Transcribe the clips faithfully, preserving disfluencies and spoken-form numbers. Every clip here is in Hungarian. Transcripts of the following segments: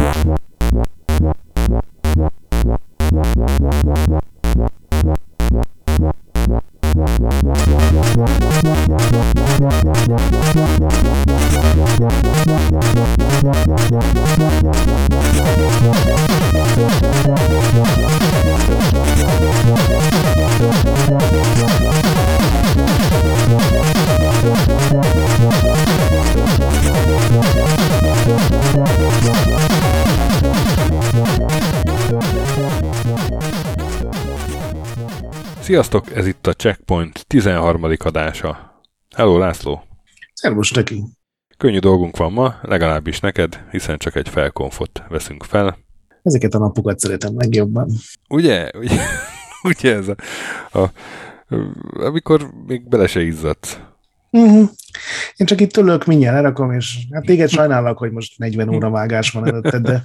Sziasztok, ez itt a Checkpoint tizenharmadik adása. Hello, László! Szervus neki! Könnyű dolgunk van ma, legalábbis neked, hiszen csak egy felkonfot veszünk fel. Ezeket a napokat szeretem legjobban. Ugye? Ugye, ugye ez a, a... amikor még bele se izzadsz. Uh-huh. Én csak itt ülök, mindjárt lerakom, és hát téged sajnálok, hogy most negyven óra vágás van előtted, de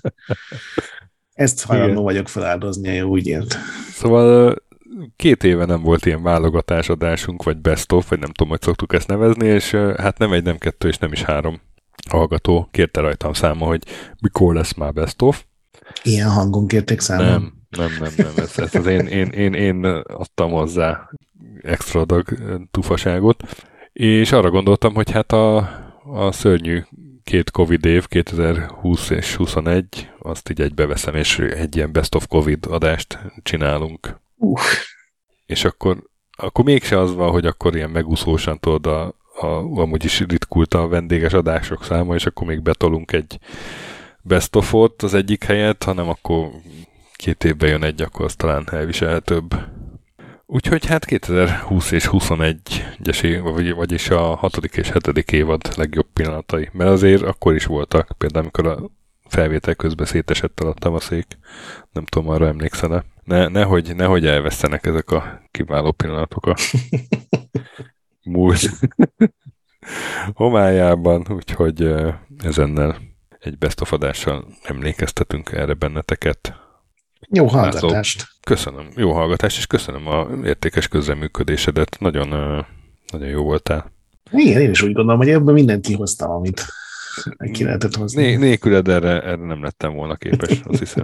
ezt hajlandó vagyok feláldozni, jó úgy ért. Szóval két éve nem volt ilyen válogatásodásunk, vagy best of, vagy nem tudom, hogy szoktuk ezt nevezni, és hát nem egy, nem kettő, és nem is három hallgató kérte rajtam számon, hogy mikor lesz már best of. Ilyen hangon kérték számon? Nem, nem, nem, nem. Ez, ez az én, én, én, én adtam hozzá extra adag tufaságot, és arra gondoltam, hogy hát a, a szörnyű két Covid év, kétezer-húsz és huszonegy, azt így egybeveszem, és egy ilyen best of Covid adást csinálunk. Uh. És akkor, akkor mégse az van, hogy akkor ilyen megúszósan tudod, a, a, amúgy is ritkult a vendéges adások száma, és akkor még betolunk egy best of-ot az egyik helyet, hanem akkor két évben jön egy, akkor az talán elviselhetőbb. Úgyhogy hát kétezer-húsz és huszonegy, vagyis a hatodik és hetedik évad legjobb pillanatai. Mert azért akkor is voltak, például amikor a felvétel közben szétesett alattam a szék. Nem tudom, arra emlékszel-e. Ne, nehogy, nehogy elvesztenek ezek a kiváló pillanatok a múlt homályában, úgyhogy ezennel egy best of adással emlékeztetünk erre benneteket. Jó hallgatást! Köszönöm, jó hallgatást, és köszönöm a értékes közreműködésedet. Nagyon, nagyon jó voltál. Igen, én is úgy gondolom, hogy ebből mindent kihoztam, amit ki lehetett hozni. Né- nélküled erre, erre nem lettem volna képes, azt hiszem.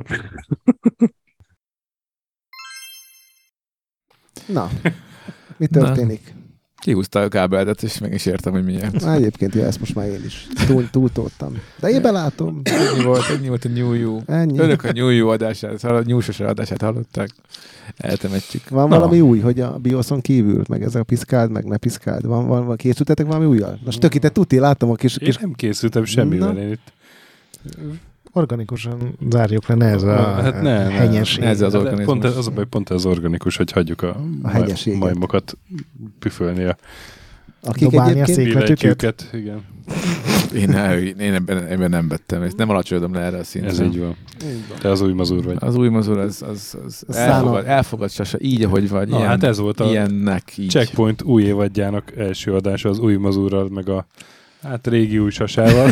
Na, mi történik? Kihúzta a kábeltet, és meg is értem, hogy miért. Na, egyébként, ja, ezt most már én is túl, túltoltam. De én belátom. Ennyi volt, ennyi volt a New You. Ennyi. Önök a New You adását, a New-sos adását hallották. Eltemetjük. Van Na. valami új, hogy a BIOS-on kívül, meg ez a piszkáld, meg ne piszkáld. Van, van, van készültetek valami újjal? Most tök itt, tuti, láttam a kis... Én kis... nem készültem semmivel, én itt. Organikusan zárjuk le, ne ez a hát ne, henyesség. Ne, ez az organizmus. Pont az a baj, pont az organikus, hogy hagyjuk a, a maj, majmokat püfölni a akik egyébként billentyűket. Igen. Én, én ebben, ebben nem vettem, és nem alacsonyodom le erre a szintre. Ez így van. Te az új mazur vagy. Az új mazur, az, az, az elfogad, elfogad Sasa, így, ahogy vagy. Na, ilyen, hát ez volt a ilyennek, így. Checkpoint új évadjának első adása az új mazurral, meg a hát régi új Sasával.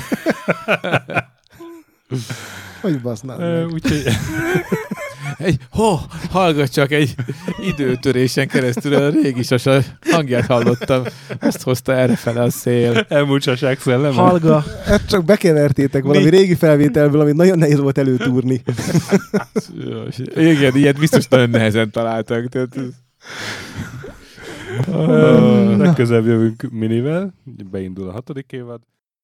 Hogy basznád meg? Úgyhogy... Egy, ho, hallgat csak, egy időtörésen keresztül a régi Sasa hangját hallottam. Ezt hozta errefele a szél. Elmúlt Sasák szelleme. Hallga, ezt csak bekevertétek valami Mi? régi felvételből, amit nagyon nehéz volt előtúrni. Igen, ilyet biztos nagyon nehezen találtak. Tehát... Uh, legközelebb jövünk minivel, beindul a hatodik évad.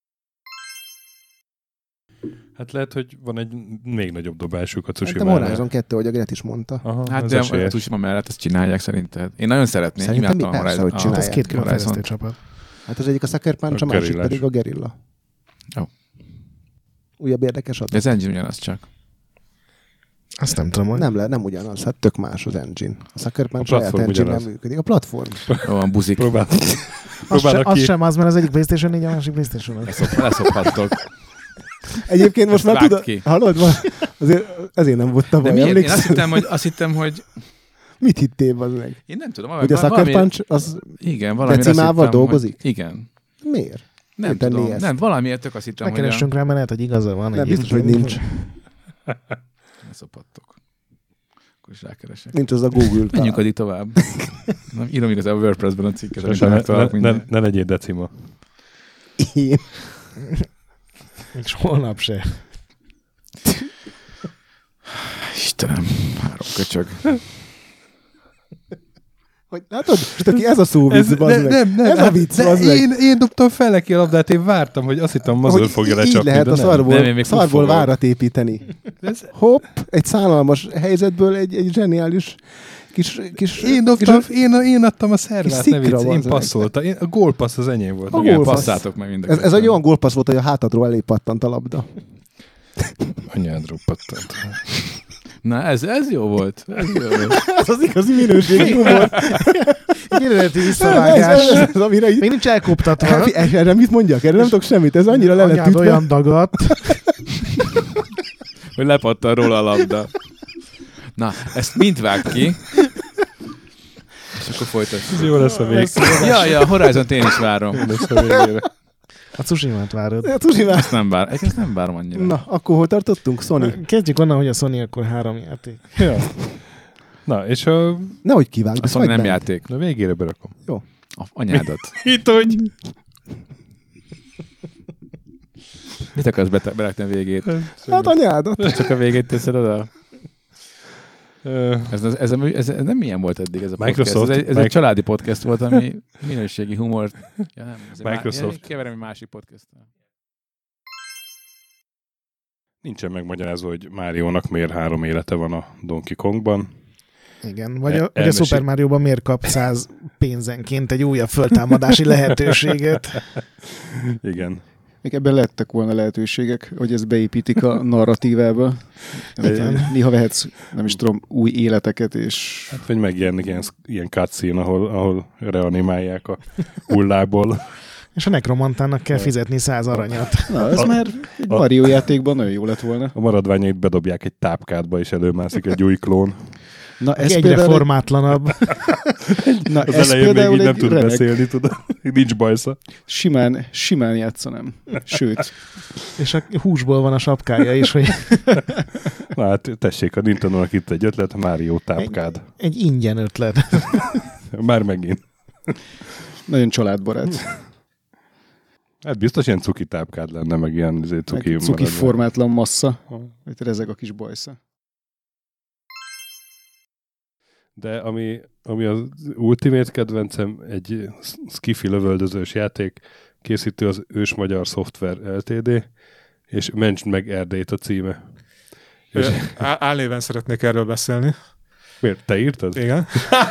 Hát lehet, hogy van egy még nagyobb dobásuk a Tsushima-ra. Hát a Horizon kettő, ahogy a Gret is mondta. Aha, hát de a Tsushima mellett ezt csinálják szerinted. Én nagyon szeretném. Szerintem mi persze, hogy csinálják. Ez két különfejlesztő csapat. Hát az egyik a Sucker Punch, a, a másik pedig a Guerrilla. Jó. Oh. Újabb érdekes adat. Ez engine ugyanaz csak. Azt nem tudom, hogy... Nem, le, nem ugyanaz, hát tök más az engine. A Sucker Punch saját engine nem működik. A platform. Jó, van buzik. Próbál. Az, se, az sem az, mert az egyik PlayStation négy, a másik PlayStation öt. Leszokhattok. Egyébként most ezt már tudod, hallod? Azért, ezért nem volt tavaly. De miért? Én azt hittem, hogy... Azt hittem, hogy... Mit hittél az meg? Én nem tudom. Hogy a Sucker valami... Punch az igen, valami decimával dolgozik? Hogy... Igen. Miért? Nem tudom. Nem, valamiért tök azt hittem, hogy... Megkeressünk rá, mert lehet, hogy igaza van. Nem biztos, hogy nincs. Ne szopattok. Akkor is rákeresek. Nincs az a Google. Menjünk addig tovább. Nem, írom igazán a WordPress-ben a cikket. Ne, ne, ne, ne legyél decima. Én. És holnap se. Istenem, három köcsög. Hogy, látod? És aki ez a szó Ez, vicc, ne, nem, nem, ez a vicc, de bazd meg. én, én dobtam fel neki a labdát, én vártam, hogy azt hittem Mazur fogja lecsapni. Így lehet de a nem. szarból, Nem, én még szarból puffogok. várat építeni. Ez, Hopp, egy szállalmas helyzetből egy, egy zseniális kis... kis én, dobtam, kis, én, én adtam a szervát szikra nevét, én bazd meg. passzoltam. Én, a gólpassz az enyém volt. A Igen, gólpassz. passzátok meg mind a ez, ez ketten. egy olyan gólpassz volt, hogy a hátadról elé pattant a labda. Anyádról pattant. Na, ez, ez jó volt. Ez jó volt. Ez az igazi minőségi humor. Kísérleti Ez, visszavágás. ez, ez, amire így... Még nincs elkoptatva. Erre mit mondjak? Erre nem tudok semmit. Ez annyira le lett Anyád ütve. olyan dagadt. Hogy lepattan róla a labda. Na, ezt mind vág ki. És akkor folytatjuk. Ez jó lesz a vég. Ja, ja, a Horizont én is várom. Jó lesz a végére. A Tsushima-t várod. Hát, Tsushima. Ezt nem várom. Ezt nem várom annyira. Na, akkor hol tartottunk? Sony. Kezdjük onnan, hogy a Sony akkor három játék. Ja. Na, és a, Nehogy kivágd. Azt ezt mondom, nem hagyd játék. a végére berakom. A anyádat. Itt, hogy... Mit akarsz bete- berakni a végét? bent. Hát anyádat. Csak a végét teszed oda? Ö, Ez, ez, ez, ez, ez nem milyen volt eddig ez a Microsoft- podcast. Ez, egy, ez Mic- egy családi podcast volt, ami minőségi humort... Ja, nem, ez egy Microsoft. Má, keverem egy másik podcast. Nincsen megmagyarázva, hogy Máriónak miért három élete van a Donkey Kongban. Igen, vagy a, El- vagy a elmesél- Super Mario-ban miért kap száz pénzenként egy újabb föltámadási lehetőséget. Igen. Még ebben lettek volna lehetőségek, hogy ezt beépítik a narratívába. Igen. Néha vehetsz, nem is tudom, új életeket, és Hát, hogy megjelenik ilyen, ilyen cutscene, ahol, ahol reanimálják a hullából. És a Necromantának kell fizetni száz aranyat. na, ez A- már egy a- Mario játékban nagyon jó lett volna. A maradványait bedobják egy tápkádba, és előmászik egy új klón. Na, ez Egyre például, formátlanabb. na, Az ez elején még például így nem egy tud remek, beszélni, tudod. Nincs bajsza. simán, simán játszanám. Sőt, És a húsból van a sapkája is, hogy Na hát tessék, a Nintendo-nak itt egy ötlet, Mario tápkád. egy ingyen ötlet. Már megint. nagyon családbarát. Hát biztos ilyen cuki tápkád lenne, meg ilyen izé, cuki, Meg cuki maradvány. formátlan massza, hogy rezeg a kis bajsza. De ami, ami az Ultimate kedvencem, egy skifi lövöldözős játék, készítő az Ős Magyar Szoftver Ltd. És Mentsd meg Erdélyt a címe. És Ö, á- Álnéven szeretnék erről beszélni. miért? Te írtad? Igen.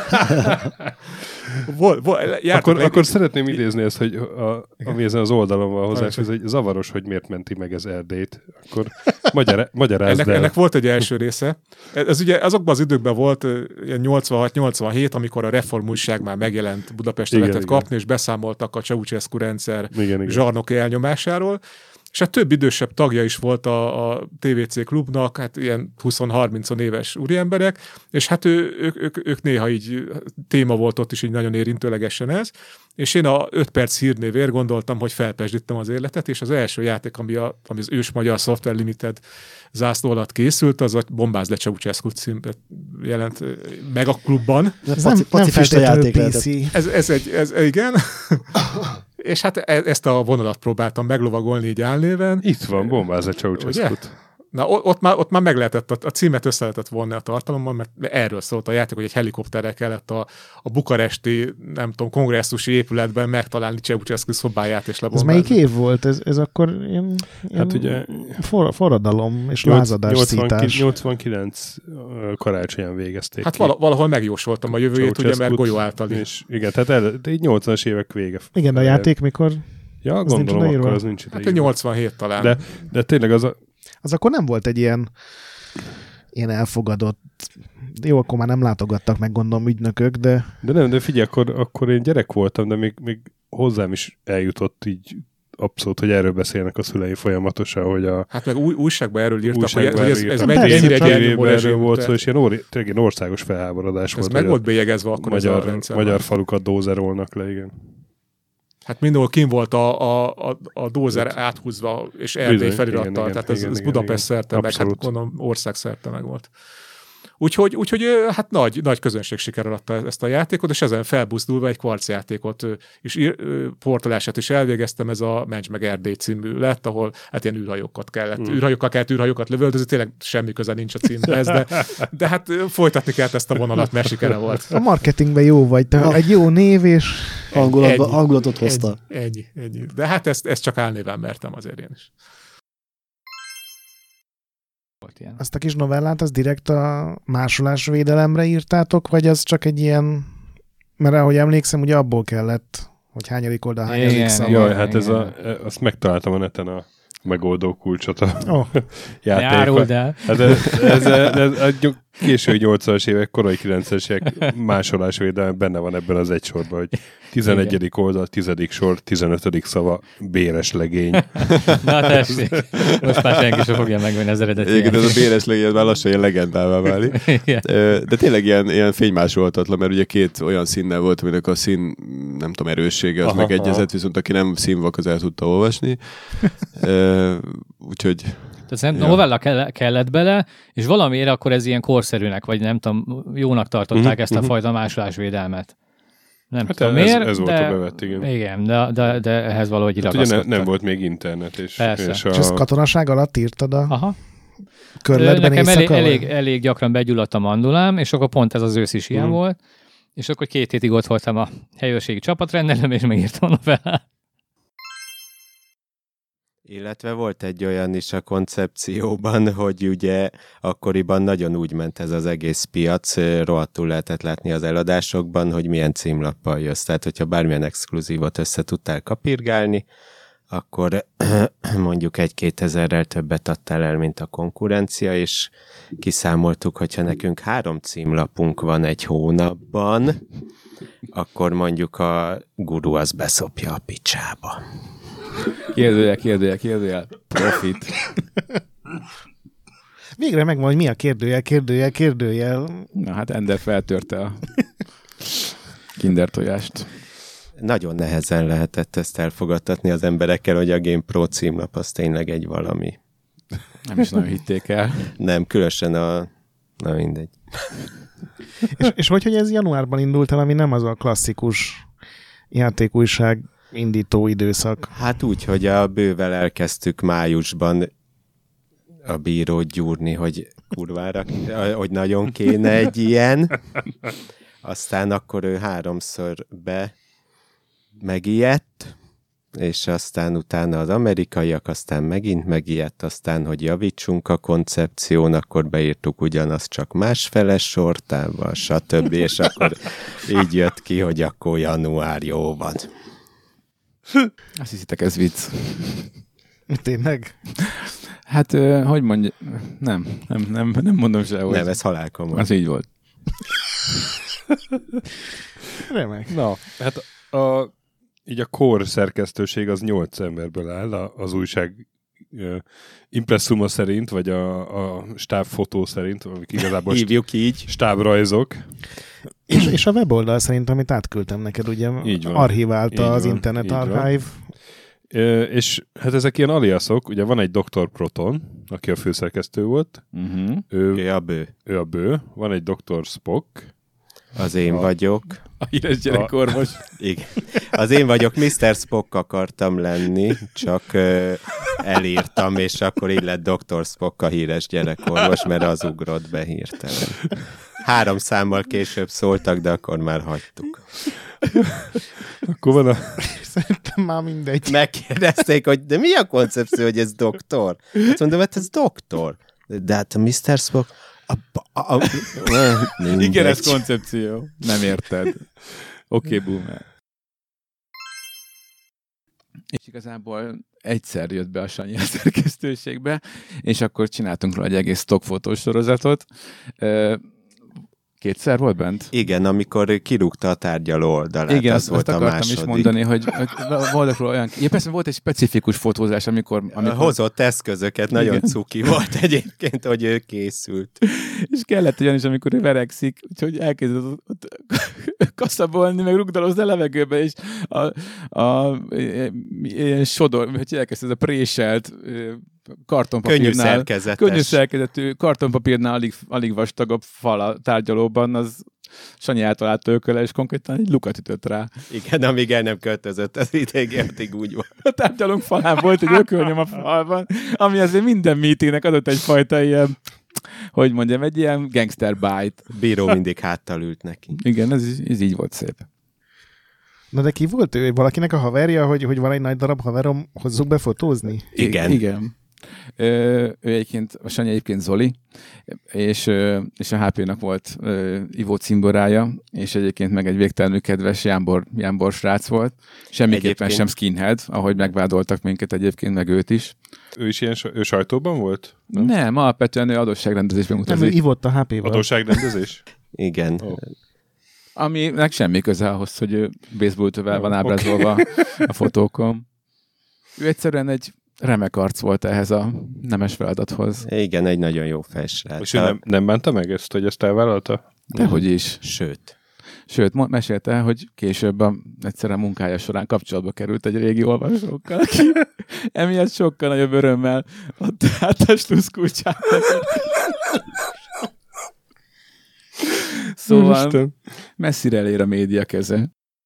vol, vol, Akkor, meg, akkor szeretném idézni ezt, hogy a, Igen. ami ezen az oldalon van hozzá, Persze. ez egy zavaros, hogy miért menti meg ez Erdélyt. Akkor magyar, magyarázd ennek, el. ennek volt egy első része. Ez, ez ugye azokban az időkben volt ö, ilyen nyolcvanhat nyolcvanhét, amikor a Reform újság már megjelent, Budapesten Igen, lehetett igen. kapni, és beszámoltak a Ceausescu rendszer Igen, igen. zsarnoki elnyomásáról. És hát több idősebb tagja is volt a, a té vé cé klubnak, hát ilyen húsz-harminc éves úriemberek, és hát ő, ők, ők, ők néha így téma volt ott is így nagyon érintőlegesen ez, és én a öt perc hírnévért gondoltam, hogy felpesdítem az életet, és az első játék, ami, a, ami az Ős Magyar Software Limited zászló alatt készült, az a Bombázd le Ceausescu címben jelent meg a klubban. Ez nem, nem feltétlenül pé cé. Ez, ez egy, ez, igen. És hát e- ezt a vonalat próbáltam meglovagolni így álnéven. Itt van, bombázz a Ceausescut. Na, o- ott már, ott már meg lehetett, a, a címet össze lehetett vonni a tartalommal, mert erről szólt a játék, hogy egy helikopterrel kellett a, a bukaresti, nem tudom, kongresszusi épületben megtalálni Ceausescu szobáját és Ez lebomlázni. melyik év volt? Ez, ez akkor ilyen, ilyen Hát ugye for, forradalom és nyolc- lázadás nyolcvankilenc szítás. nyolcvankilenc ö, karácsonyan végezték Hát ki. vala, valahol megjósoltam a jövőjét, ugye, mert Ceausescut, golyó által is. És igen, tehát el, de így nyolcvanas évek vége. Igen, de a játék mikor? Ja, az nincs gondolom, odaírva? akkor az nincs Hát ideírva. egy nyolcvanhét talán. De, de tényleg az a... Az akkor nem volt egy ilyen ilyen elfogadott, jó, akkor már nem látogattak meg, gondolom, ügynökök, de De nem, de figyelj, akkor, akkor én gyerek voltam, de még, még hozzám is eljutott így abszolút, hogy erről beszélnek a szüleim folyamatosan, hogy a Hát meg új, újságban erről írtak, újságban hogy ez, ez, erről ez írtak. mennyire Persze, egy csak elnyomó erről rezsim, volt de szó, és ilyen, óri, tényleg ilyen országos felháborodás ez volt. meg hogy volt a bélyegezve akkor ez a magyar, rendszer. magyar falukat dózerolnak le, igen. Hát mindenhol kim volt a, a, a, a dózer áthúzva, és Erdély Bizony, felirattal, igen, igen, tehát ez, igen, ez igen, Budapest igen. szerte, meg hát Abszolút. gondolom ország szerte meg volt. Úgyhogy, úgyhogy hát nagy, nagy közönség sikerrel adta ezt a játékot, és ezen felbuzdulva egy kvarc játékot is portolását is elvégeztem, ez a Mencs meg Erdély című lett, ahol hát ilyen űrhajókat kellett, mm. űrhajókkal kellett űrhajókat lövöldözni, tényleg semmi köze nincs a címhez, de, de hát folytatni kellett ezt a vonalat, mert sikere volt. A marketingben jó vagy, te egy jó név, és hangulatba, hangulatot hozta. Ennyi, ennyi, ennyi. De hát ezt, ezt csak álnéven mertem azért én is. Azt a kis novellát, az direkt a másolásvédelemre írtátok, vagy az csak egy ilyen, mert ahogy emlékszem, ugye abból kellett, hogy hányadik oldal, hányadik szava. Jaj, hát ez a, azt megtaláltam a neten a megoldó kulcsot a oh. játékban. Hát ez, ez, ez, ez a késői nyolcvanas évek, korai kilencvenes évek másolásvédelme benne van ebben az egy sorban, hogy tizenegyedik oldal, tizedik sor, tizenötödik szava, béres legény. Na tessék, most már senki sem fogja megvenni az eredeti. Igen, ez a béres legény már lassan ilyen legendává válik. De tényleg ilyen, ilyen fénymásolhatatlan, mert ugye két olyan színnel volt, aminek a szín, nem tudom, erőssége, az aha, megegyezett, aha. Viszont aki nem színvak, az el tudta olvasni. Úgyhogy... Tehát ja. novella kellett bele, és valamiért akkor ez ilyen korszerűnek, vagy nem tudom, jónak tartották uh-huh, ezt a uh-huh. fajta másolásvédelmet. Nem hát tudom ez, miért, ez volt de, a bevett, igen. Igen, de, de, de ehhez valahogy hát ragaszkodtak. Ugye ne, nem volt még internet. És, és, a... és ezt katonaság alatt írtad a Aha. körletben Nekem elég, elég, elég, elég gyakran begyulladt a mandulám, és akkor pont ez az ősz is ilyen uh-huh. volt, és akkor két hétig ott voltam a helyőrségi csapatrendelem, és megírtam a novellát. Illetve volt egy olyan is a koncepcióban, hogy ugye akkoriban nagyon úgy ment ez az egész piac, rohadtul lehetett látni az eladásokban, hogy milyen címlappal jössz. Tehát, hogyha bármilyen exkluzívot össze tudtál kapirgálni, akkor mondjuk egy-kétezerrel többet adtál el, mint a konkurencia, és kiszámoltuk, hogyha nekünk három címlapunk van egy hónapban, akkor mondjuk a guru az beszopja a picsába. Kérdőjel, kérdőjel, kérdőjel. Profit. Végre megvan, hogy mi a kérdőjel, kérdőjel, kérdőjel. Na hát Ender feltörte a Kinder tojást. Nagyon nehezen lehetett ezt elfogadtatni az emberekkel, hogy a Game Pro címlap az tényleg egy valami. Nem is nagyon hitték el. Nem, különösen a... Na mindegy. és, és hogy, hogy ez januárban indult el, ami nem az a klasszikus játékújság indító időszak. Hát úgy, hogy a bővel elkezdtük májusban a bírót gyúrni, hogy kurvára, hogy nagyon kéne egy ilyen. Aztán akkor ő háromszor be megijedt, és aztán utána az amerikaiak, aztán megint megijedt, aztán, hogy javítsunk a koncepción, akkor beírtuk ugyanazt, csak másfeles sortával, stb. És akkor így jött ki, hogy akkor január jó van. Azt hiszitek, ez vicc. Tényleg? Hát, hogy mondja, nem, nem, nem, nem mondom se, hogy... Nem, ez halálkomoly. Az így volt. Remek. Na, hát a, így a core szerkesztőség az nyolc emberből áll, az újság uh, impresszuma szerint, vagy a, a stábfotó szerint, amik igazából hívjuk így. Stábrajzok. És, és a weboldal szerint, amit átküldtem neked, ugye így van, archiválta így az van, Internet Archive. E, és hát ezek ilyen aliaszok, ugye van egy doktor Proton, aki a főszerkesztő volt. Uh-huh. Ő, ő a bő. Ő a bő. Van egy doktor Spock. Az én a, vagyok. A híres gyerekorvos. Igen. Az én vagyok, miszter Spock akartam lenni, csak uh, elírtam, és akkor így lett doktor Spock a híres gyerekorvos, mert az ugrott be hirtelen. Három számmal később szóltak, de akkor már hagytuk. Akkor van a... Szerintem már mindegy. Megkérdezték, hogy de mi a koncepció, hogy ez doktor? Hát mondom, hát ez doktor. De hát a miszter Spock... A, a, a, igen, ez koncepció. Nem érted. Oké, okay, boomer. És igazából egyszer jött be a Sanyi a szerkesztőségbe, és akkor csináltunk róla egy egész stockfotós sorozatot. Kétszer volt bent? Igen, amikor kirúgta a tárgyaló oldalát, igen, az volt a második. Igen, is mondani, hogy voltak róla olyan... Ja, persze volt egy specifikus fotózás, amikor... amikor... Hozott eszközöket, nagyon igen. Cuki volt egyébként, hogy ő készült. És kellett olyan is, amikor ő verekszik, úgyhogy elkezdett ott, ott kaszabolni, meg rugdalozni a levegőbe, és a, a, a, ilyen sodor, hogy elkezdett ez a préselt kartonpapírnál, könnyű szerkezetes. Könnyű szerkezetű, kartonpapírnál alig, alig vastagabb fal a tárgyalóban, az Sanyi eltalálta ököle, és konkrétan egy lukat ütött rá. Igen, amíg el nem költözött, az idég addig úgy van. A tárgyalónk falán volt egy ökölnyom a falban, ami azért minden meetingnek adott egyfajta ilyen, hogy mondjam, egy ilyen gangster bite. Bíró mindig háttal ült neki. Igen, ez, ez így volt szép. Na de ki volt ő? Valakinek a haverja, hogy, hogy van egy nagy darab haverom, hozzuk be fotózni? Igen. I- igen. Ö, ő egyébként, a Sanyi egyébként Zoli, és, és a há pének volt ö, ivó cimborája, és egyébként meg egy végtelenül kedves Jánbor, Jánbor srác volt. Semmiképpen egyébként sem skinhead, ahogy megvádoltak minket egyébként, meg őt is. Ő is ilyen ő sajtóban volt? Nem, nem alapvetően ő adósságrendezésben utazik. Nem, ő ivott a há péval. Adósságrendezés? Igen. Oh. Aminek semmi köze ahhoz, hogy ő baseballtövel van ábrázolva okay. a fotókon. Ő egyszerűen egy remek arc volt ehhez a nemes feladathoz. Igen, egy nagyon jó felsrác. És ő nem, nem bánta meg ezt, hogy ezt elvállalta? Dehogy is. Sőt. Sőt, mesélte, hogy később a, egyszerűen munkája során kapcsolatba került egy régi olvasókkal, aki emiatt sokkal nagyobb örömmel adta át a sluszkulcsát. Szóval Isten. Messzire elér a média keze.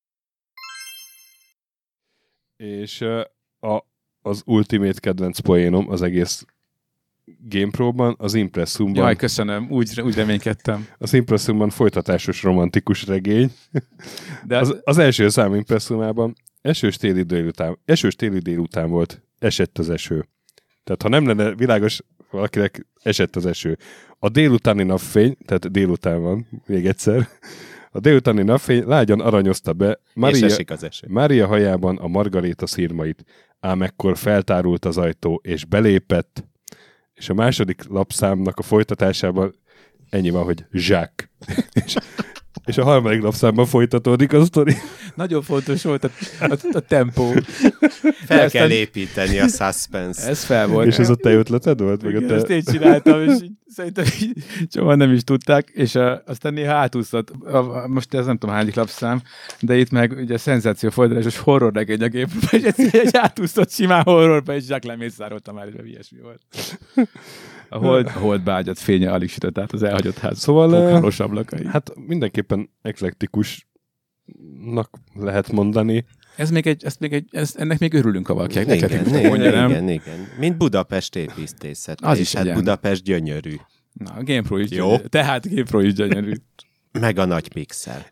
És a, az ultimate kedvenc poénom az egész GamePro-ban, az Impressumban. Jaj, köszönöm, úgy, úgy reménykedtem. Az Impressumban folytatásos romantikus regény. De az, az első szám Impressumában esős téli délután, esős téli délután volt, esett az eső. Tehát ha nem lenne világos valakinek, esett az eső. A délutáni napfény, tehát délután van, még egyszer, a délutáni napfény lágyan aranyozta be Mária, Mária hajában a margaréta szirmait, ám ekkor feltárult az ajtó, és belépett, és a második lapszámnak a folytatásában ennyi van, hogy Jacques. és, és a harmadik lapszámban folytatódik a sztori. Nagyon fontos volt a, a, a tempó. Fel Aztán... kell építeni a suspense. Ez fel volt. És ez a te ötleted volt? Igen, meg a te... ezt én csináltam, és így, szerintem így soha nem is tudták, és a, aztán néha átúszott. A, a, most ez nem tudom hányik lapszám, de itt meg ugye szenzációfordulásos horror regény a gépről, és egy, egy átúszott simán horrorba, és Jacques lemészároltam már, és ilyesmi volt. A hold, a hold bágyat fénye alig sütött át az elhagyott ház szóval ablakai. Hát mindenképpen eklektikusnak lehet mondani. Ez még egy, ezt még egy, ezt, ennek még örülünk, ha valaki igen, eklektikus igen, mondja, nem? Igen, igen. Mint Budapest építészet. Az és is hát egyen. Budapest gyönyörű. Na, a GamePro is jó. Gyönyörű. Tehát a GamePro is gyönyörű. Meg a nagy pixel.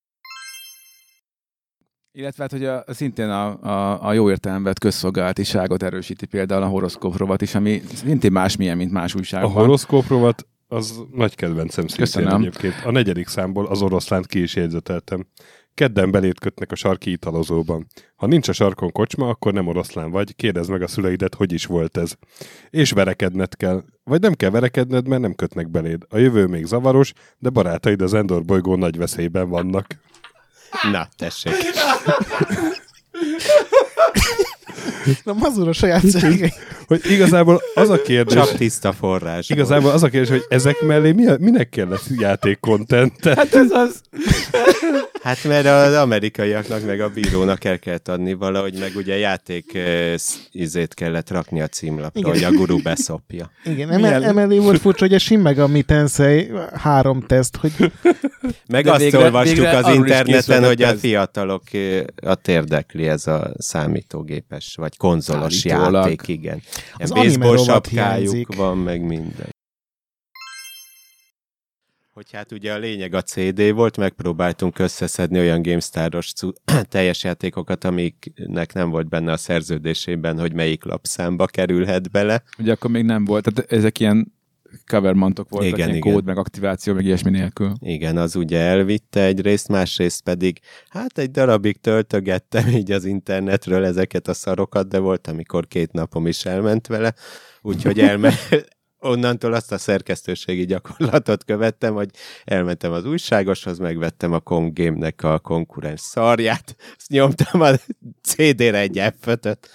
Illetve hát, hogy a, szintén a, a, a jó értelemben közszolgálatiságot erősíti például a horoszkóp rovat is, ami szintén másmilyen, mint más újságban. A horoszkóp rovat az nagy kedvencem szintén. Köszönöm. Egyébként. A negyedik számból az oroszlánt ki is jegyzeteltem. Kedden belét kötnek a sarki italozóban. Ha nincs a sarkon kocsma, akkor nem oroszlán vagy, kérdezd meg a szüleidet, hogy is volt ez. És verekedned kell. Vagy nem kell verekedned, mert nem kötnek beléd. A jövő még zavaros, de barátaid az Endor bolygó nagy veszélyben vannak. Na, tessék. Na, mazur a saját cégei. Hogy igazából az a kérdés... Csak tiszta forrás. Igazából az a kérdés, hogy ezek mellé mi a, minek kellett játék-content? Hát ez az... Hát mert az amerikaiaknak meg a bírónak el kellett adni valahogy, meg ugye játék uh, izét kellett rakni a címlapra, igen. Hogy a guru beszopja. Igen, emel, emellé volt furcsa, hogy a Shin Megami Tensei három teszt, hogy... Meg de azt végre, olvastuk végre az interneten, hogy a ez. fiatalokat érdekli ez a számítógépes, vagy konzolos Állítólag. játék, igen. Az baseball anime sapkájuk hiányzik. van, meg minden. Hogy hát ugye a lényeg a cé dé volt, megpróbáltunk összeszedni olyan GameStar-os teljes játékokat, amiknek nem volt benne a szerződésében, hogy melyik lapszámba kerülhet bele. Ugye akkor még nem volt, tehát ezek ilyen covermantok voltak, igen, ilyen igen. kód, meg aktiváció, meg ilyesmi nélkül. Igen, az ugye elvitte egyrészt, másrészt pedig, hát egy darabig töltögettem így az internetről ezeket a szarokat, de volt, amikor két napom is elment vele, úgyhogy elment. Onnantól azt a szerkesztőségi gyakorlatot követtem, hogy elmentem az újságoshoz, megvettem a Comgame-nek a konkurens szarját, azt nyomtam a cé dére egy ef ötöt.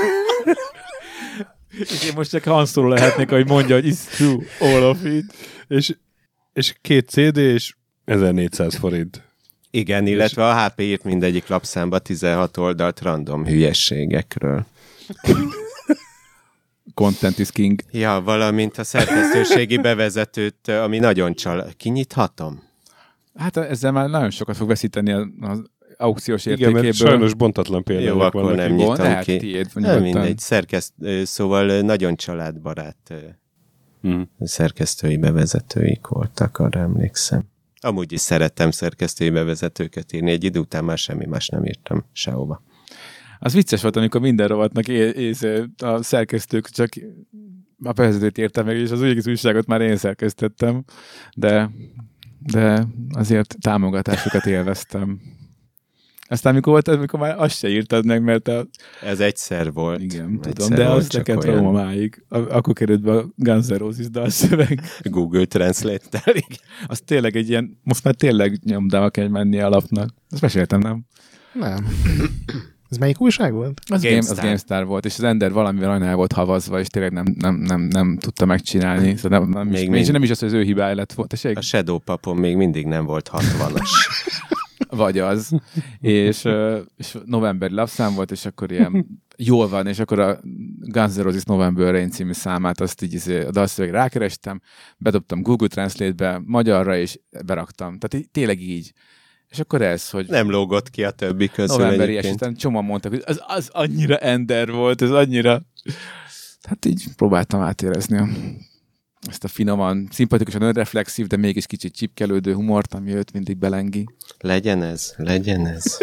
És én most csak Han Solo lehetnék, hogy mondja, hogy it's true, all of it. És, és két cé dé és ezernégyszáz forint. Igen, illetve és... a há pé írt mindegyik lapszámba tizenhat oldalt random hülyességekről. content is king. Ja, valamint a szerkesztőségi bevezetőt, ami nagyon csal... Kinyithatom? Hát ezzel már nagyon sokat fog veszíteni az aukciós Igen, értékéből. mert sajnos bontatlan példák Jó, akkor nem nyitom Lehet, ki. tiéd, Nem mindegy, szerkeszt... szóval nagyon családbarát Hmm. szerkesztői bevezetőik voltak, arra emlékszem. Amúgy is szerettem szerkesztői bevezetőket írni, egy idő után már semmi más nem írtam sehova. Az vicces volt, amikor minden rovatnak é- é- a szerkesztők csak a bevezetőt írtam meg, és az egész újságot már én szerkesztettem, de, de azért támogatásokat élveztem. Aztán mikor volt, amikor már azt se írtad meg, mert a... Ez egyszer volt. Igen, tudom, egyszer de volt, az csak neked olyan. trauma máig. Akkor került be a Guns N' Roses dalszöveg. Google Translate-tel. Az tényleg egy ilyen, most már tényleg nyomdába kell mennie alapnak. Ezt meséltem, nem? Nem. Ez melyik újság volt? Az GameStar. GameStar. Az GameStar volt, és az Ender valamivel olyan el volt havazva, és tényleg nem, nem, nem, nem tudta megcsinálni. Szóval nem, nem, Még is, mind- nem is az, hogy az ő hibája lett volt. A Shadow Papon még mindig nem volt hatvanas. Vagy az. és, ö, és novemberi lapszám volt, és akkor ilyen jól van, és akkor a Guns N' Roses November Rain című számát, azt így izé, a dalszövegre rákerestem, bedobtam Google Translate-be magyarra, és beraktam. Tehát így, tényleg így. És akkor ez, hogy Nem lógott ki a többi közül novemberi egyébként. esetben csomóan mondtak, hogy az, az annyira Ender volt, ez annyira... Hát így próbáltam átérezni a, ezt a finoman, szimpatikusan önreflexív, de mégis kicsit csipkelődő humort, ami őt mindig belengi. Legyen ez, legyen ez.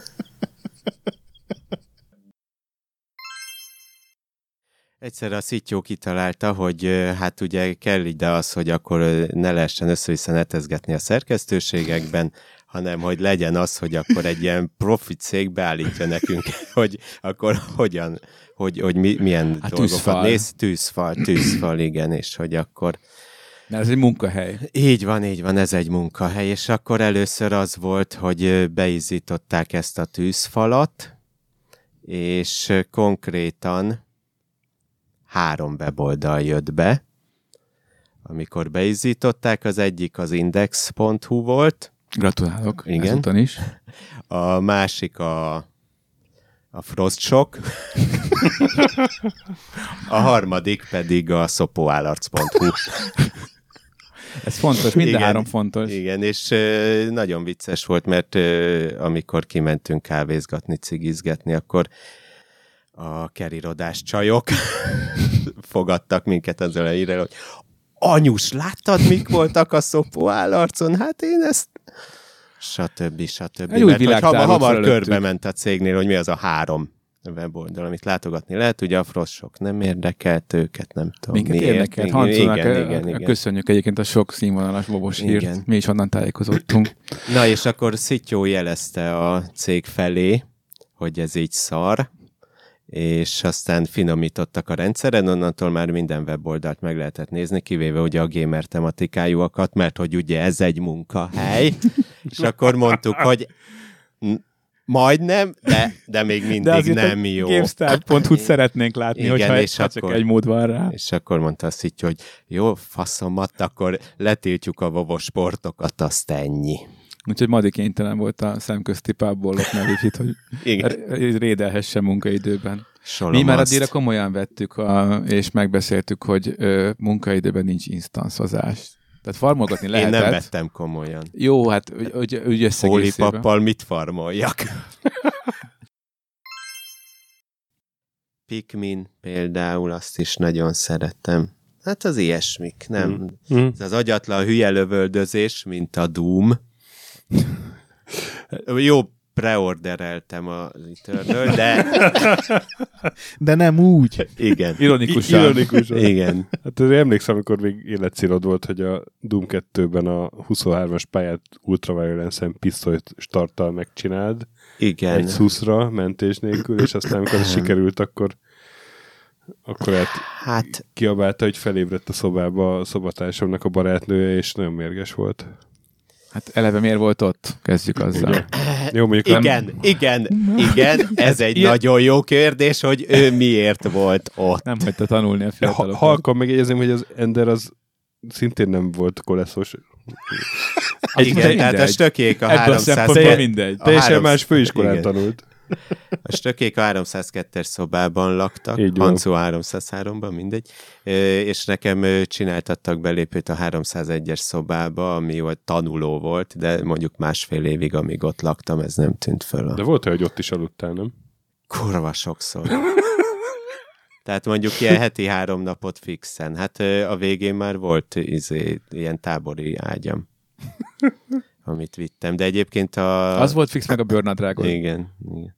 Egyszer a Szittyó kitalálta, hogy ö, hát ugye kell ide az, hogy akkor ö, ne lehessen össze-vissza netezgetni a szerkesztőségekben, hanem hogy legyen az, hogy akkor egy ilyen profi cég beállítja nekünk, hogy akkor hogyan, hogy, hogy mi, milyen Hát dolgokat tűzfal. néz. Tűzfal, tűzfal, igen, és hogy akkor Mert ez egy munkahely. így van, így van, ez egy munkahely, és akkor először az volt, hogy ö, beizzították ezt a tűzfalat, és ö, konkrétan három weboldal jött be. Amikor beizzították, az egyik az index pont hu volt, Gratulálok. Igen. Ezúton is. a másik a, a Frostshock, a harmadik pedig a szopóállarc pont hu. Ez fontos, mind a Igen. három fontos. Igen, és ö, nagyon vicces volt, mert ö, amikor kimentünk kávézgatni, cigizgetni, akkor a kerirodás csajok fogadtak minket ezzel a hírrel, hogy anyus, láttad, mik voltak a szopóállarcon? Hát én ezt... Stb. Stb. Egy új Mert hogy világtár hamar, volt hamar fölöttük. körbe ment a cégnél, hogy mi az a három weboldal, amit látogatni lehet. Ugye a Frostshock nem érdekelt őket, nem tudom Minket miért. érdekelt. Igen, Hanconak igen, igen, igen. köszönjük egyébként a sok színvonalas bobos hírt. Igen. Mi is onnan tájékozottunk. Na és akkor Szittyó jelezte a cég felé, hogy ez így szar, és aztán finomítottak a rendszeren, onnantól már minden weboldalt meg lehetett nézni, kivéve ugye a gamer tematikájúakat, mert hogy ugye ez egy munkahely, és akkor mondtuk, hogy n- majdnem, de, de még mindig nem jó. GameStar pont hu-t szeretnénk látni, Igen, hogyha és csak akkor- egy mód van rá. És akkor mondta azt így, hogy jó, faszomat, akkor letiltjuk a vovos sportokat, azt ennyi. Úgyhogy Madi kénytelen volt a szemközti pából lopni itt, hogy Igen. r- rédelhesse munkaidőben. Solom Mi már azt. addigra komolyan vettük, a, és megbeszéltük, hogy ö, munkaidőben nincs instanszozás. Tehát farmolgatni Én lehetett. nem vettem komolyan. Jó, hát úgy, úgy, úgy összegészében. Pólipappal mit farmoljak? Pikmin például, azt is nagyon szerettem. Hát az ilyesmik, nem? Mm. Ez az agyatlan hülye lövöldözés, mint a Doom. Jó, preordereltem a Returnal, de De nem úgy. igen. Ironikusan. Ironikusan. Igen. Hát azért emlékszem, amikor még életcélod volt, hogy a Doom kettőben a huszonhármas pályát ultraviolence-en pisztolyt starttal megcsináld. Igen. Egy szuszra, mentés nélkül, és aztán amikor ez sikerült, akkor akkor hát Hát kiabálta, hogy felébredt a szobába a szobatársamnak a barátnője, és nagyon mérges volt. Hát eleve miért volt ott? Kezdjük azzal. Jó, mondjuk igen, nem... igen, igen, ez egy ilyen- nagyon jó kérdés, hogy ő miért volt ott. Nem hagyta tanulni a Ha, fiatalokat. halkan megjegyezném, hogy az Ender az szintén nem volt koleszos. Igen, mindegy. tehát a stökék a Ebből a háromszáz... szempontból mindegy. a Teljesen háromszáz más főiskolán igen. tanult. A Stökék a háromszázkettes szobában laktak, Így van. Hancu háromszázháromban, mindegy, és nekem csináltattak belépőt a háromszázegyes szobába, ami volt tanuló volt, de mondjuk másfél évig, amíg ott laktam, ez nem tűnt föl. De volt, hogy ott is aludtál, nem? Kurva sokszor. Tehát mondjuk ilyen heti három napot fixen. Hát a végén már volt izé, ilyen tábori ágyam, amit vittem. De egyébként a... Az volt fix meg a bőrnadrágod. Igen, igen.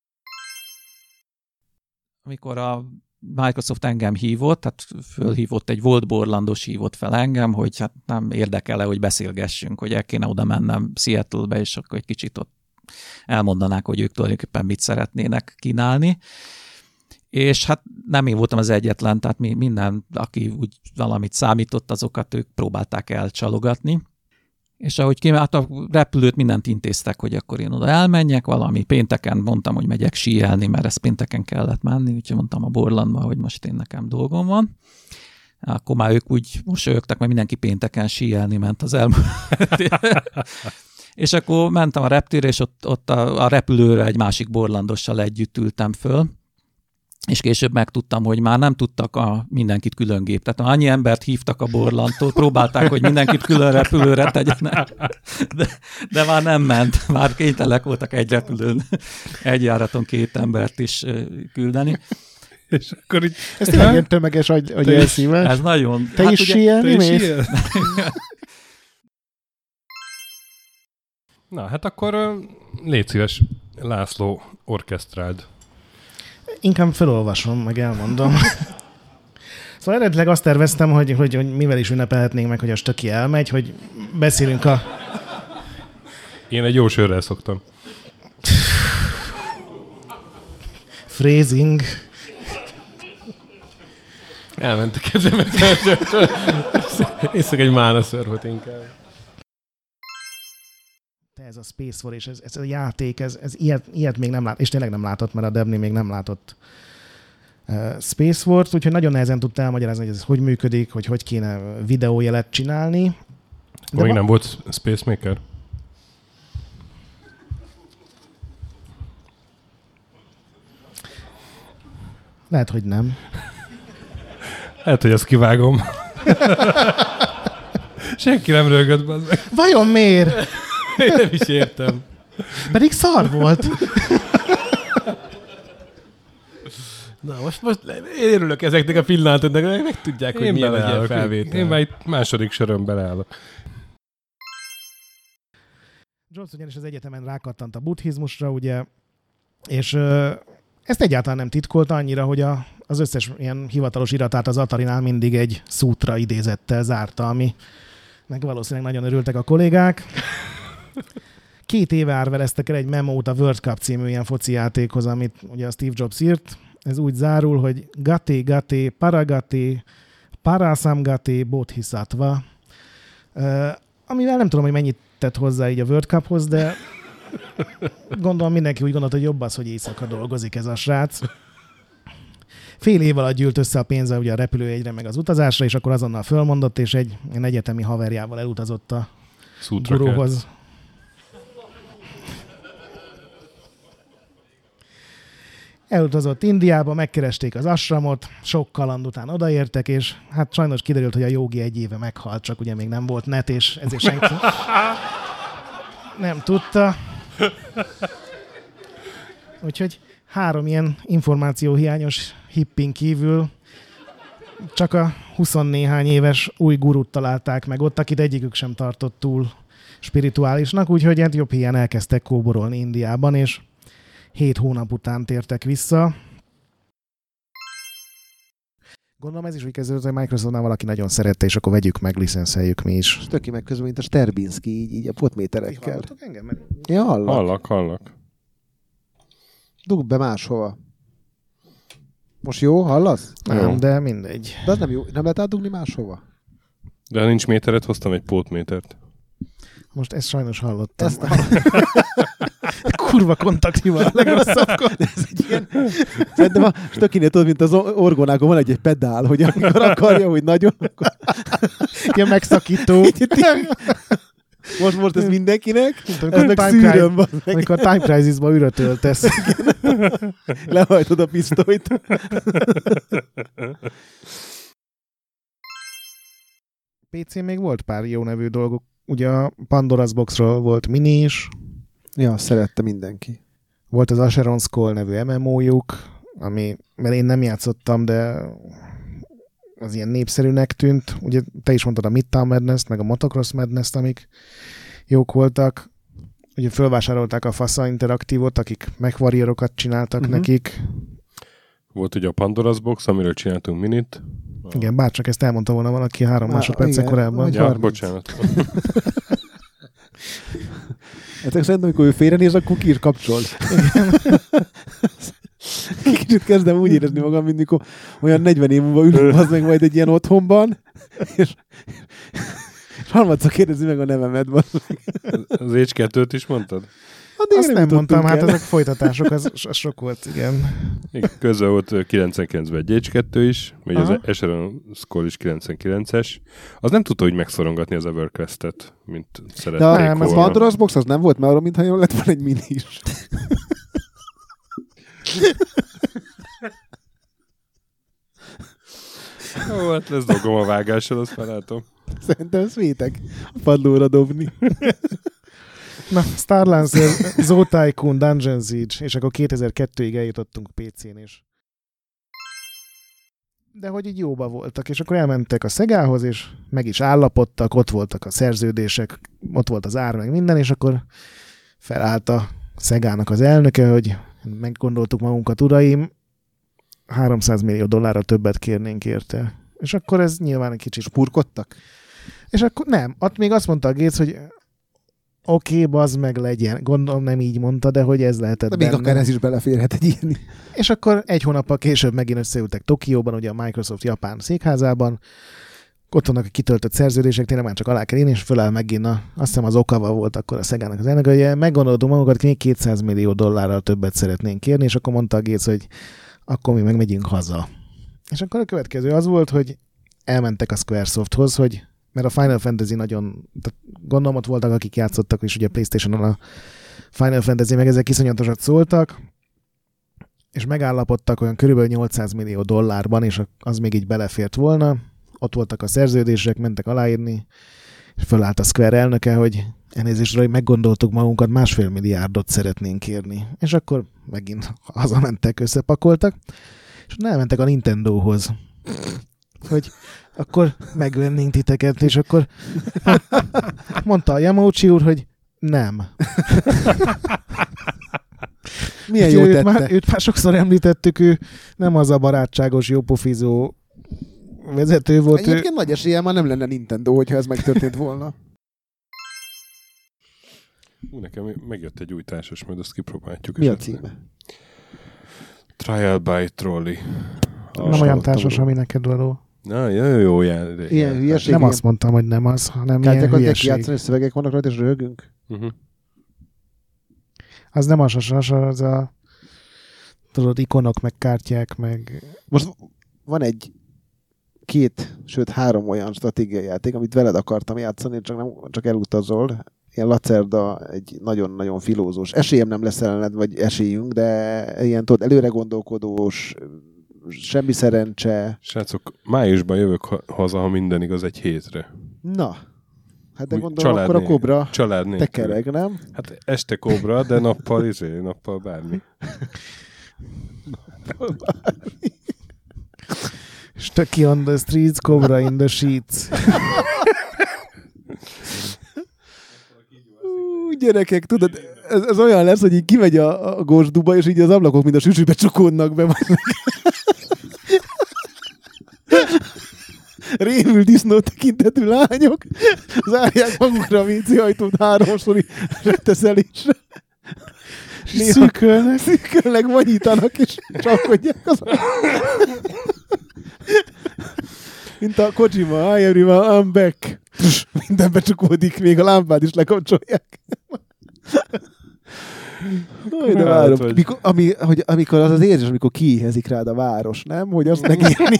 Amikor a Microsoft engem hívott, tehát fölhívott, egy volt borlandos hívott fel engem, hogy hát nem érdekel-e, hogy beszélgessünk, hogy el kéne oda mennem Seattle-be, és akkor egy kicsit ott elmondanák, hogy ők tulajdonképpen mit szeretnének kínálni. És hát nem én voltam az egyetlen, tehát mi, minden, aki úgy valamit számított, azokat ők próbálták elcsalogatni. És ahogy ki, hát a repülőt mindent intéztek, hogy akkor én oda elmenjek, valami pénteken mondtam, hogy megyek síelni, mert ezt pénteken kellett menni, úgyhogy mondtam a Borlandba, hogy most én nekem dolgom van. Akkor már ők úgy mosolyogtak, mert mindenki pénteken síelni ment az elmúlt. És akkor mentem a reptérre, és ott, ott a, a repülőre egy másik borlandossal együtt ültem föl, és később megtudtam, hogy már nem tudtak a mindenkit külön gép. Tehát annyi embert hívtak a Borlandtól, próbálták, hogy mindenkit külön repülőre tegyenek, de, de már nem ment. Már kénytelenek voltak egy repülőn, egy járaton két embert is küldeni. És akkor így... Ez tényleg ilyen tömeges agy, agyelszívás. Ez nagyon... Te hát is síelni mész? Na, hát akkor légy szíves, László, orkesztráld. Inkább felolvasom, meg elmondom. Szóval eredetileg azt terveztem, hogy, hogy, hogy mivel is ünnepelhetnénk meg, hogy a Stöki elmegy, hogy beszélünk a... Én egy jó sörrel szoktam. Phrasing. Elment a kezemet. Észak egy mána szörvöt inkább. Te ez a Space War, és ez, ez a játék, ez, ez ilyet, ilyet még nem lát, és tényleg nem látott, mert a Debni még nem látott uh, Space War-t, úgyhogy nagyon nehezen tudta elmagyarázni, hogy ez hogy működik, hogy hogy kéne videójelet csinálni. De még ma... nem volt Space Maker? Lehet, hogy nem. Lehet, hogy ezt kivágom. Senki nem rögött be. Vajon miért? Én nem is értem. Pedig szar volt. Na, most, most én örülök ezeknek a pillanatoknak, meg tudják, hogy én milyen egy ilyen felvétel. Én már itt második söröm beleállok. Jones ugyanis az egyetemen rákattant a buddhizmusra, ugye, és ö, ezt egyáltalán nem titkolta annyira, hogy a, az összes ilyen hivatalos iratát az Atarinál mindig egy szútra idézettel zárta, ami meg valószínűleg nagyon örültek a kollégák. Két éve árvereztek el egy memót a World Cup című ilyen foci játékhoz, amit ugye a Steve Jobs írt. Ez úgy zárul, hogy Gate, Gate, Paragate, Parasamgate, Bodhisattva. Uh, amivel nem tudom, hogy mennyit tett hozzá így a World Cuphoz, de gondolom mindenki úgy gondolta, hogy jobb az, hogy éjszaka dolgozik ez a srác. Fél év alatt gyűlt össze a pénze ugye a repülőjegyre meg az utazásra, és akkor azonnal fölmondott, és egy ilyen egyetemi haverjával elutazott a guruhoz. Elutazott Indiába, megkeresték az ashramot, sok kaland után odaértek, és hát sajnos kiderült, hogy a jogi egy éve meghalt, csak ugye még nem volt net, és ezért senki nem tudta. Úgyhogy három ilyen információhiányos hippin kívül csak a huszonnéhány éves új gurút találták meg ott, akit egyikük sem tartott túl spirituálisnak, úgyhogy hát jobb hiány elkezdtek kóborolni Indiában, és hét hónap után tértek vissza. Gondolom ez is úgy kezdődött, hogy Microsoftnál valaki nagyon szerette, és akkor vegyük meg, licenszeljük mi is. Stöki meg közben, mint a Sterbinski, így, így a potméterekkel. Engem? Ja, hallak. Hallak, hallak. Dugd be máshova. Most jó, hallasz? Nem, jó. De mindegy. De az nem jó, nem lehet átdugni máshova? De ha nincs méteret, hoztam egy pótmétert. Most ezt sajnos hallottam. Ezt kurva kontakthival a legrosszabb. Ez egy ilyen... Szerintem a Stökinél tudod, mint az orgonákon van egy, egy pedál, hogy amikor akarja, hogy nagyon... Akkor... Ilyen megszakító. Most, most ez mindenkinek, Amikor ez meg Time szűröm van. Cri- Amikor Time Crisis-ba űröt öltesz. Lehajtod a pisztolyt. pé cén még volt pár jó nevű dolgok. Ugye a Pandora's Boxról volt mini is. Ja, szerette mindenki. Volt az Asheron's Call nevű em em ó-juk, ami, mert én nem játszottam, de az ilyen népszerűnek tűnt. Ugye te is mondtad a Midtown Madness-t, meg a Motocross Madness-t, amik jók voltak. Ugye fölvásárolták a Fassa Interaktívot, akik MechWarrior-okat csináltak uh-huh. nekik. Volt ugye a Pandora's Box, amiről csináltunk minit. Igen, bárcsak ezt elmondta volna valaki három Á, másodperccel igen, korábban. vagy Ja, harminc. bocsánat. Hát szerintem, amikor ő félrenéz, akkor ki is kapcsol. Kicsit kezdem úgy érezni magam, mint mikor olyan negyven év múlva ülünk az meg majd egy ilyen otthonban, és, és harmadszor kérdezi meg a nevemet. Az há kettőt is mondtad? Addig azt nem mondtam, hát el. ezek folytatások, az, az sok volt, igen. Igen, közben volt kilencvenkilencben egy há kettő is, vagy az Asheron's Call is kilencvenkilences. Az nem tudta úgy megszorongatni az EverQuest-et, mint szerették De volna. az Pandora's Box az nem volt már arra, mintha jól lett volna egy mini is. Ó, hát lesz dolgom a vágással, azt már látom. Szerintem szvétek a padlóra dobni. Na, Starlancer, Zoo Tycoon, Dungeon Siege, és akkor kétezer-kettőig eljutottunk pé cén is. De hogy így jóba voltak, és akkor elmentek a Szegához, és meg is állapodtak, ott voltak a szerződések, ott volt az ár, meg minden, és akkor felállt a Szegának az elnöke, hogy meggondoltuk magunkat, uraim, háromszáz millió dollárra többet kérnénk érte. És akkor ez nyilván egy kicsit... Spurkodtak? És akkor nem, ott még azt mondta a Gates, hogy oké, okay, bazd meg legyen. Gondolom nem így mondta, de hogy ez lehetett de még benne. akár ez is beleférhet egy ilyen. És akkor egy hónappal később megint összeültek Tokióban, ugye a Microsoft Japán székházában. Ott vannak a kitöltött szerződések, tényleg már csak alá kell írni, és föláll megint a, azt hiszem az Okawa volt akkor a Szegának az elnök, hogy meggondoltunk magunkat, még kétszáz millió dollárral többet szeretnénk kérni, és akkor mondta a Gates, hogy akkor mi meg megyünk haza. És akkor a következő az volt, hogy elmentek a Squaresofthoz, hogy mert a Final Fantasy nagyon, gondolom ott voltak, akik játszottak, és ugye a PlayStation-on a Final Fantasy, meg ezek iszonyatosat szóltak, és megállapodtak olyan körülbelül nyolcszáz millió dollárban, és az még így belefért volna. Ott voltak a szerződések, mentek aláírni, és fölállt a Square elnöke, hogy elnézésre, hogy meggondoltuk magunkat, másfél milliárdot szeretnénk kérni. És akkor megint hazamentek, összepakoltak, és elmentek a Nintendohoz, hogy akkor megvennénk titeket, és akkor mondta a Yamauchi úr, hogy nem. Milyen jó őt tette. már, őt már sokszor említettük, ő nem az a barátságos, jópofizó vezető volt. Egyébként ő... nagy eséllyel már nem lenne Nintendo, hogyha ez megtörtént volna. Ú, nekem megjött egy új társas, majd azt kipróbáljuk. Mi a esetleg. címe? Trial by Trolley. Nem olyan társas, ami neked való. Na, jó, jó, jó. Ilyen, Ilyen hülyeség. Nem ilyen... azt mondtam, hogy nem az, hanem Kártyákat ilyen kell hülyeség. kijátszani, és szövegek vannak rajta, és röhögünk? Uh-huh. Az nem az, az, az a tudod, ikonok, meg kártyák, meg... Most van egy két, sőt három olyan stratégiai játék, amit veled akartam játszani, csak, nem, csak elutazol. Ilyen Lacerda, egy nagyon-nagyon filózós. Esélyem nem lesz ellened, vagy esélyünk, de ilyen tudod, előre gondolkodós, semmi szerencse. Srácok, májusban jövök ha- haza, ha minden igaz, egy hétre. Na, hát de Úgy gondolom, család akkor a nélkül. kobra Család te nélkül. kereg, nem? Hát este kobra, de nappal izé, nappal bármi. Stöki on the streets, Cobra in the sheets. Ú, gyerekek, tudod, ez, ez olyan lesz, hogy így kimegy a, a gósduba, és így az ablakok, mint a süsűbe csukódnak be. Rémült disznó tekintetű lányok zárják magukra a vécé ajtót háromsori reteszelésre. Szűkölnek. Szűkölnek, vanyítanak, és csapkodják az mint a Kojima, hi everyone, I'm back. Minden becsukódik, még a lámpát is lekapcsolják. Aj, de várom. Vagy... Mikor, ami, hogy, amikor az az érzés, amikor kiéhezik rád a város, nem? Hogy azt megérni.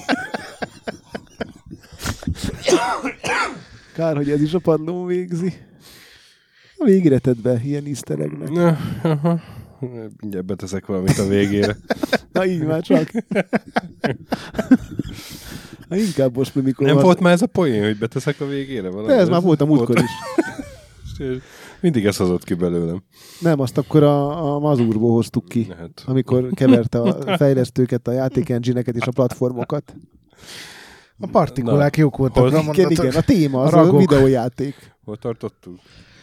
Kár, hogy ez is a padlón végzi. A végére tedd be, ilyen easter egg-nek. Na, aha. Mindjárt beteszek valamit a végére. Na így már csak. Ha inkább most, mikor Nem van... volt már ez a poén, hogy beteszek a végére valami? De ez már volt a múltkor is. Mindig ez hozott ki belőlem. Nem, azt akkor a, a Mazurból hoztuk ki, Lehet. amikor keverte a fejlesztőket, a játék engine-eket és a platformokat. A partikulák jók voltak. Hol- Igen, igen, a téma, az a a, ragok. videójáték. Hol tartottunk?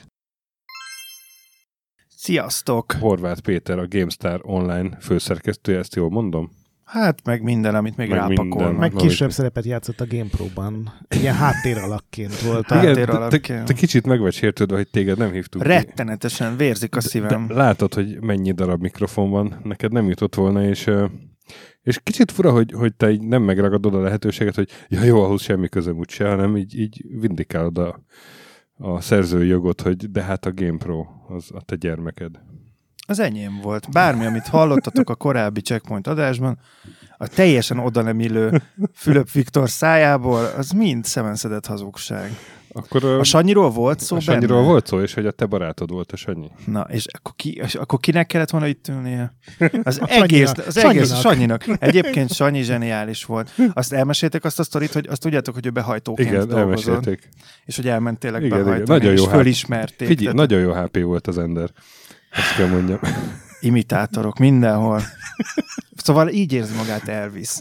Sziasztok! Horváth Péter, a GameStar online főszerkesztője, ezt jól mondom? Hát meg minden, amit még Meg rápakolnak. minden. Meg Amit- kisebb szerepet játszott a GamePro-ban. Ilyen háttéralakként volt. Igen, Háttér te, te, alapján. te kicsit meg vagy sértődve, hogy téged nem hívtuk ki. Rettenetesen vérzik a szívem. De látod, hogy mennyi darab mikrofon van, neked nem jutott volna, és, ö, és kicsit fura, hogy, hogy te így nem megragadod a lehetőséget, hogy ja, jó, ahhoz semmi közöm úgyse, hanem így, így vindikálod a, a szerzői jogot, hogy de hát a GamePro az a te gyermeked. Az enyém volt. Bármi, amit hallottatok a korábbi Checkpoint adásban, a teljesen oda nem illő Fülöp Viktor szájából, az mind szemenszedett hazugság. Akkor, ö, A Sanyiról volt szó a Sanyiról benne? volt szó, és hogy a te barátod volt a Sanyi. Na, és akkor, ki, és akkor kinek kellett volna itt ülnie? Az A egész, Sanyinak. az egész Sanyinak. Sanyinak. Egyébként Sanyi zseniális volt. Azt elmeséltek azt a sztorit, hogy azt tudjátok, hogy ő behajtóként Igen, dolgozott. elmesélték. És hogy elment tényleg Igen, igen. behajtani, Nagyon és jó há- fölismerték. Figyelj, Tehát nagyon jó há pé volt az Ender. Ezt kell mondjam. imitátorok mindenhol. Szóval így érzi magát Elvis.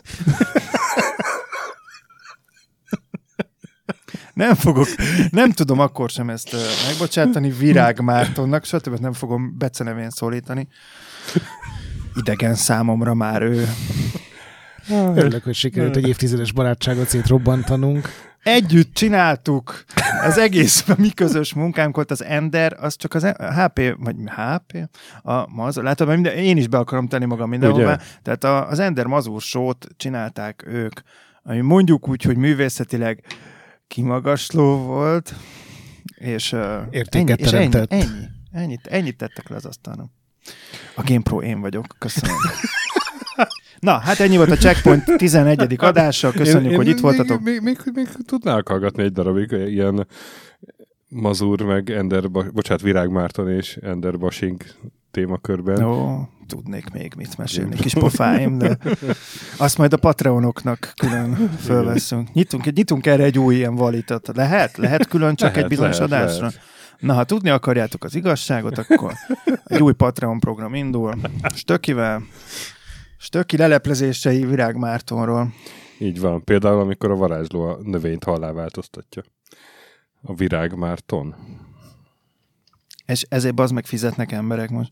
Nem fogok, nem tudom akkor sem ezt uh, megbocsátani Virág Mártonnak, stb. Nem fogom becenevén szólítani. Idegen számomra már ő. Örülök, hogy sikerült egy évtizedes barátságot szétrobbantanunk. Együtt csináltuk. Az egész a mi közös munkánk volt, az Ender, az csak az há pé, vagy há pé? A Mazur, látod, minden, én is be akarom tenni magam mindenhová. Tehát a, az Ender Mazur show-t csinálták ők, ami mondjuk úgy, hogy művészetileg kimagasló volt, és, uh, Értéket ennyi, és ennyi, teremtett. ennyi, ennyit, ennyit tettek le az asztalra. A GamePro én vagyok, köszönöm. Na, hát ennyi volt a Checkpoint tizenegyedik adása, köszönjük, én, hogy én, itt voltatok. Még, még, még, még tudnálk hallgatni egy darabig ilyen Mazur, meg Ender, bocsánat, Virág Márton és Ender Basing témakörben. Ó, tudnék még mit mesélni, kis pofáim, de azt majd a Patreonoknak külön fölveszünk. Nyitunk, nyitunk erre egy új ilyen valitat. Lehet? Lehet külön csak Lehet, egy bizonyos lehet, adásra? lehet. Na, ha tudni akarjátok az igazságot, akkor egy új Patreon program indul. Stökivel. Stöki leleplezései Virág Mártonról. Így van. Például, amikor a varázsló a növényt hallá változtatja. A Virág Márton. És ezért az meg fizetnek emberek most.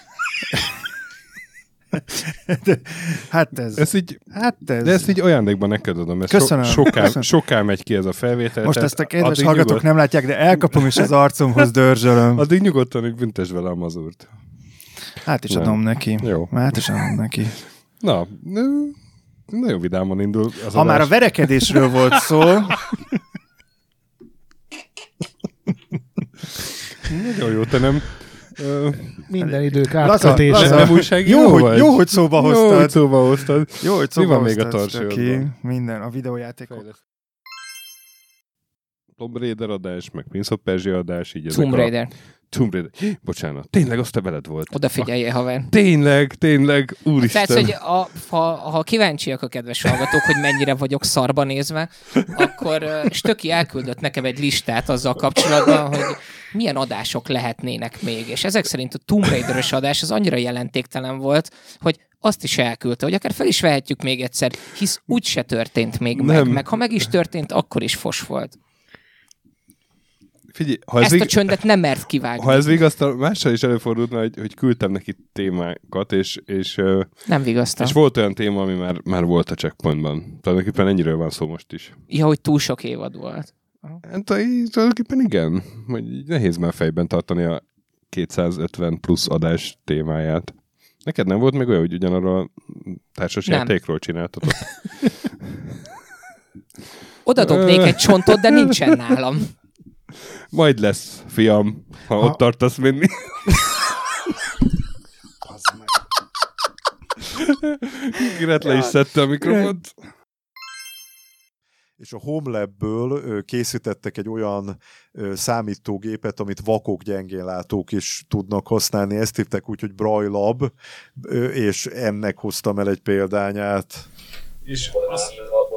De, hát ez... Ez így, hát ez... De ezt így ajándékban neked adom. Ez Köszönöm, So, soká, köszönöm. soká megy ki ez a felvétel. Most tehát ezt a kedves addig hallgatók nyugod- nem látják, de elkapom és az arcomhoz dörzsölöm. Addig nyugodtan, hogy büntesd vele a Mazurt. Hát is Nem. adom neki. Jó. Hát is adom neki. Na, nő, nagyon vidáman indul az Ha adás. már a verekedésről volt szó, Nagyon jó, te nem... Ö, Minden idők Laza, átkötése. Laza. nem újságíró jó, hogy, vagy? jó, hogy szóba Jó, hogy hoztad. szóba hoztad. Jó, hogy Mi szóba van még a hoztad, tartsódban? Stöki. Minden, a videójátékok. Tomb Raider adás, meg Prince of Persia adás, így ezek Tomb a- Raider. Tomb Raider. Bocsánat, tényleg azt te veled volt. Odafigyelje, haver. Tényleg, tényleg, úristen. Tehát, hogy a, ha, ha kíváncsiak a kedves hallgatók, hogy mennyire vagyok szarba nézve, akkor uh, Stöki elküldött nekem egy listát azzal kapcsolatban, hogy milyen adások lehetnének még. És ezek szerint a Tomb Raider-ös adás az annyira jelentéktelen volt, hogy azt is elküldte, hogy akár fel is vehetjük még egyszer, hisz úgy se történt még meg, Nem. meg ha meg is történt, akkor is fos volt. Figyelj, ha ez Ezt vég... a csöndet nem mert kivágni. Ha ez vigasztal, mással is előfordult, hogy, hogy küldtem neki témákat, és, és, ö, Nem vigasztal. és volt olyan téma, ami már, már volt a Checkpointban. Tulajdonképpen ennyiről van szó most is. Ja, hogy túl sok évad volt. Hát így tulajdonképpen igen. Hogy így nehéz már fejben tartani a kétszázötven plusz adás témáját. Neked nem volt még olyan, hogy ugyanarra a társas Nem. játékról csináltatok? Oda dobnék egy csontot, de nincsen nálam. Majd lesz, fiam, ha, ha. ott tartasz menni. Gret le is szedte a mikrofont. és a HomeLab-ből készítettek egy olyan számítógépet, amit vakok, gyengénlátók is tudnak használni. Ezt hívták úgy, hogy Braille Lab, és ennek hoztam el egy példányát. És az...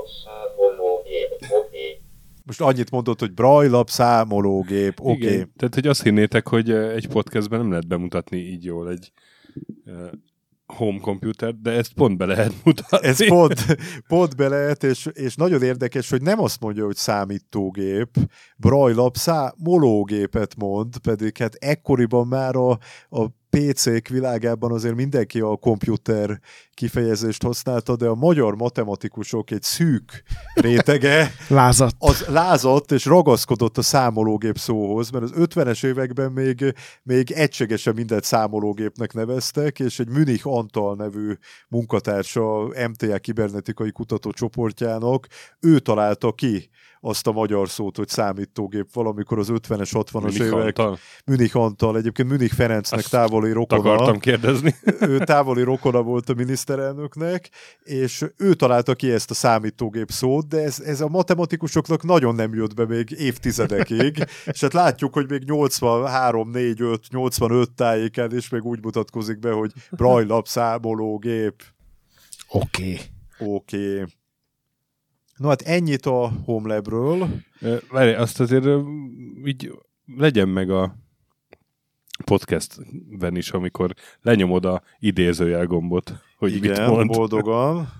Most annyit mondott, hogy Braille Lab számológép, oké. Okay. Tehát, hogy azt hinnétek, hogy egy podcastben nem lehet bemutatni így jól egy home computer, de ezt pont be lehet mutatni. Ez pont, pont be lehet, és, és nagyon érdekes, hogy nem azt mondja, hogy számítógép, Braille Lab számológépet mond, pedig hát ekkoriban már a, a pé cék világában azért mindenki a komputer kifejezést használta, de a magyar matematikusok egy szűk rétege lázadt. Az lázadt és ragaszkodott a számológép szóhoz, mert az ötvenes években még, még egységesen mindent számológépnek neveztek, és egy Münich Antal nevű munkatársa em té á kibernetikai kutatócsoportjának, ő találta ki azt a magyar szót, hogy számítógép valamikor az ötvenes, hatvanas Münich évek. Antal. Münich Antal, egyébként Münich Ferencnek azt távoli rokona. Akartam kérdezni. Ő távoli rokona volt a miniszterelnöknek, és ő találta ki ezt a számítógép szót, de ez, ez a matematikusoknak nagyon nem jött be még évtizedekig, és hát látjuk, hogy még nyolcvanhárom, négy, öt, nyolcvanöt tájéken is még úgy mutatkozik be, hogy Braille Lab számológép. Oké. Okay. Oké. Okay. No hát ennyit a HomeLab-ről. Várj, azt azért így legyen meg a podcastben is, amikor lenyomod a idézőjel gombot, hogy igen, mit mond. Boldogan.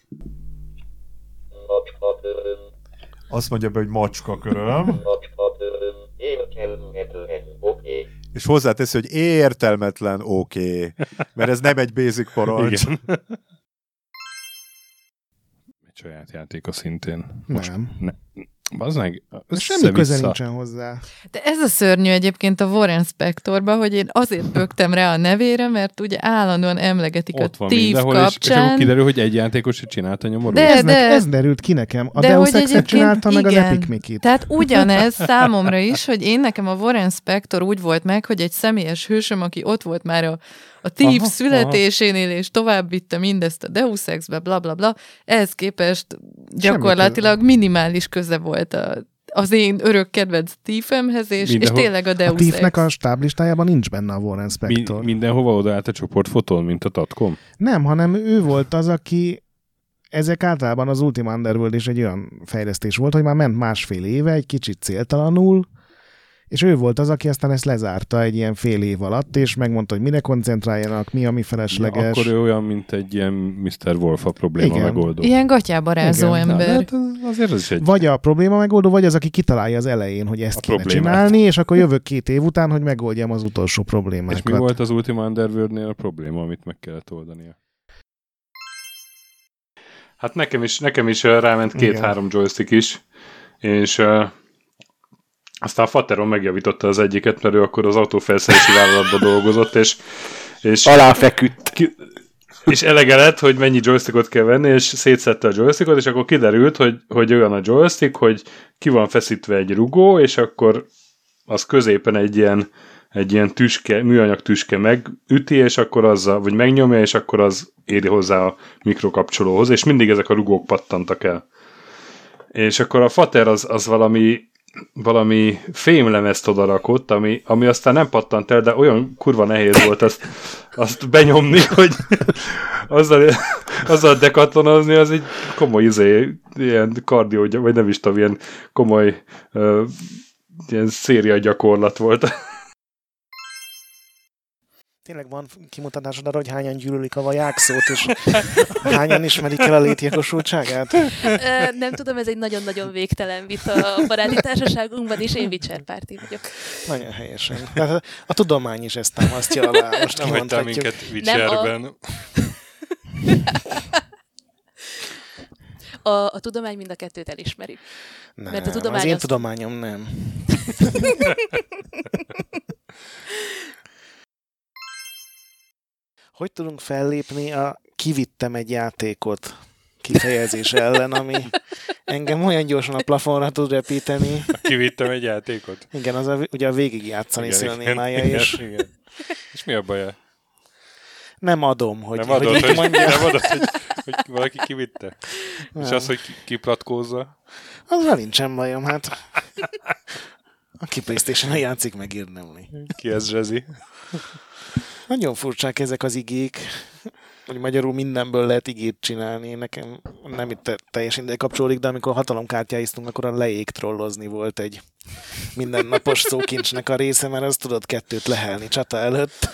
Azt mondja be, hogy macska köröm. És hozzáteszi, hogy értelmetlen oké. Okay. Mert ez nem egy basic parancs. Saját játéka szintén. Most nem. Ne. Bazd meg, semmi köze nincsen hozzá. De ez a szörnyű egyébként a Warren Spectorba, hogy én azért bögtem rá a nevére, mert ugye állandóan emlegetik ott a Thief kapcsán. És, és akkor kiderül, hogy egy játékos csinálta nyomorult. De, ez, de, ez derült ki nekem. A Deus Ex-et csinálta meg igen. az Epic Mickey-t. Tehát ugyanez számomra is, hogy én nekem a Warren Spector úgy volt meg, hogy egy személyes hősöm, aki ott volt már a a Thief aha, születésénél, aha. és tovább vitte mindezt a Deus Ex-be, bla bla bla. Ehhez képest gyakorlatilag minimális köze volt a, az én örök kedvenc Thiefemhez, és, és tényleg a Deus Ex. A Thiefnek a stáblistájában nincs benne a Warren Spector. Mi, mindenhova odaállt a csoportfotón, mint a Tatcom? Nem, hanem ő volt az, aki ezek általában az Ultima Underworld is egy olyan fejlesztés volt, hogy már ment másfél éve, egy kicsit céltalanul, és ő volt az, aki aztán ezt lezárta egy ilyen fél év alatt, és megmondta, hogy mire koncentráljanak, mi, ami felesleges. Ja, akkor ő olyan, mint egy ilyen miszter Wolf a probléma igen. megoldó. Ilyen gatyába rázó igen. ember. Na, hát azért az is egy... Vagy a probléma megoldó, vagy az, aki kitalálja az elején, hogy ezt a kéne problémát csinálni, és akkor jövök két év után, hogy megoldjam az utolsó problémákat. És mi volt az Ultima Underworld-nél a probléma, amit meg kellett oldania? Hát nekem is, nekem is ráment két-három joystick is, és... Aztán a Fateron megjavította az egyiket, mert ő akkor az autófelszerelési vállalatban dolgozott, és, és aláfeküdt. Ki, és elege lett, hogy mennyi joystickot kell venni, és szétszedte a joystickot, és akkor kiderült, hogy, hogy olyan a joystick, hogy ki van feszítve egy rugó, és akkor az középen egy ilyen, egy ilyen tüske, műanyag tüske megüti, és akkor azzal, vagy megnyomja, és akkor az éri hozzá a mikrokapcsolóhoz, és mindig ezek a rugók pattantak el. És akkor a Fater az, az valami valami fémlemezt odarakott, ami, ami aztán nem pattant el, de olyan kurva nehéz volt azt, azt benyomni, hogy azzal, azzal dekatlonozni, az egy komoly izé, ilyen kardió, vagy nem is tudom, ilyen komoly uh, ilyen széria gyakorlat volt. Tényleg van kimutatásod arra, hogy hányan gyűlölik a vajákszót, és hányan ismerik el a létjogosultságát? Nem tudom, ez egy nagyon-nagyon végtelen vita a baráti társaságunkban, és én Witcher párti vagyok. Nagyon helyesen. A, a tudomány is ezt támasztja alá. Most nem hagytál minket Witcherben. A... A, a tudomány mind a kettőt elismeri. Nem, mert a tudomány az én azt... tudományom nem. Hogy tudunk fellépni a kivittem egy játékot kifejezés ellen, ami engem olyan gyorsan a plafonra tud repíteni. Kivittem egy játékot? Igen, az a, ugye a végigjátszani szélnémája is. Igen. És mi a baja? Nem adom, hogy, nem adod, hogy, hogy, mondja. nem adod, hogy, hogy valaki kivitte. Nem. És az, hogy kiplatkózza. Azzal nincsen bajom, hát. Aki PlayStation-on játszik, megérdemli. Ki ez Zsezi? Nagyon furcsák ezek az igék, hogy magyarul mindenből lehet igét csinálni. Nekem nem itt teljesen ide kapcsolódik, de amikor hatalomkártyáiztunk, akkor a leég trollozni volt egy mindennapos szókincsnek a része, mert azt tudod kettőt lehelni csata előtt.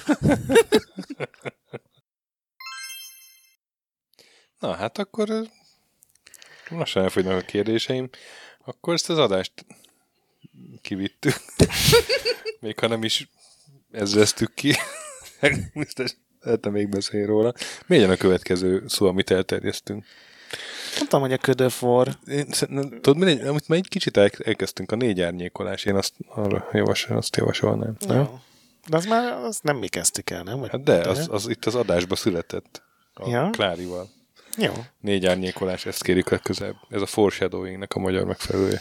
Na, hát akkor lassan elfogynak a kérdéseim. Akkor ezt az adást kivittük. Még ha nem is ezreztük ki. Biztos lehetne még beszélni róla. Mi legyen a következő szó, amit elterjesztünk? Nem tudom, hogy a ködöfor. Én, tudod, mi legyen, amit már egy kicsit elkezdtünk, a négy árnyékolás. Én azt, arra javasol, azt javasolnám. No. De az már az nem mi kezdtük el, nem? Hát de, az, az itt az adásba született. A ja. Klárival. Jó. Négy árnyékolás, ezt kérjük legközelebb. Ez a foreshadowingnek a magyar megfelelője.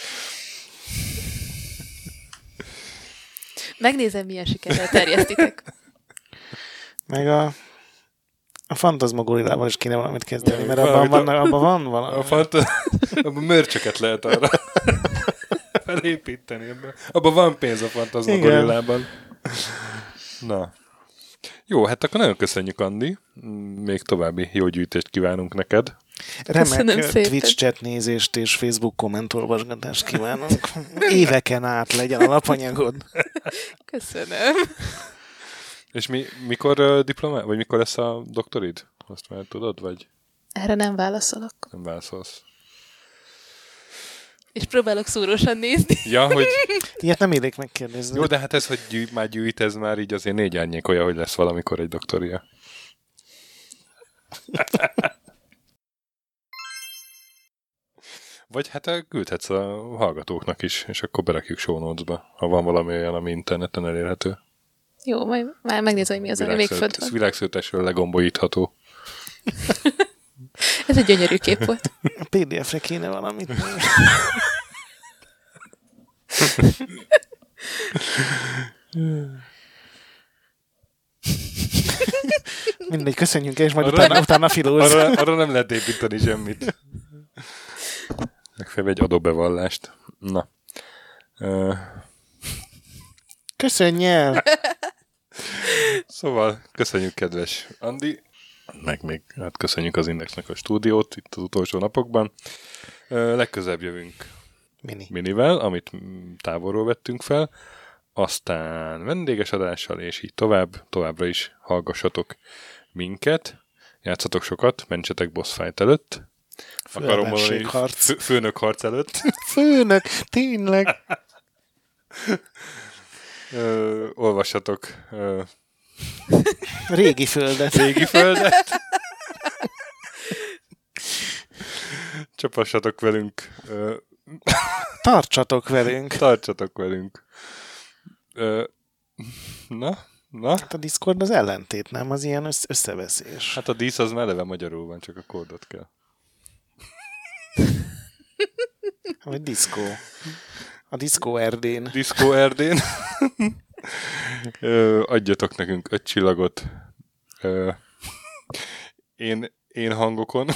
Megnézem, milyen sikerrel terjesztitek. Meg a, a Fantasmagorillával is kéne valamit kezdeni, mert abban van, abban van valami. A fanta- abban mörcsöket lehet arra felépíteni. Abban. abban van pénz a Fantasmagorillában. Na. Jó, hát akkor nagyon köszönjük, Andi. Még további jó gyűjtést kívánunk neked. Remek Twitch chat nézést és Facebook kommentolvasgatást kívánunk. Éveken át legyen a lapanyagod. Köszönöm. És mi, mikor uh, diplomá, vagy mikor lesz a doktorid? Azt már tudod, vagy? Erre nem válaszolok. Nem válaszolsz. És próbálok szúrósan nézni. Ja, hogy... Ilyet nem érik megkérdezni. Jó, de hát ez, hogy gyűjt, már gyűjt, ez már így azért négy árnyékolja, hogy lesz valamikor egy doktoria. Vagy hát küldhetsz a hallgatóknak is, és akkor berakjuk show notes-ba, ha van valami olyan, ami interneten elérhető. Jó, majd már megnézem, hogy mi az, ami még fönt van. Világszőtesről legombolítható. Ez egy gyönyörű kép volt. A pé dé ef-re kéne valamit. Mindegy, köszönjünk el, és majd arra, utána, utána filóz. Arra, arra nem lehet építeni semmit. Megfelelő egy adóbevallást. Na. Uh. Köszönj el! Szóval köszönjük, kedves Andi, meg még hát köszönjük az Indexnek a stúdiót itt az utolsó napokban. Uh, legközelebb jövünk Mini. Minivel, amit távolról vettünk fel, aztán vendéges adással, és így tovább, továbbra is hallgassatok minket, játszatok sokat, mentsetek boss fight előtt, akarom mondani, fő, főnök harc előtt. Főnök, tényleg. Ö, olvassatok ö, Régi földet. Régi földet. Csapassatok velünk. Ö, Tartsatok velünk. Tartsatok velünk. Ö, na, na. Hát a Discord az ellentét, nem? Az ilyen össz- összeveszés. Hát a dísz az már eleve magyarul van, csak a kódot kell. Vagy diszkó. A diszkó Erdén. Diszkó Erdén. Ö, adjatok nekünk öt csillagot. Ö, én, én hangokon.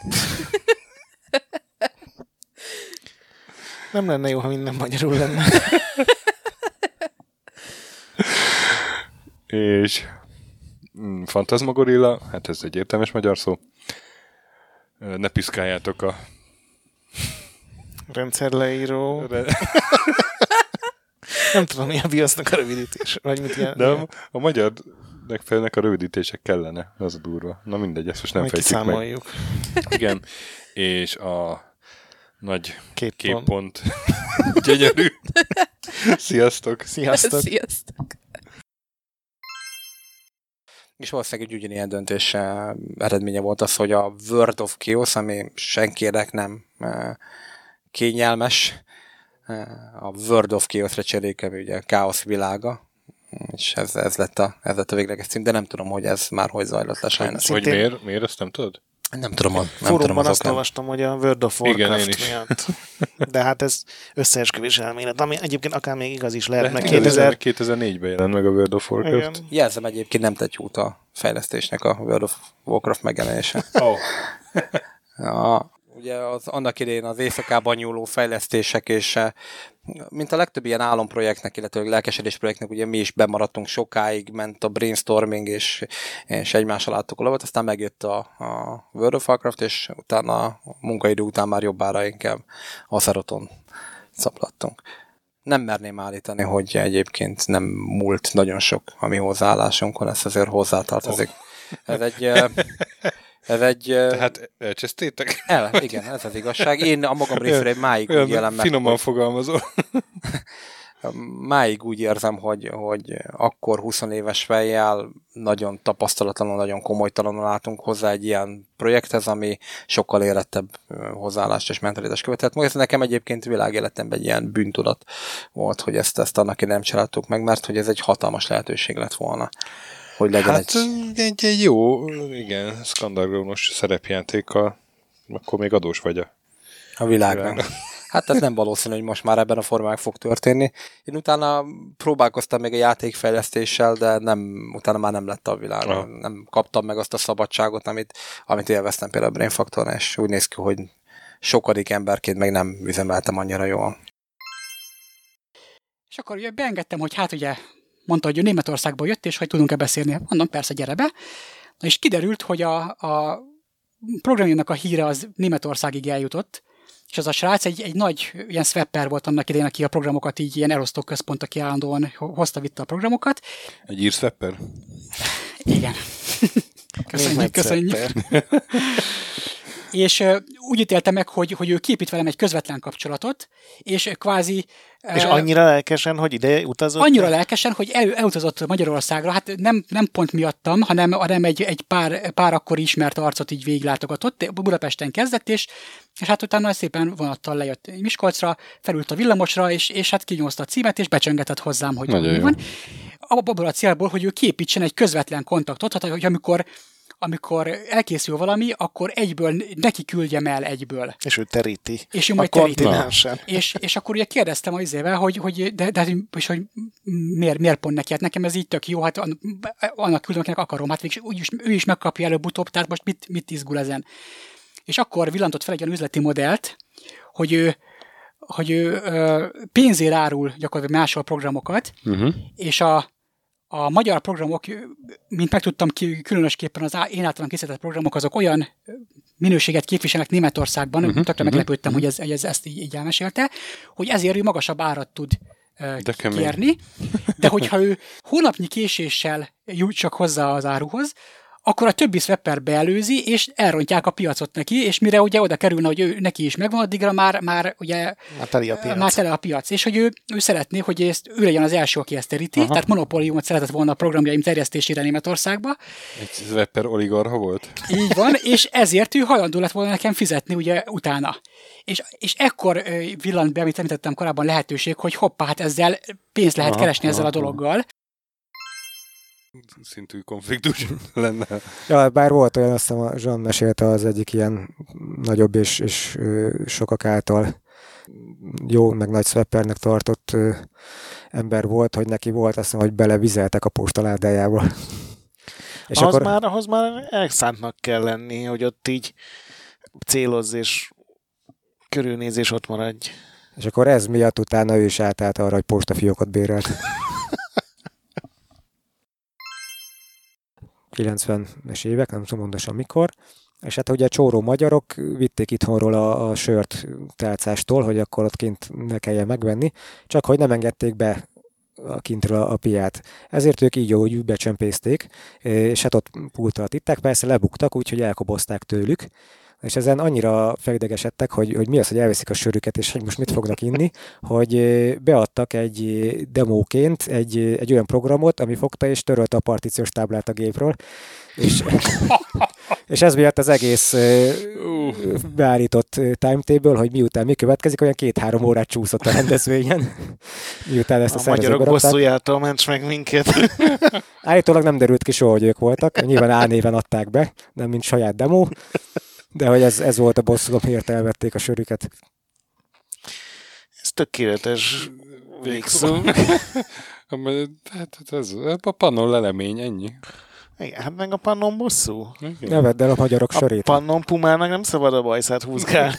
Nem lenne jó, ha minden magyarul lenne. És mm, Fantasmagorilla, hát ez egy értelmes magyar szó. Ne piszkáljátok a rendszerleíró. Re... Nem tudom, mi a BIOS-nak a rövidítés. Vagy mit jel... De a, a magyar megfelelőnek a rövidítések kellene, az a durva. Na mindegy, ezt most nem fejtjük meg. Igen, és a nagy két, két pont. pont. Gyönyörű. Sziasztok. Sziasztok. Sziasztok. És valószínűleg egy ugyanilyen döntés eredménye volt az, hogy a World of Chaos, ami senkinek nem kényelmes, a World of Chaos-re cserélik, ami ugye a Káosz világa, és ez, ez, lett a, ez lett a végleges cím, de nem tudom, hogy ez már hogy zajlott le sajnos. Hogy miért? Miért, ezt nem tudod? Nem tudom, nem Fórumban tudom azt olvastam, hogy a World of Warcraft Igen, miatt. De hát ez összeesküvés elmélet, ami egyébként akár még igaz is lehet, De meg kétezer... kétezer-négyben jelent meg a World of Warcraft. Igen. Jelzem, egyébként nem tett jót a fejlesztésnek a World of Warcraft megjelenése. Oh. Ja, ugye az, annak idején az éjszakában nyúló fejlesztések, és mint a legtöbb ilyen álomprojektnek, illetve lelkesedés projektnek, ugye mi is bemaradtunk sokáig, ment a brainstorming, és, és egymással láttuk a lovat, aztán megjött a, a World of Warcraft, és utána a munkaidő után már jobbára inkább a Azerothon szaplattunk. Nem merném állítani, hogy egyébként nem múlt nagyon sok a mi hozzáállásunkon, ezt azért hozzátartozik. Oh. Ez egy... Ez egy... Tehát elcsesztétek? El, igen, ez az igazság. Én a magam részéről máig úgy élem meg. Finoman hogy... fogalmazol. Máig úgy érzem, hogy, hogy akkor húsz éves fejjel nagyon tapasztalatlanul, nagyon komolytalanul álltunk hozzá egy ilyen projekthez, ami sokkal érettebb hozzáállást és mentalitást követett. Most ez nekem egyébként világéletemben egy ilyen bűntudat volt, hogy ezt, ezt annak nem csináltuk meg, mert hogy ez egy hatalmas lehetőség lett volna. Hogy legyen hát egy... egy, egy jó, igen, skandalgrónos szerepjátékkal, akkor még adós vagy a, a világnak. Hát ez nem valószínű, hogy most már ebben a formában fog történni. Én utána próbálkoztam még a játékfejlesztéssel, de nem, utána már nem lett a világ. Ah. Nem kaptam meg azt a szabadságot, amit, amit élveztem például a Brain Factor, és úgy néz ki, hogy sokadik emberként meg nem üzemeltem annyira jól. És akkor ugye beengedtem, hogy hát ugye mondta, hogy ő Németországból jött, és hogy tudunk-e beszélni. Mondom, persze, gyere be. Na és kiderült, hogy a, a programjának a híre az Németországig eljutott, és az a srác egy, egy nagy ilyen swapper volt annak idején, aki a programokat így ilyen elosztó központ, aki állandóan hozta-vitte a programokat. Egy ír swapper? Igen. Köszönjük, köszönjük. És uh, úgy ítélte meg, hogy, hogy ő képít velem egy közvetlen kapcsolatot, és kvázi... És uh, annyira lelkesen, hogy ide utazott? Annyira lelkesen, hogy el, elutazott Magyarországra, hát nem, nem pont miattam, hanem, hanem egy, egy pár, pár akkor ismert arcot így végiglátogatott, Budapesten kezdett, és, és hát utána szépen vonattal lejött Miskolcra, felült a villamosra, és, és hát kinyomozta a címet, és becsöngetett hozzám, hogy mi van. Abból a célból, hogy ő képítsen egy közvetlen kontaktot, hát, hogy amikor amikor elkészül valami, akkor egyből neki küldjem el egyből. És ő teríti. És ő majd teríti. És, és akkor ugye kérdeztem az izével, hogy, hogy, de, de, és hogy miért, miért pont neki? Hát nekem ez így tök jó, hát annak küldöm, akinek akarom, hát úgyis, ő is megkapja előbb-utóbb, tehát most mit, mit izgul ezen? És akkor villantott fel egy olyan üzleti modellt, hogy ő, hogy ő pénzért árul gyakorlatilag máshol programokat, uh-huh. és a A magyar programok, mint megtudtam ki, különösképpen az én általam készített programok, azok olyan minőséget képviselnek Németországban, uh-huh, tökre uh-huh, meglepődtem, uh-huh. hogy ez, ez, ezt így, így elmesélte, hogy ezért ő magasabb árat tud uh, de kérni, de hogyha ő hónapnyi késéssel jut csak hozzá az áruhoz, akkor a többi swapper beelőzi, és elrontják a piacot neki, és mire ugye oda kerülne, hogy ő, neki is megvan, addigra már, már ugye már tele a piac. Már tele a piac. És hogy ő, ő szeretné, hogy ezt, ő legyen az első, aki ezt teríti, aha. Tehát monopóliumot szeretett volna a programjaim terjesztésére Németországba. Egy swapper oligarcha volt. Így van, és ezért ő hajlandó lett volna nekem fizetni ugye utána. És, és ekkor villant be, amit említettem korábban, lehetőség, hogy hoppá, hát ezzel pénzt lehet aha, keresni aha, ezzel a dologgal. Szintű konfliktus lenne. Ja, bár volt olyan, azt hiszem a Jean mesélte, az egyik ilyen nagyobb és, és ö, sokak által jó, meg nagy swappernek tartott ö, ember volt, hogy neki volt, azt hiszem, hogy belevizeltek a postaládájába. És ahhoz, akkor... már, ahhoz már elszántnak kell lenni, hogy ott így célozz és körülnézés ott maradj. És akkor ez miatt utána ő is átállt arra, hogy postafiókot bérelt. kilencvenes évek, nem tudom mondosan mikor, és hát ugye a csóró magyarok vitték itthonról a, a sört tálcástól, hogy akkor ott kint ne kelljen megvenni, csak hogy nem engedték be a kintről a, a piát. Ezért ők így jó, úgy becsempészték, és hát ott pultra itták, persze lebuktak, úgyhogy elkobozták tőlük, és ezen annyira felidegesedtek, hogy, hogy mi az, hogy elveszik a sörüket, és hogy most mit fognak inni, hogy beadtak egy demóként egy, egy olyan programot, ami fogta és törölte a partíciós táblát a gépről, és, és ez miatt az egész uh. beállított timetable, hogy miután mi következik, olyan két-három órát csúszott a rendezvényen. Miután ezt a, a magyarok bosszújától ments meg minket. Állítólag nem derült ki soha, hogy ők voltak, nyilván álnéven adták be, nem mint saját demo. De hogy ez, ez volt a bosszulom, miért elvették a sörüket. Ez tökéletes végszó. Hát ez a Pannon lelemény, ennyi. Igen, hát meg a Pannon bosszú. Ne vedd el a magyarok a sörét. A Pannon Pumának nem szabad a bajszát húzgálni.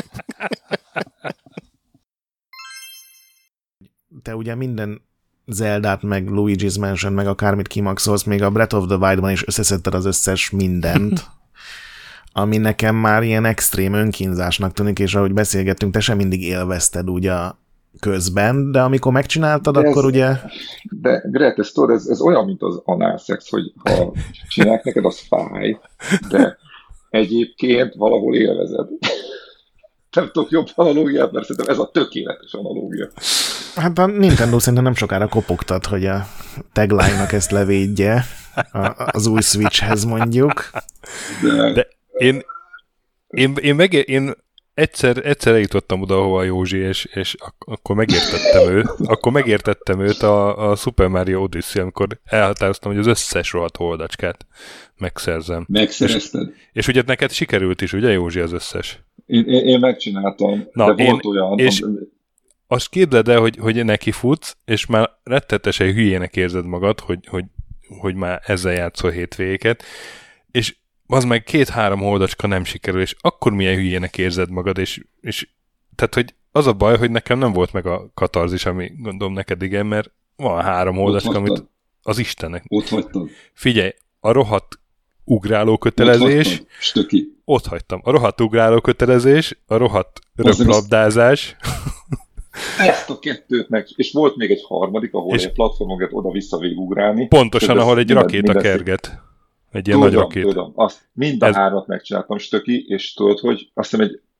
Te ugye minden Zeldát, meg Luigi's Mansion, meg akármit kimaxolsz, még a Breath of the Wild-ban is összeszedted az összes mindent, ami nekem már ilyen extrém önkínzásnak tűnik, és ahogy beszélgettünk, te sem mindig élvezted ugye közben, de amikor megcsináltad, de akkor ez, ugye... De Gret, ez, tudod, ez, ez olyan, mint az análszex, hogy ha csinálják neked, az fáj, de egyébként valahol élvezed. Nem tudok jobb analógiát, mert szerintem ez a tökéletes analógia. Hát a Nintendo szerintem nem sokára kopogtat, hogy a tagline-nak ezt levédje az új Switchhez mondjuk. De, De én, én, én, meg, én egyszer, egyszer eljutottam oda, ahova a Józsi, és, és ak- akkor megértettem őt, akkor megértettem őt a, a Super Mario Odyssey, amikor elhatároztam, hogy az összes rohadt holdacskát megszerzem. Megszerezted. És, és ugye neked sikerült is, ugye Józsi, az összes? Én, én, én megcsináltam, Na, de én, volt olyan... És ami... azt képzeld el, hogy, hogy neki futsz, és már rettetesen hülyének érzed magad, hogy, hogy, hogy már ezzel játszol hétvégéket, és az meg két-három holdacska nem sikerül, és akkor milyen hülyének érzed magad, és, és tehát, hogy az a baj, hogy nekem nem volt meg a katarzis, ami gondolom neked igen, mert van három holdacska, amit az Istennek. Ott hagytad. Figyelj, a rohadt ugráló kötelezés. Ott Stöki. Ott hagytam. A rohadt ugráló kötelezés, a rohadt röplabdázás. Ezt a kettőt meg, és volt még egy harmadik, ahol egy platformokat oda-vissza végugrálni. Pontosan, ahol egy rakéta kerget. Egy ilyen tudom, nagy rakét. Tudom, azt mind a Ez... hármat megcsináltam, Stöki, és tudod, hogy azt hiszem egy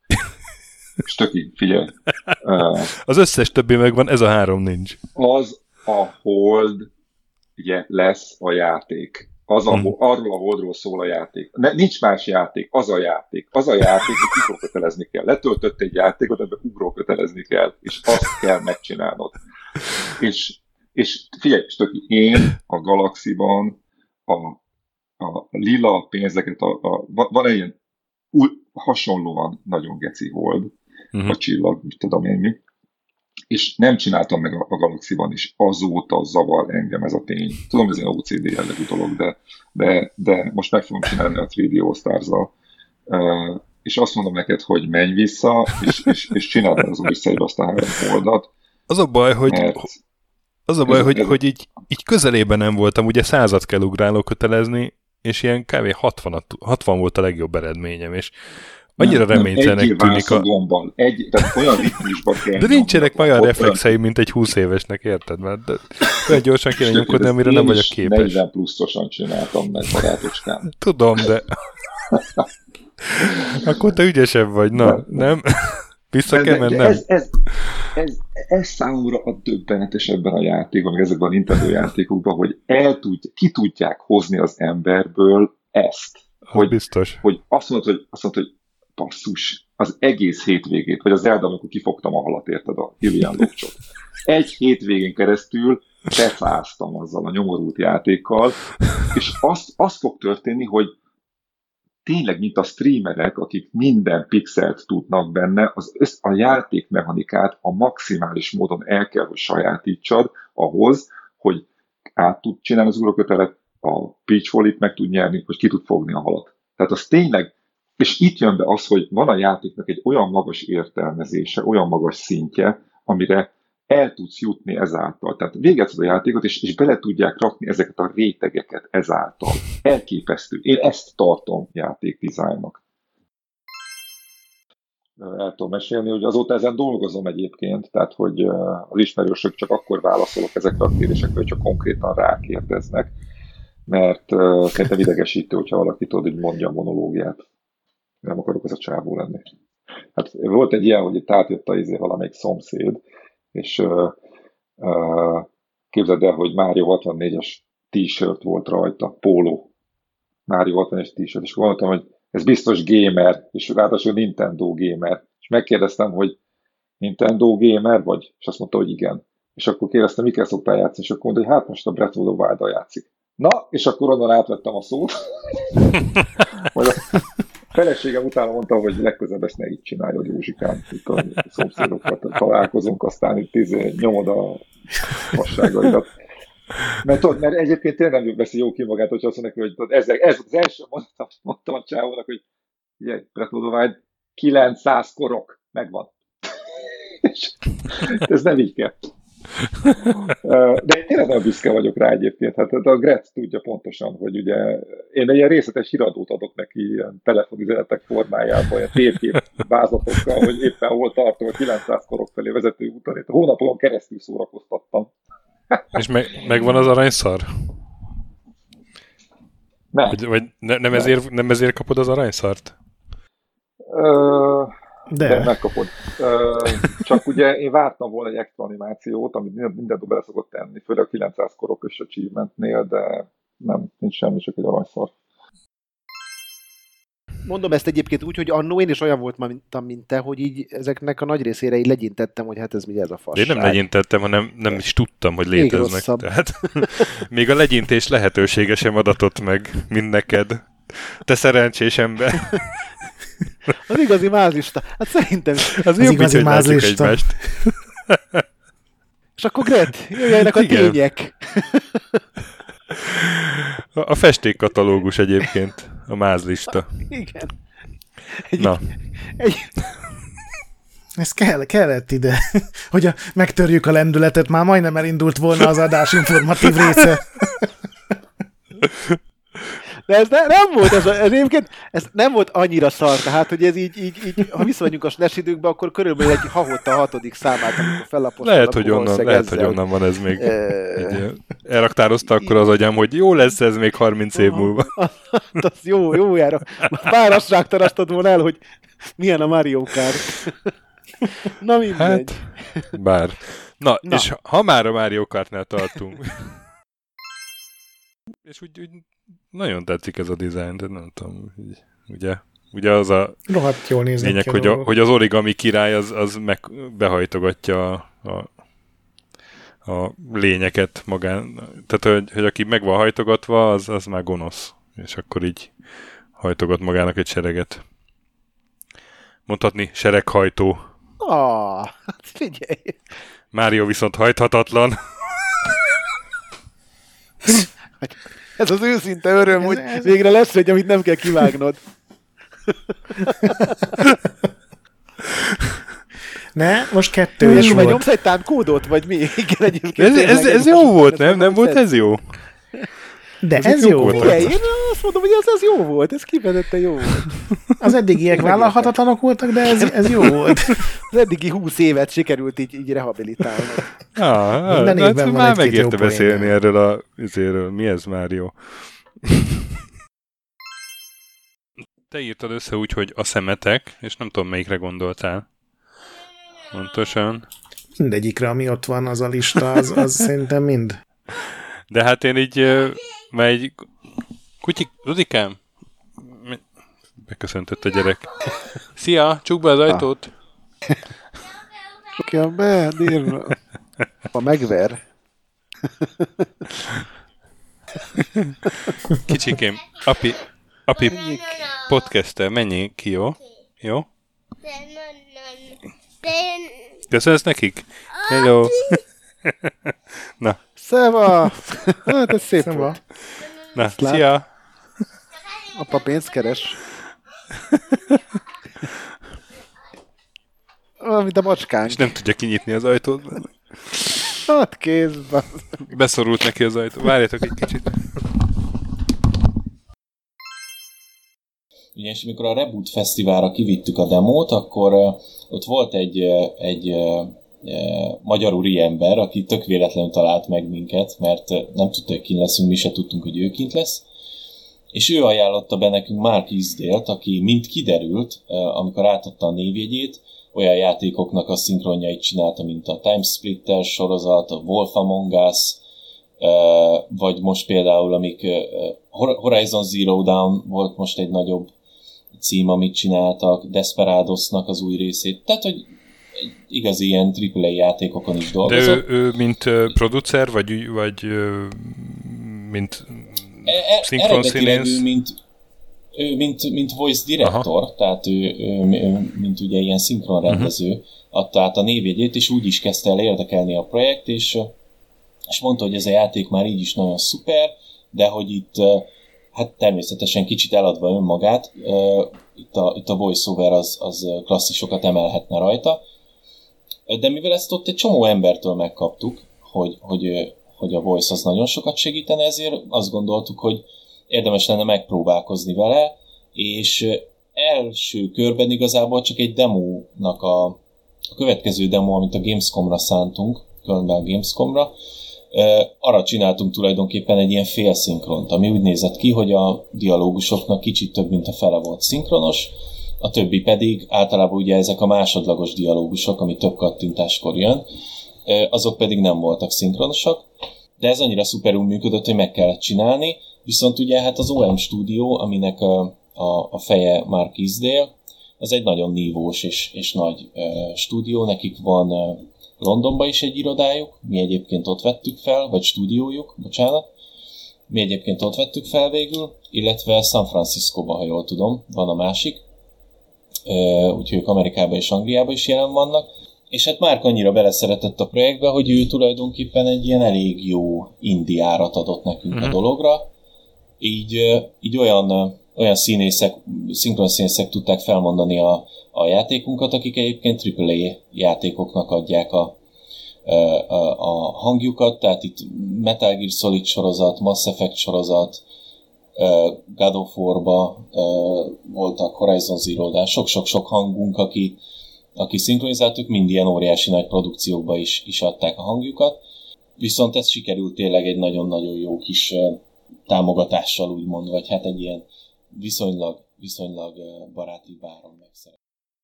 Stöki, figyelj. Uh, az összes többi megvan, ez a három nincs. Az a hold ugye, lesz a játék. Az a, hmm. Arról a holdról szól a játék. Ne, nincs más játék, az a játék. Az a játék, hogy ugrókötelezni kell. Letöltött egy játékot, ebben ugrókötelezni kell, és azt kell megcsinálnod. És, és figyelj, Stöki, én a Galaxiban a, a lila pénzeket, a, a, van egy ilyen új, hasonlóan nagyon geci hold, hmm. a csillag, mit tudom én mi, és nem csináltam meg a, a Galaxiban is. Azóta zavar engem ez a tény. Tudom, ez egy o cé dé jellegű dolog, de, de, de most meg fogom csinálni a három dé All-Stars-zal. Uh, és azt mondom neked, hogy menj vissza, és, és, és csináld az visszaébb azt a három holdat. Az a baj, hogy, az a baj, ez, hogy, ez, hogy így, így közelében nem voltam, ugye százat kell ugráló kötelezni, és ilyen kb. hatvan, hatvan volt a legjobb eredményem, és annyira reménytelenek tűnik a... gombbal. Egy, tehát olyan ritmusban kell. De nincsenek olyan reflexei, mint egy húsz évesnek, érted? Mert de olyan gyorsan kéne nyomkodni, amire nem vagyok képes. negyven pluszosan csináltam meg, barátocskám. Tudom, de... Akkor te ügyesebb vagy, na, de, nem? Vissza kell mennem. Ez, ez, ez, ez számomra a döbbenetes ebben a játékban, meg ezekben a Nintendo játékokban, hogy el tudj, ki tudják hozni az emberből ezt. Hogy, biztos. Hogy azt mondod, hogy, azt mondod, hogy basszus, az egész hétvégét, vagy az Zelda, amikor kifogtam a halat, érted, a Hylian Lopcsot. Egy hétvégén keresztül befáztam azzal a nyomorult játékkal, és azt, azt fog történni, hogy tényleg, mint a streamerek, akik minden pixelt tudnak benne, az össz, a játékmechanikát a maximális módon el kell, hogy sajátítsad ahhoz, hogy át tud csinálni az ugrókötelet, a Peach Volley-t meg tud nyerni, hogy ki tud fogni a halat. Tehát az tényleg, és itt jön be az, hogy van a játéknak egy olyan magas értelmezése, olyan magas szintje, amire el tudsz jutni ezáltal. Tehát végezted a játékot, és, és bele tudják rakni ezeket a rétegeket ezáltal. Elképesztő. Én ezt tartom játékdizájnnak. El tudom mesélni, hogy azóta ezen dolgozom egyébként, tehát hogy az ismerősök csak akkor válaszolok ezekre a kérdésekre, hogy csak konkrétan rákérdeznek, mert uh, szerintem idegesítő, hogyha valaki tudod, hogy mondja a monológiát. Nem akarok az a csávó lenni. Hát volt egy ilyen, hogy itt átjött a izé valamelyik szomszéd, és uh, uh, képzeld el, hogy Mario hatvannégyes t-shirt volt rajta, póló. Mario hatvannégyes t-shirt, és gondoltam, hogy ez biztos gamer, és ráadásul Nintendo gamer. És megkérdeztem, hogy Nintendo gamer vagy? És azt mondta, hogy igen. És akkor kérdeztem, mikkel szoktál játszani? És akkor mondta, hogy hát most a Breath of the Wild-dal játszik. Na, és akkor onnan átvettem a szót. Majd a, Feleségem utána mondta, hogy legközelebb ezt ne így csinálja, Józsikám. Itt a szomszédokat találkozunk, aztán itt izé, nyomod a fasságaidat. Mert tudod, mert egyébként tényleg nem veszi jó ki magát, hogyha azt mondják, hogy tudod, ez, ez az első mondtam, mondtam a csávónak, hogy ugye, Breath of the Wild kilencszáz korok, megvan. Ez nem így kell. De én tényleg nagyon büszke vagyok rá egyébként. Hát a Gretz tudja pontosan, hogy ugye én egy ilyen részletes híradót adok neki ilyen telefonüzenetek formájában, ilyen térkép vázlatokkal, hogy éppen hol tartom a kilencszáz korok felé vezető úton. Itt hónapokon keresztül szórakoztattam. És meg, megvan az aranyszar? Nem. Vagy, vagy ne, nem, ezért, nem ezért kapod az aranyszart? Ö, de. de megkapod. Ö, csak ugye én vártam volna egy extra animációt, amit mindent bele szokott tenni, főleg a kilencszáz korokos achievementnél, de nem, nincs semmi, csak egy aranyszar. Mondom ezt egyébként úgy, hogy annó én is olyan voltam, mint te, hogy így ezeknek a nagy részére így legyintettem, hogy hát ez mi ez a fasság. Én nem legyintettem, hanem nem is tudtam, hogy léteznek. Tehát, még a legyintés lehetősége sem adatott meg, mint neked. Te szerencsés ember. Az igazi mázlista. Hát szerintem az, az jobb, igazi mázlista. Egymást. És akkor Gret, jöjjenek a igen. Tények. A festékkatalógus egyébként, a mázlista. Igen. Egy, Na. Egy... Ez kell, kellett ide, hogy a, megtörjük a lendületet, már majdnem elindult volna az adás informatív része. De ez ne, nem volt, ez, ez egyébként ez nem volt annyira szar, tehát, hogy ez így, így, így ha visszamegyünk a SNES időkbe, akkor körülbelül egy hahotta a hatodik számát, amikor fellapoztam. Lehet, hogy onnan, lehet hogy onnan van ez még. E... Elraktározta akkor az agyam, hogy jó lesz ez még harminc év múlva. Az jó, jó jára. Bár azt ráktarasztod volna el, hogy milyen a Mario Kart. Na mindegy. Hát, bár. Na, Na, és ha már a Mario Kartnál tartunk. És úgy, úgy nagyon tetszik ez a dizájn, de nem tudom, így, ugye, ugye az a rohadt jól néznek lényeg, hogy, a, hogy az origami király az, az meg behajtogatja a, a, a lényeket magán, tehát hogy, hogy aki meg van hajtogatva, az, az már gonosz, és akkor így hajtogat magának egy sereget. Mondhatni sereghajtó. Ah, hát figyelj! Mário viszont hajthatatlan. Ez az őszinte öröm, ez, hogy ez végre lesz egy, amit nem kell kivágnod. Ne, most kettős volt. Vagy nyomsz egy támkódot, vagy mi? Igen, ez, ez, ez jó volt, nem? Nem volt ez jó? De ez, ez jó volt. volt. Én azt mondom, hogy ez, ez jó volt, ez kifejezetten jó volt. Az eddigiek vállalhatatlanok voltak, de ez, ez jó volt. Az eddigi húsz évet sikerült így, így rehabilitálni. Ah, minden hát évben már megérte beszélni erről a izéről. Mi ez, Mário? Te írtad össze úgy, hogy a szemetek, és nem tudom, melyikre gondoltál. Pontosan. Mindegyikre, ami ott van, az a lista, az, az szerintem mind. De hát én így, már egy kutyik, Rudikám, beköszöntött a gyerek. Szia, csukd be az ajtót. Csukjam be, dírva. Ha megver. Kicsikém, api, api podcaster, menjél ki, jó? Jó? Köszönsz nekik? Hello. Na. Szeva! Hát ez szép Szeva. volt. Na, szia! Apa pénzt keres. Mint a macskánk. És nem tudja kinyitni az ajtót. Hát kézben. Beszorult neki az ajtó. Várjatok egy kicsit. Ugye, és amikor a Reboot Fesztiválra kivittük a demót, akkor uh, ott volt egy, uh, egy uh, uh, magyar úriember, aki tök véletlenül talált meg minket, mert uh, nem tudta, hogy kint leszünk, mi se tudtunk, hogy ő kint lesz. És ő ajánlotta be nekünk Mark Isdale-t, aki mint kiderült, uh, amikor átadta a névjegyét, olyan játékoknak a szinkronjait csinálta, mint a Timesplitter sorozat, a Wolf Among Us, uh, vagy most például, amik uh, Horizon Zero Dawn volt most egy nagyobb cím, amit csináltak, Desperadosnak az új részét. Tehát, hogy igazi ilyen triple A játékokon is dolgozott. De ő, ő mint uh, producer, vagy, vagy uh, mint e- szinkronszínész? Ő mint, ő mint, mint voice director, aha, tehát ő, ő, ő mint ugye ilyen szinkronrendező, uh-huh, adta át a névjegyét, és úgy is kezdte el érdekelni a projekt, és, és mondta, hogy ez a játék már így is nagyon szuper, de hogy itt hát természetesen kicsit eladva önmagát, itt a, itt a voice-over az, az klasszisokat emelhetne rajta, de mivel ezt ott egy csomó embertől megkaptuk, hogy, hogy, hogy a voice az nagyon sokat segítene, ezért azt gondoltuk, hogy érdemes lenne megpróbálkozni vele, és első körben igazából csak egy demónak a, a következő demo, amit a Gamescomra szántunk, Kölnben a Gamescomra, arra csináltunk tulajdonképpen egy ilyen félszinkront, ami úgy nézett ki, hogy a dialógusoknak kicsit több, mint a fele volt szinkronos, a többi pedig általában ugye ezek a másodlagos dialógusok, ami több kattintáskor jön, azok pedig nem voltak szinkronosak, de ez annyira szuperül működött, hogy meg kellett csinálni, viszont ugye hát az o em Studio, aminek a, a, a feje Mark Isdale, az egy nagyon nívós és, és nagy uh, stúdió, nekik van uh, Londonban is egy irodájuk, mi egyébként ott vettük fel, vagy stúdiójuk, bocsánat, mi egyébként ott vettük fel végül, illetve San Franciscóban, ha jól tudom, van a másik, uh, úgyhogy ők Amerikában és Angliában is jelen vannak, és hát Mark annyira beleszeretett a projektbe, hogy ő tulajdonképpen egy ilyen elég jó indie árat adott nekünk mm-hmm. a dologra, így, így olyan, olyan színészek, szinkron színészek tudták felmondani a, a játékunkat, akik egyébként á á á játékoknak adják a, a, a hangjukat, tehát itt Metal Gear Solid sorozat, Mass Effect sorozat, God of War-ba voltak, Horizon Zero-dán, sok-sok-sok hangunk, aki, aki szinkronizáltuk, mind ilyen óriási nagy produkciókba is, is adták a hangjukat, viszont ez sikerült tényleg egy nagyon-nagyon jó kis támogatással úgymond, vagy hát egy ilyen viszonylag, viszonylag baráti báron megszerett.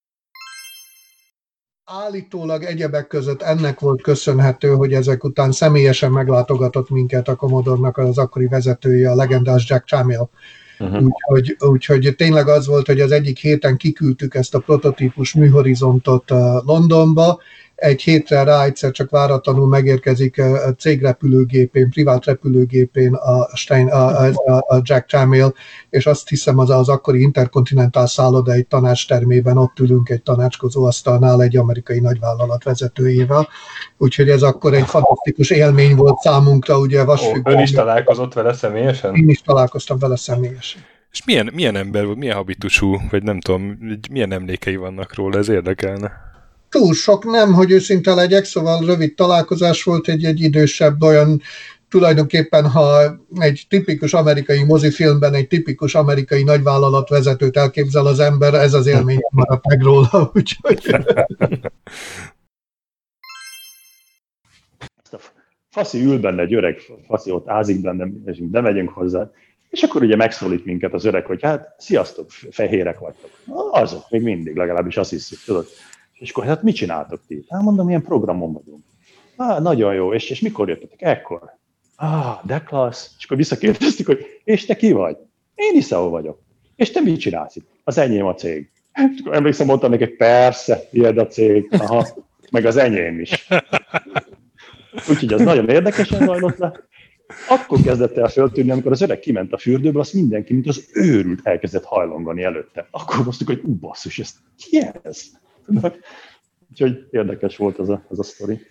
Állítólag egyebek között ennek volt köszönhető, hogy ezek után személyesen meglátogatott minket a Commodore-nak az akkori vezetője, a legendás Jack Tramiel. Uh-huh. Úgyhogy, úgyhogy tényleg az volt, hogy az egyik héten kiküldtük ezt a prototípus műhorizontot Londonba, egy hétre rá egyszer csak váratlanul megérkezik a cégrepülőgépén, privát repülőgépén a, Stein, a, a, a Jack Tramiel, és azt hiszem az az akkori Intercontinental szálloda egy tanácstermében, ott ülünk egy tanácskozó asztalnál egy amerikai nagyvállalat vezetőjével, úgyhogy ez akkor egy fantasztikus élmény volt számunkra, ugye Vasfüggöny. Ön is találkozott vele személyesen? Én is találkoztam vele személyesen. És milyen, milyen ember volt, milyen habitusú, vagy nem tudom, milyen emlékei vannak róla, ez érdekelne? Túl sok nem, hogy őszinte legyek, szóval rövid találkozás volt, egy, egy idősebb, olyan tulajdonképpen, ha egy tipikus amerikai mozifilmben egy tipikus amerikai nagyvállalat vezetőt elképzel az ember, ez az élmény maradt meg róla, úgyhogy... Faszi ül benne, egy öreg faszi ott ázik benne, és bemegyünk hozzá, és akkor ugye megszólít minket az öreg, hogy hát sziasztok, fehérek vagytok. Azok, még mindig, legalábbis azt hiszük, tudod. És akkor hát mit csináltok ti? Hát mondom, ilyen programon vagyunk. Ah, nagyon jó, és, és mikor jöttetek? Ekkor. Ah, de klassz. És akkor visszakérdeztük, hogy és te ki vagy? Én is Szeo vagyok. És te mit csinálsz itt? Az enyém a cég. És akkor emlékszem, mondtam neki, persze, ilyed a cég. Aha, meg az enyém is. Úgyhogy az nagyon érdekesen zajlott le. Akkor kezdett el föltűnni, amikor az öreg kiment a fürdőből, azt mindenki, mint az őrült elkezdett hajlongani előtte. Akkor mondtuk, hogy ú, basszus, ez ki ez? Úgyhogy érdekes volt ez a, ez a sztori.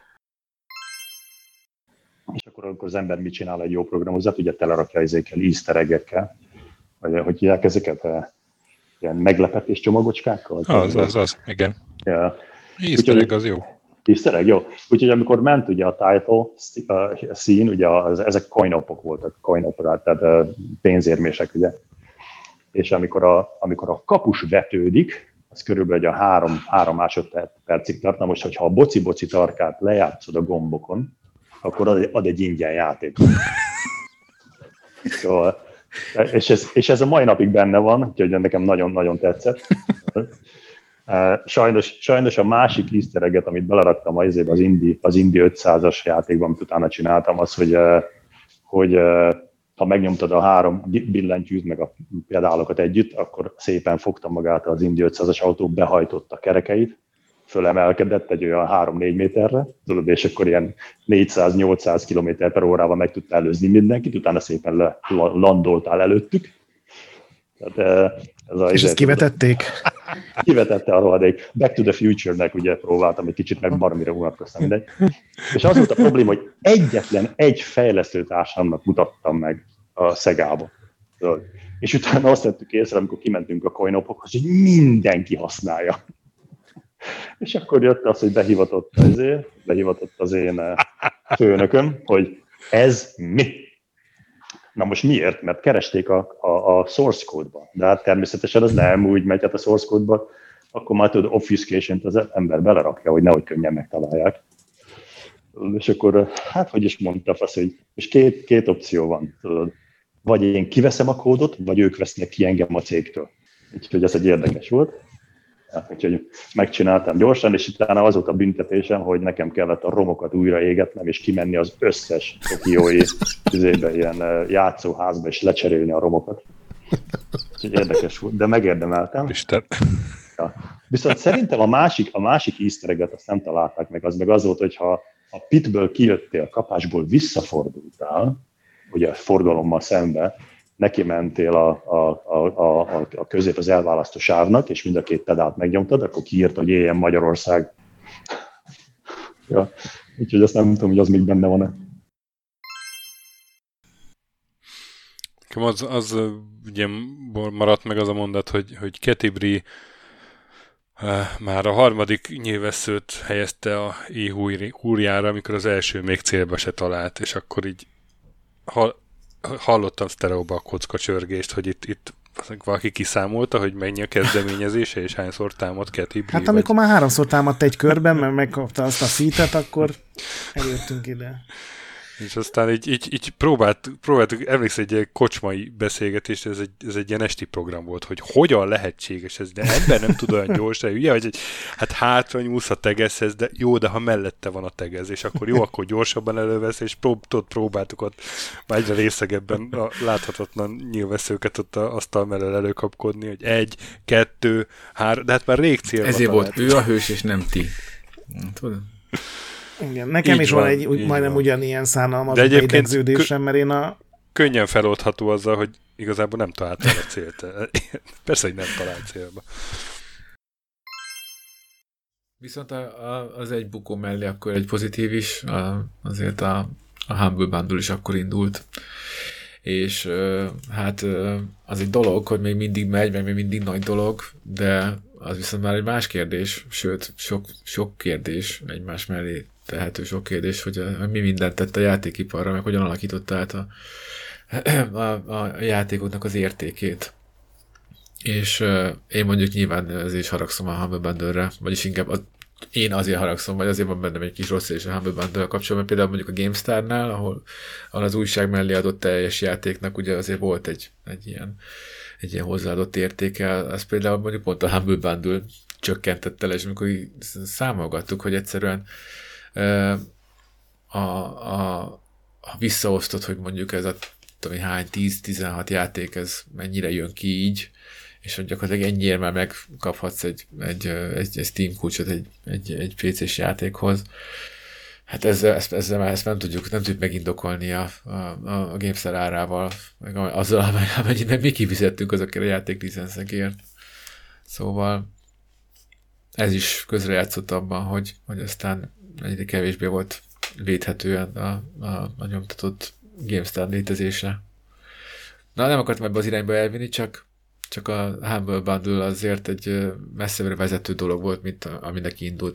És akkor, akkor az ember mit csinál egy jó programozat, ugye telerakja ezekkel, easter egg-ekkel, vagy hogy hívják ezeket, ilyen meglepetés csomagocskákkal? Az, az, az, igen. Ja. Easter egg az jó. Easter egg, jó. Úgyhogy amikor ment ugye a title uh, scene, ugye az, ezek coin-opok voltak, coin-op, tehát uh, pénzérmések, ugye. És amikor a, amikor a kapus vetődik, az körülbelül egy a három, három másodpercig tart. Na most, hogyha a boci-boci tarkát lejátszod a gombokon, akkor ad, ad egy ingyen játék. Szóval, és, ez, és ez a mai napig benne van, úgyhogy nekem nagyon-nagyon tetszett. Sajnos, sajnos a másik easter egget, amit beleraktam az, az Indy, az Indy ötszázas játékban, amit utána csináltam, az, hogy, hogy ha megnyomtad a három billentyűt, meg a pedálokat együtt, akkor szépen fogta magát az Indy ötszázas autó, behajtotta a kerekeit, fölemelkedett egy olyan három-négy méterre, tudod, és akkor ilyen négyszáz-nyolcszáz kilométer per órával meg tudta előzni mindenkit, utána szépen le, landoltál előttük, Tehát ez a, és ezt kivetették? Kivetette a rohadék. Back to the Future-nek ugye próbáltam egy kicsit, meg baromira unatkoztam, mindegy. És az volt a probléma, hogy egyetlen egy fejlesztő társamnak mutattam meg a Szegába. És utána azt vettük észre, amikor kimentünk a coinopokhoz, hogy mindenki használja. És akkor jött az, hogy behivatott azért, behivatott az én főnököm, hogy ez mi? Na most miért? Mert keresték a, a, a source code-ba. De hát természetesen ez nem úgy megy, hát a source code-ba, akkor már tudod, obfuscation-t az ember belerakja, hogy nehogy könnyen megtalálják. És akkor, hát hogy is mondta, fasz, hogy és két, két opció van, tudod. Vagy én kiveszem a kódot, vagy ők vesznek ki engem a cégtől. Úgyhogy ez egy érdekes volt. Hát, úgyhogy megcsináltam gyorsan, és utána az volt a büntetésem, hogy nekem kellett a romokat újra égetnem, és kimenni az összes tokiói ilyen játszóházba, és lecserélni a romokat. Úgyhogy érdekes volt, de megérdemeltem. Isten. Ja. Viszont szerintem a másik, a másik easter egget azt nem találták meg, az meg az volt, hogyha a pitből kijöttél, kapásból visszafordultál, ugye forgalommal szembe, neki mentél a, a, a, a, a közép az elválasztó sávnak, és mind a két pedát megnyomtad, akkor kiírt, hogy éljen Magyarország. Ja. Úgyhogy azt nem tudom, hogy az még benne van-e. Az, az ugye maradt meg az a mondat, hogy, hogy Ketibri uh, már a harmadik nyilvesszőt helyezte a éhúrjára, amikor az első még célba se talált, és akkor így ha, hallottam sztereóba a kocka csörgést, hogy itt, itt valaki kiszámolta, hogy mennyi a kezdeményezése, és hányszor támad Ketibri. Hát amikor vagy... már háromszor támadt egy körben, mert megkapta azt a szítet, akkor eljöttünk ide. És aztán így, így, így próbált, próbáltuk, emlékszem egy ilyen kocsmai beszélgetést, ez egy, ez egy ilyen esti program volt, hogy hogyan lehetséges ez, de ember nem tud olyan gyorsan, ugye, hogy egy, hát hátra nyúlsz a tegezhez, de jó, de ha mellette van a tegez, és akkor jó, akkor gyorsabban elővesz, és prób, ott próbáltuk ott már egyre részegebben a láthatatlan nyilvesszőket ott a asztal mellől előkapkodni, hogy egy, kettő, három, de hát már rég célba ezért talált. volt ő a hős, és nem ti. Tudod? Igen, nekem így is van, van egy úgy, majdnem van. Ugyanilyen szánalmas beidegződésem, mert én a... Könnyen feloldható azzal, hogy igazából nem találtál a célt. Persze, hogy nem talált célba. Viszont a, a, az egy bukó mellé akkor egy pozitív is, a, azért a, a Humble Bundle is akkor indult. És hát az egy dolog, hogy még mindig megy, meg még mindig nagy dolog, de az viszont már egy más kérdés, sőt, sok, sok kérdés egymás mellé tehető sok kérdés, hogy, a, hogy mi mindent tett a játékiparra, meg hogyan alakította át a, a, a játékoknak az értékét. És uh, én mondjuk nyilván azért is haragszom a Humble Bundle-re, vagyis inkább az, én azért haragszom, vagy azért van bennem egy kis rossz és a Humble Bundle-a kapcsolatban, például mondjuk a GameStar-nál, ahol, ahol az újság mellé adott teljes játéknak ugye azért volt egy, egy ilyen egy ilyen hozzáadott értéke, az például mondjuk pont a Humble Bundle csökkentette le, és amikor számolgattuk, hogy egyszerűen a, a, a visszaosztott, hogy mondjuk ez a tudom, hány tíz-tizenhat játék, ez mennyire jön ki így, és hogy gyakorlatilag ennyiért már megkaphatsz egy, egy, egy, egy Steam kulcsot egy, egy, egy pé cés játékhoz. Hát ezzel, ezt, ezzel már ezt nem tudjuk, nem tudjuk megindokolni a, a, a GameStar árával, meg azzal, amennyit meg mi kifizettünk azokért a játéklicenszekért. Szóval ez is közrejátszott abban, hogy, hogy aztán egyre kevésbé volt védhetően a, a, a nyomtatott GameStar létezése. Na, nem akartam ebbe az irányba elvinni, csak, csak a Humble Bundle azért egy messzebbre vezető dolog volt, mint ami neki indult.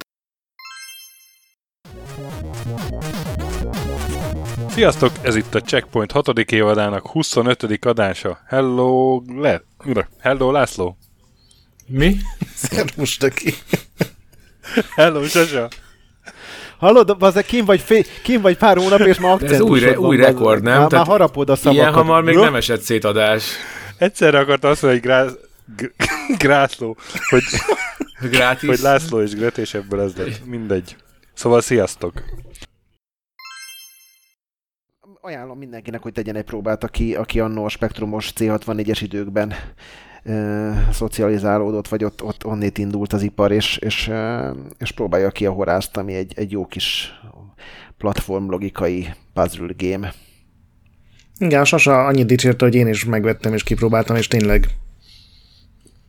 Sziasztok! Ez itt a Checkpoint hatodik évadának huszonötödik adása. Hello, Le... Hello, László! Mi? Szervus, töki! Hello, Sasa! Hallod, bazzeg, kim vagy, fé... kim vagy pár hónap, és ma akcentusod van. Ez új, re- új rekord, nem? Már, már harapod a szavakat. Ilyen hamar még nem esett szétadás. Egyszerre akartam azt mondani, hogy grász... Grászló, hogy... Grátis. hogy László és Gret, és ebből ez lett. Mindegy. Szóval sziasztok! Ajánlom mindenkinek, hogy tegyen egy próbát, aki, aki annó a spektrumos cé hatvannégyes időkben ö, szocializálódott, vagy ott, ott onnét indult az ipar, és, és, ö, és próbálja ki a Horászt, ami egy, egy jó kis platform logikai puzzle game. Igen, a Sasa annyit dicsérte, hogy én is megvettem és kipróbáltam, és tényleg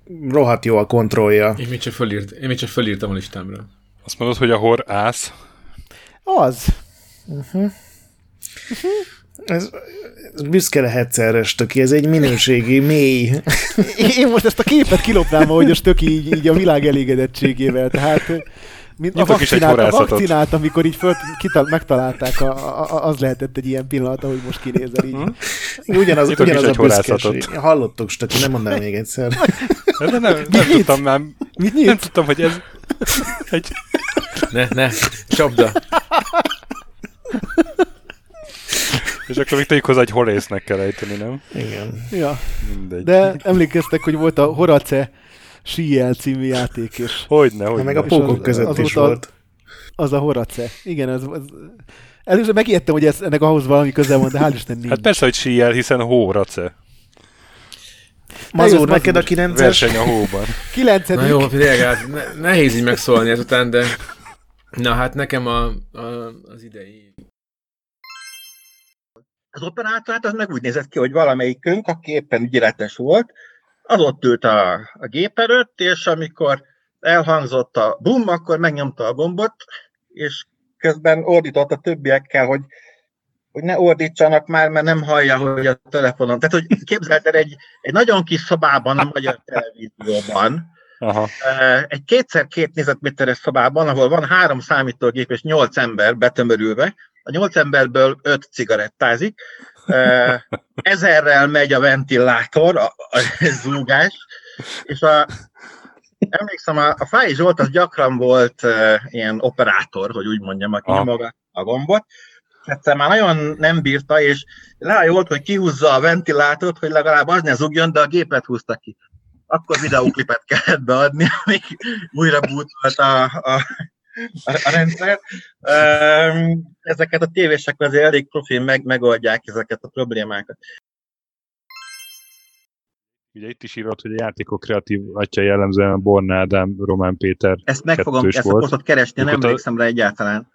rohadt jó a kontrollja. Én még csak, fölírt, én még csak fölírtam a listámra. Azt mondod, hogy a hor ász? Az. Uh-huh. Uh-huh. Ez, ez büszke lehetsz erre, Stöki, ez egy minőségi, mély. Én most ezt a képet kilopnám, ahogy a Stöki így, így a világ elégedettségével, tehát mint a vakcinát, a vakcinát, amikor így föl, kital, megtalálták, a, a, az lehetett egy ilyen pillanat, ahogy most kinézel így. Hmm? Ugyanaz, ugyanaz a büszkeség. Hallottuk, Stöki, nem mondanám még egyszer. De nem, nem, nem tudtam már, nem tudtam, hogy ez egy... Ne, ne, csapda. És akkor még tegyük hozzá, hogy horésznek kell ejteni, nem? Igen. Ja. Mindegy. De emlékeztek, hogy volt a Horace Síjel című játék, és... Hogyne, hogyne. Meg a pókok között az is volt. Az a Horace. Igen, az... az... Először megijedtem, hogy ez, ennek ahhoz valami közel van, de hál' Isten nincs. Hát persze, hogy Síjel, hiszen Hórace. Mazur, neked a kilences? Verseny a hóban. kilencedik. Na jó, figyelj, hát ne, nehéz így megszólni ezután, de... Na hát nekem a, a, az idei... Az operátor, hát az meg úgy nézett ki, hogy valamelyikünk, aki éppen ügyeletes volt, az ott ült a, a gép előtt, és amikor elhangzott a bum, akkor megnyomta a gombot, és közben ordított a többiekkel, hogy, hogy ne ordítsanak már, mert nem hallja, hogy a telefonon. Tehát, hogy képzelted egy, egy nagyon kis szobában, a magyar televízióban, aha, egy kétszer két négyzetméteres szobában, ahol van három számítógép és nyolc ember betömörülve, a nyolc emberből öt cigarettázik, ezerrel megy a ventilátor, a, a zúgás, és a, emlékszem, a, a Fáji Zsolt az gyakran volt uh, ilyen operátor, hogy úgy mondjam, aki nyomogat a gombot, egyszer már nagyon nem bírta, és rájolt, hogy kihúzza a ventilátort, hogy legalább az ne zúgjon, de a gépet húzta ki. Akkor videóklipet kellett beadni, amíg újra bútolt a, a, a, a rendszer. Ezeket a tévések azért elég profil meg, megoldják ezeket a problémákat. Ugye itt is írott, hogy a játékok kreatív atya jellemzően Born Ádám, Román Péter. Ezt meg fogom, ezt a posztot keresni, nem emlékszem rá egyáltalán.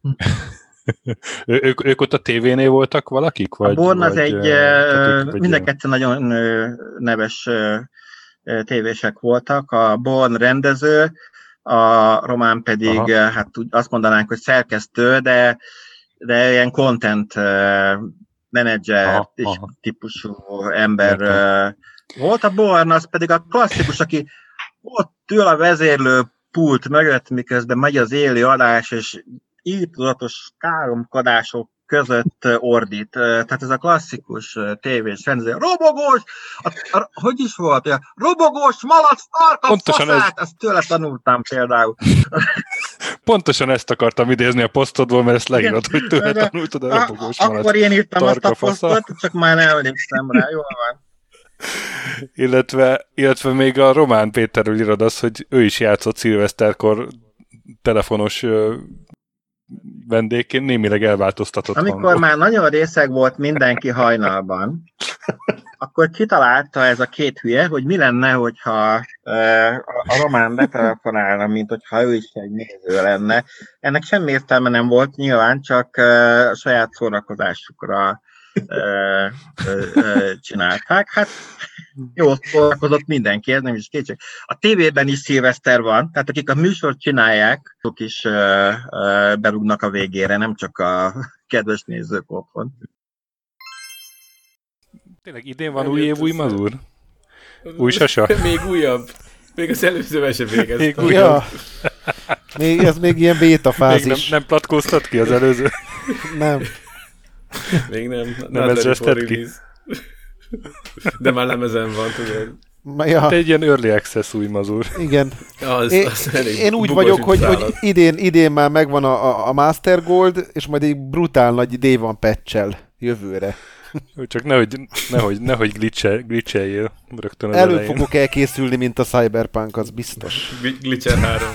ő, ők, ők ott a tévénél voltak valakik? Vagy, a Born az vagy, egy, uh, mindenketten nagyon neves tévések voltak. A Born rendező, a Román pedig, aha, hát azt mondanánk, hogy szerkesztő, de, de ilyen content menedzser típusú ember értem. Volt. A Born az pedig a klasszikus, aki ott ül a vezérlő pult mögött, miközben megy az élő adás, és írtózatos káromkodások között ordít. Tehát ez a klasszikus tévés rendező. Robogós! A, a, hogy is volt? A robogós malac tarka faszát! Ezt tőle tanultam például. Pontosan ezt akartam idézni a posztodból, mert ezt leírod, hogy tőle tanultad a robogós malac. Akkor én írtam azt a posztot, csak már nem emlékszem rá. Jól van. illetve, illetve még a Román Péterről írod azt, hogy ő is játszott szilveszterkor telefonos vendégként, némileg elváltoztatott Amikor hangon. Már nagyon részeg volt mindenki hajnalban, akkor kitalálta ez a két hülye, hogy mi lenne, hogyha a Román betelefonálna, mint hogyha ő is egy néző lenne. Ennek semmi értelme nem volt, nyilván csak a saját szórakozásukra Ö, ö, ö, csinálták. Hát jól szórakozott mindenki, ez nem is kétség. A tévében is szilveszter van, tehát akik a műsort csinálják, azok is ö, ö, berúgnak a végére, nem csak a kedves nézők otthon. Tényleg idén van új év, új Mazur? Új sasa? Még újabb. Még az előzővel sem végeztem. Még újabb. Ja. Még, ez még ilyen béta fázis. Még nem, nem platkóztat ki az előző? Nem. Még nem. Nem ez zsesztett ki. De már lemezen van, tudod. Ja. Te egy ilyen early access új Mazur. Igen. Az, én, az én úgy vagyok, hogy, hogy idén, idén már megvan a, a, a Master Gold, és majd egy brutál nagy Day One patch-el jövőre. Csak nehogy, nehogy, nehogy glitche, glitcheljél rögtön az Elő elején. fogok elkészülni, mint a Cyberpunk, az biztos. Glitcher három.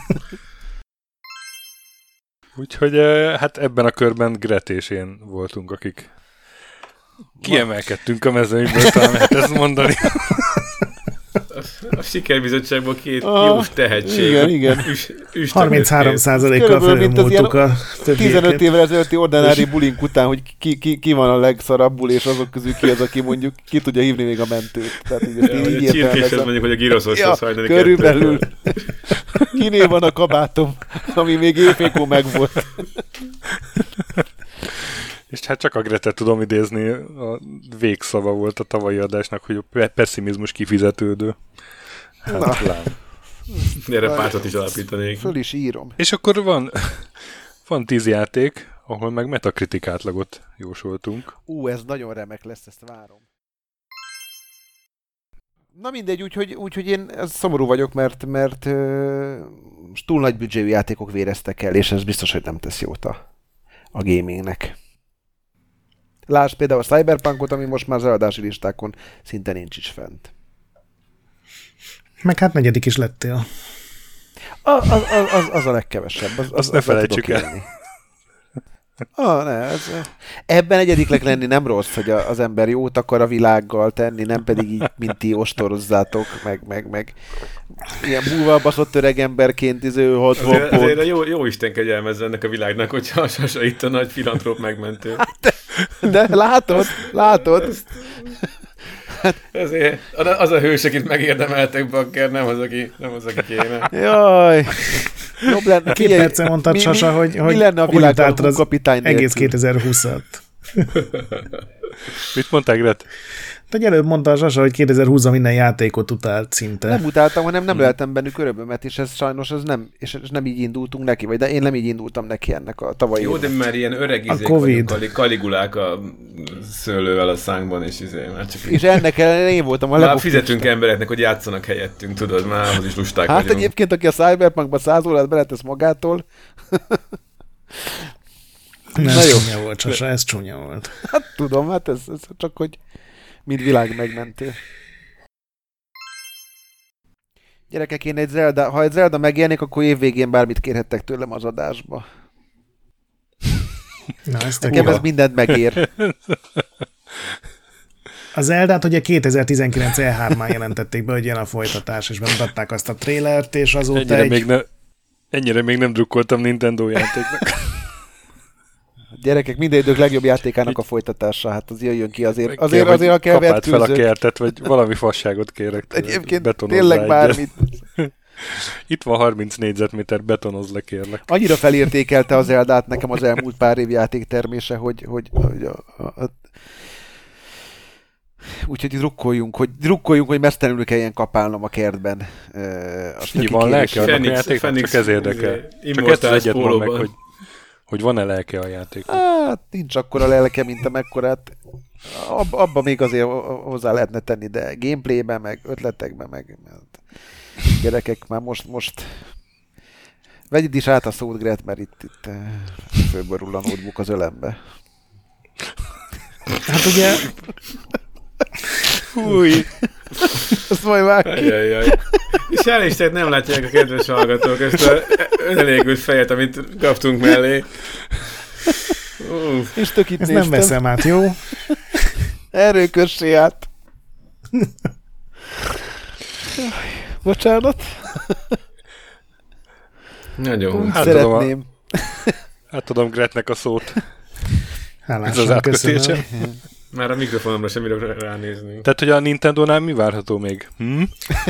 Úgyhogy hát ebben a körben Gret és én voltunk, akik kiemelkedtünk a mezőnyből, talán lehet ezt mondani. a sikerbizottságból két ah, jó tehetség. Igen, igen. Üs, harminchárom százalékkal felülmúltuk a többieket. tizenöt évvel ezelőtti ordinári bulink után, hogy ki, ki, ki van a legszarabbul, és azok közül ki az, aki mondjuk ki tudja hívni még a mentőt. Tehát így, ja, így a csirkéshez mondjuk, hogy a gyroszoshoz ja, hajlani körülbelül. Kinél van a kabátom, ami még évfékó megvolt. És hát csak a Greta tudom idézni, a végszava volt a tavalyi adásnak, hogy a pessimizmus kifizetődő. Hát lám. Gyere, pártot is alapítanék. Föl is írom. És akkor van, van tíz játék, ahol meg Metacritic átlagot jósoltunk. Ú, ez nagyon remek lesz, ezt várom. Na mindegy, úgyhogy úgy, hogy én szomorú vagyok, mert, mert uh, túl nagy büdzséjű játékok véreztek el, és ez biztos, hogy nem tesz jót a, a gamingnek. Lásd például a Cyberpunkot, ami most már az eladási listákon szinte nincs is fent. Meg hát negyedik is lettél. Az, az, az, az a legkevesebb. Az, az, Azt ne felejtsük el. Ah, ne, ez, ebben egyediknek lenni nem rossz, hogy az ember jót akar a világgal tenni, nem pedig így, mint ti ostorozzátok, meg, meg, meg ilyen búval baszott öreg emberként iző hatvan azért, pont. Azért a jó, jó Isten kegyelmezze ennek a világnak, hogyha a Sasa itt a nagy filantróp megmentő. Hát, de látod, látod. Ezt, hát, azért az a hős, akit megérdemeltek, bakker, nem az, aki, nem az, aki kéne. Jaj. Jobb lenne. Két percen mondtad, mi, Sasa, hogy, mi, hogy mi lenne a világban az kapitány egész kétezer-húszat. Mit mondtál, Gret? Te előbb mondta a Sasa, hogy kétezer-húszban minden játékot utált szinte. Nem utáltam, hanem nem lehetem bennük örömömet, és ez sajnos ez nem, és ez nem így indultunk neki, vagy de én nem így indultam neki ennek a tavalyi. Jó, de már ilyen öreg izék vagyunk, kaligulák a szőlővel a szánkban, és izé, már csak... És ennek ellenére én voltam a legjobb. Már fizetünk embereknek, hogy játszanak helyettünk, tudod, már ahhoz is lusták hát vagyunk. Hát egyébként, aki a Cyberpunkban száz órát beletesz magától... Nem, ez csúnya volt, Sasa, ez csúnya volt. Hát tudom, hát ez, ez csak, hogy mint világ megmentő. Gyerekek, én egy Zelda, ha egy Zelda megjelenik, akkor évvégén bármit kérhettek tőlem az adásba. Na, ezt nekem ez mindent megér. A Zeldát ugye kétezer-tizenkilenc E hármán jelentették be, hogy jön a folytatás, és bemutatták azt a trélert, és azóta ennyire egy... Még ne, ennyire még nem drukkoltam Nintendo játéknak. Gyerekek, minden idők legjobb játékának a folytatása, hát az jöjjön ki azért. Azért, azért, azért a kell kapált fel a kertet, vagy valami fasságot kérek. Egyébként tényleg bármit. Itt van harminc négyzetméter, betonoz le, kérlek. Annyira felértékelte az Zeldát nekem az elmúlt pár év játéktermése, hogy, hogy, hogy a, a, a... úgyhogy drukkoljunk, hogy drukkoljunk, hogy mesztelenül kelljen kapálnom a kertben. Mi van lelke annak a játéknak? Csak ez érdekel. Csak ezt az egyet mond meg, hogy hogy van-e lelke a játék? Hát nincs akkora lelke, mint amekkorát. Ab, abba még azért hozzá lehetne tenni, de gameplayben, meg ötletekben, meg gyerekek, már most, most vegyed is át a szót, Gret, mert itt, itt fölborul a notebook az ölembe. Hát ugye... Fúj! Azt majd már ki. Ajajaj. És hál' Isten, nem látják a kedves hallgatók ezt a önelégült fejet, amit kaptunk mellé. Uf. És tök itt ezt néztem. Nem veszem át, jó? Erről kössé át. Bocsánat. Nagyon. Szeretném. Átadom Gretnek a szót. Hálásan köszönöm. Már a mikrofonomra sem bírok ránézni. Tehát, hogy a Nintendo-nál mi várható még? Hm?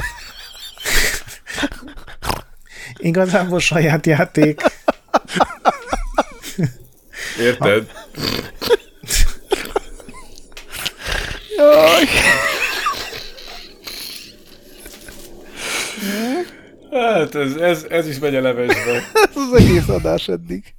Igazából saját játék. Érted? Jaj! Hát ez, ez, ez is megy a levesbe. Ez az egész adás eddig.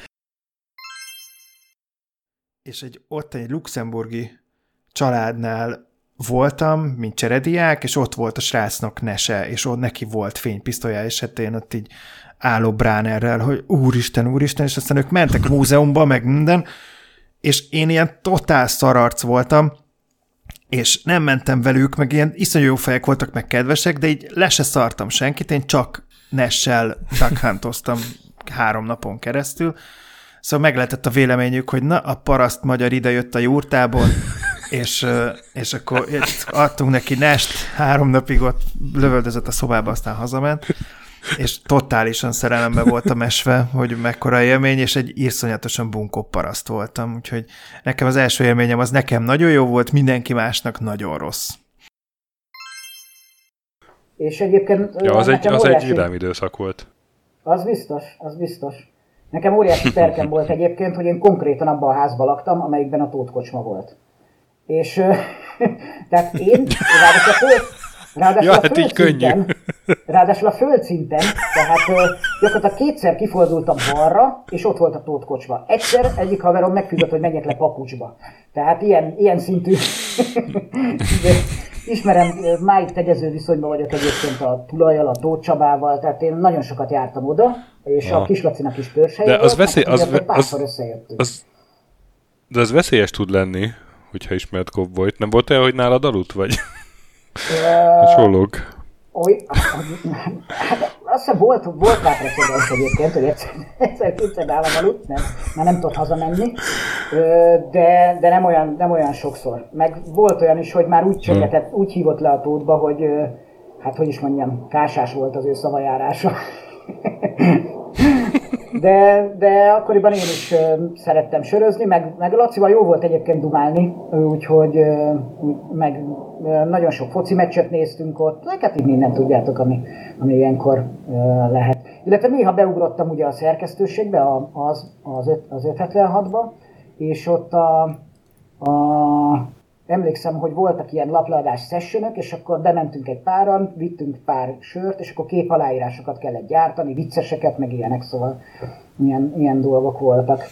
És egy, ott egy luxemburgi családnál voltam, mint cserediák, és ott volt a srácnak nese, és ott neki volt fénypisztolya, és hát én ott így álló Bránerrel, hogy úristen, úristen, és aztán ők mentek a múzeumba, meg minden, és én ilyen totál szararc voltam, és nem mentem velük, meg ilyen iszonyú jó fejek voltak, meg kedvesek, de így le se szartam senkit, én csak Nessel duck huntoztam három napon keresztül. Szóval meg lehetett a véleményük, hogy na, a paraszt magyar idejött a jurtából, és, és akkor adtunk neki nest, három napig ott lövöldözött a szobába, aztán hazament, és totálisan szerelembe voltam esve, hogy mekkora élmény, és egy iszonyatosan bunkó paraszt voltam, úgyhogy nekem az első élményem az nekem nagyon jó volt, mindenki másnak nagyon rossz. És egyébként... Ja, az egy, az óriási... egy vidám időszak volt. Az biztos, az biztos. Nekem óriási terkem volt egyébként, hogy én konkrétan abban a házban laktam, amelyikben a Tóth kocsma volt. És tehát én, ráadásul a, föld, ráadásul ja, a földszinten, ráadásul a földszinten, tehát gyakorlatilag kétszer kifordultam balra, és ott volt a Tóth kocsma. Egyszer egyik haverom megfűzött, hogy menjek le papucsba. Tehát ilyen, ilyen szintű... Ismerem, máig tegező viszonyban vagyok egyébként a tulajjal, a Tóth Csabával, tehát én nagyon sokat jártam oda, és ja. a Kislacinak is törzshelye volt, az veszély, az, az, párszor az, összejöttünk. Az, de az veszélyes tud lenni, hogyha ismert Cowboyt. Nem volt olyan, hogy nálad aludt, vagy? Uh, Csolog. Oly, hát azt hiszem volt, volt rá precedens egyébként, hogy egyszer, egyszer kétszer nálam aludt, nem, már nem tudott hazamenni, de, de nem, olyan, nem olyan sokszor. Meg volt olyan is, hogy már úgy csöngetett, úgy hívott le a Tóthba, hogy hát hogy is mondjam, kásás volt az ő szavajárása. De, de akkoriban én is uh, szerettem sörözni, meg, meg Lacival jó volt egyébként dumálni, úgyhogy uh, meg uh, nagyon sok foci meccset néztünk ott, hát így mindent tudjátok, ami, ami ilyenkor uh, lehet. Illetve néha beugrottam ugye a szerkesztőségbe, a, az, az, öt, az ötszázhetvenhatba, és ott a, a emlékszem, hogy voltak ilyen lapladás sessionök, és akkor bementünk egy páran, vittünk pár sört, és akkor kép aláírásokat kellett gyártani, vicceseket, meg ilyenek, szóval ilyen, ilyen dolgok voltak.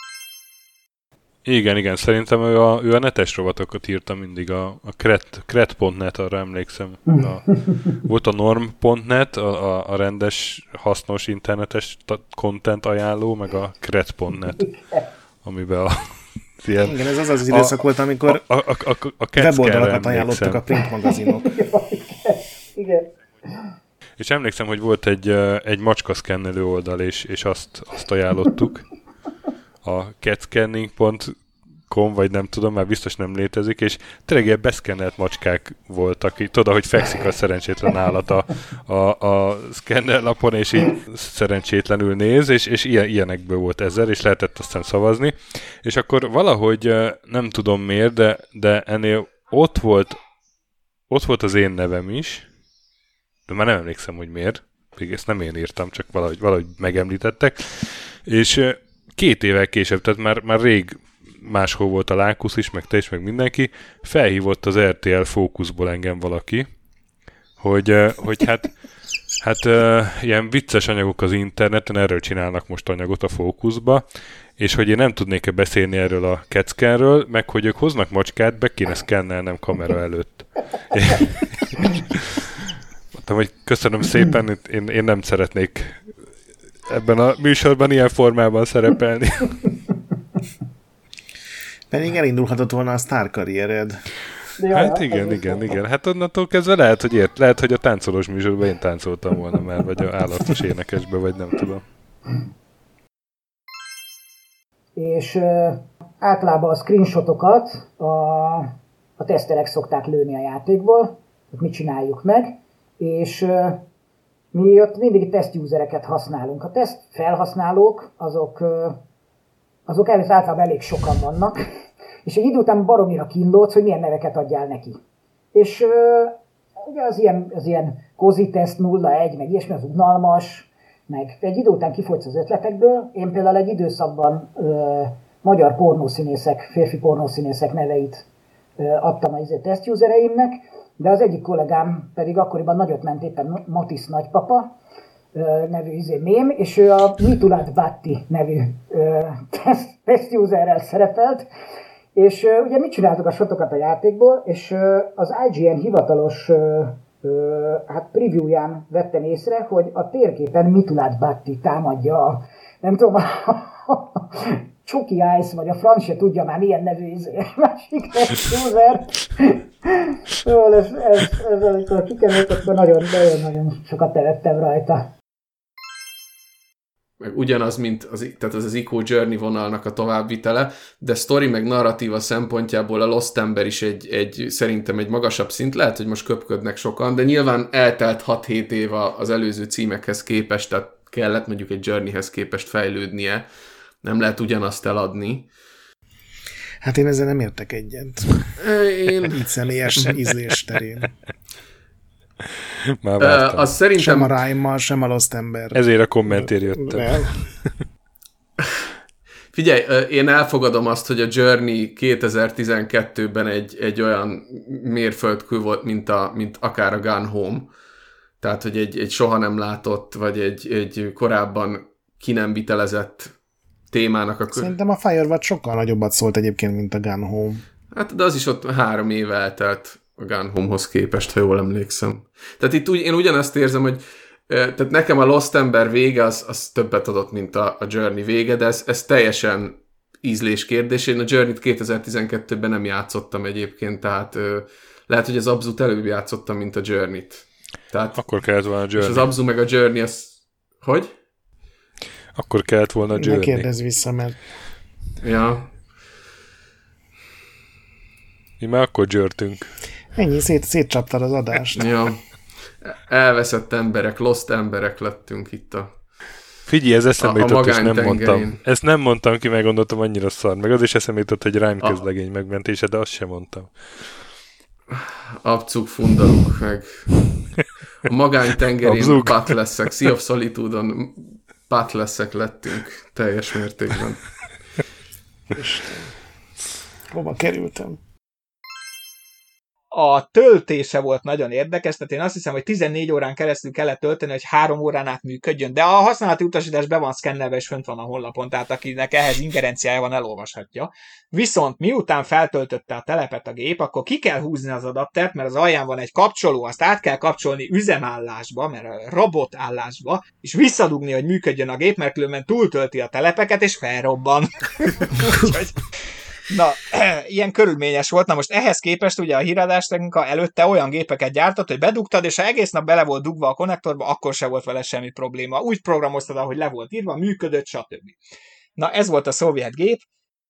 Igen, igen, szerintem ő a, ő a netes rovatokat írta mindig, a, a kret, kret pont net, arra emlékszem. A, volt a norm pont net, a, a, a rendes, hasznos internetes content ajánló, meg a kret pont net, amiben a ilyen, igen, ez az az időszak a, volt, amikor a, a, a, a, a weboldalakat ajánlottak a print magazinok. Igen. És emlékszem, hogy volt egy, egy macskaszkennelő oldal, és, és azt, azt ajánlottuk. A catscanning pont com, vagy nem tudom, már biztos nem létezik, és tényleg ilyen beszkennelt macskák voltak. Tudod, hogy fekszik a szerencsétlen állat a, a, a szkenner lapon, és így szerencsétlenül néz, és, és ilyen, ilyenekből volt ezer, és lehetett aztán szavazni. És akkor valahogy, nem tudom miért, de, de ennél ott volt, ott volt az én nevem is, de már nem emlékszem, hogy miért. Még ezt nem én írtam, csak valahogy, valahogy megemlítettek. És két évvel később, tehát már, már rég máshol volt a Lákusz is, meg te is, meg mindenki, felhívott az er té el Fókuszból engem valaki, hogy, hogy hát, hát ilyen vicces anyagok az interneten, erről csinálnak most anyagot a Fókuszba, és hogy én nem tudnék-e beszélni erről a keckenről, meg hogy ők hoznak macskát, be kéne szkennelnem kamera előtt. Mondtam, hogy köszönöm szépen, én, én nem szeretnék ebben a műsorban ilyen formában szerepelni. Pedig elindulhatott volna a sztár karriered. Hát igen, igen, igen. Hát onnantól kezdve lehet, hogy ért, lehet, hogy a táncolós műsorban én táncoltam volna már, vagy a állatos énekesbe, vagy nem tudom. És uh, általában a screenshotokat a, a teszterek szokták lőni a játékból, hogy mit csináljuk meg, és uh, mi ott mindig tesztjusereket használunk. A teszt felhasználók, azok, uh, azok általában elég sokan vannak, és egy idő után baromira kínlódsz, hogy milyen neveket adjál neki. És uh, ugye az ilyen, az ilyen kozi teszt nulla egy, meg ilyesmi, az unalmas, meg egy idő után kifogysz az ötletekből. Én például egy időszakban uh, magyar pornószínészek, férfi pornószínészek neveit uh, adtam az tesztjusereimnek, de az egyik kollégám pedig akkoriban nagyot ment éppen Matisz nagypapa uh, nevű izé mém, és ő a Mitulat Batti nevű uh, tesztjuserrel szerepelt, és uh, ugye mit csináltuk a shotokat a játékból, és uh, az i gé en hivatalos uh, uh, hát previewján vettem észre, hogy a térképen Mitulat Batti támadja a, nem tudom, a, a Chucky Ice, vagy a franc se tudja már milyen nevű izé, másik tesztjuser. Szóval ez, ez, ez amikor kikerült, akkor nagyon-nagyon sokat tevettem rajta. meg ugyanaz, mint az, tehát az, az Ico Journey vonalnak a továbbvitele, de sztori meg narratíva szempontjából a Lost Ember is egy, egy, szerintem egy magasabb szint, lehet, hogy most köpködnek sokan, de nyilván eltelt hat-hét év az előző címekhez képest, tehát kellett mondjuk egy Journeyhez képest fejlődnie, nem lehet ugyanazt eladni. Hát én ezzel nem értek egyet. Én... Így személyes ízlés terén. Már vártam. Uh, az szerintem... Sem a Rime-mal, sem a Lost Ember. Ezért a kommentért jöttem. Figyelj, én elfogadom azt, hogy a Journey kétezer-tizenkettőben egy, egy olyan mérföldkő volt, mint, a, mint akár a Gone Home. Tehát, hogy egy, egy soha nem látott, vagy egy, egy korábban ki nem vitelezett témának a kör... Szerintem a Firewatch sokkal nagyobbat szólt egyébként, mint a Gone Home. Hát, de az is ott három éve eltelt a Gone Home-hoz képest, ha jól emlékszem. Tehát itt úgy, én ugyanazt érzem, hogy tehát nekem a Lost Ember vége az, az többet adott, mint a, a Journey vége, de ez, ez teljesen ízlés kérdés. Én a Journey-t kétezer-tizenkettőben nem játszottam egyébként, tehát ö, lehet, hogy az Abzut előbb játszottam, mint a Journey-t. Tehát, akkor kellett volna a Journey. És az Abzu meg a Journey, az... Hogy? Akkor kellett volna a Journey. Ne kérdezz vissza, mert... Ja. Mi már akkor györtünk. Ennyi, szét, szétcsaptad az adást. Ja. Elveszett emberek, lost emberek lettünk itt a Figyelj, ez eszembe jutott, és nem mondtam. Ezt nem mondtam ki, meg gondoltam, annyira szar. Meg az is eszembe jutott, hogy Rime közlegény megmentése, de azt sem mondtam. Abcuk fundaluk meg. A magánytengerén Pattleszek, Sea of Solitude-on Pattleszek lettünk teljes mértékben. Hova kerültem? A töltése volt nagyon érdekes, tehát én azt hiszem, hogy tizennégy órán keresztül kellett tölteni, hogy három órán át működjön, de a használati utasítás be van szkennelve, és fönt van a honlapon, tehát akinek ehhez ingerenciája van, elolvashatja. Viszont miután feltöltötte a telepet a gép, akkor ki kell húzni az adaptert, mert az alján van egy kapcsoló, azt át kell kapcsolni üzemállásba, mert a robotállásba, és visszadugni, hogy működjön a gép, mert különben túltölti a telepeket, és felrobban. Úgyhogy... Na, ilyen körülményes volt. Na most ehhez képest ugye a híradástechnika előtte olyan gépeket gyártott, hogy bedugtad, és ha egész nap bele volt dugva a konnektorba, akkor se volt vele semmi probléma. Úgy programoztad, ahogy le volt írva, működött, stb. Na, ez volt a szovjet gép.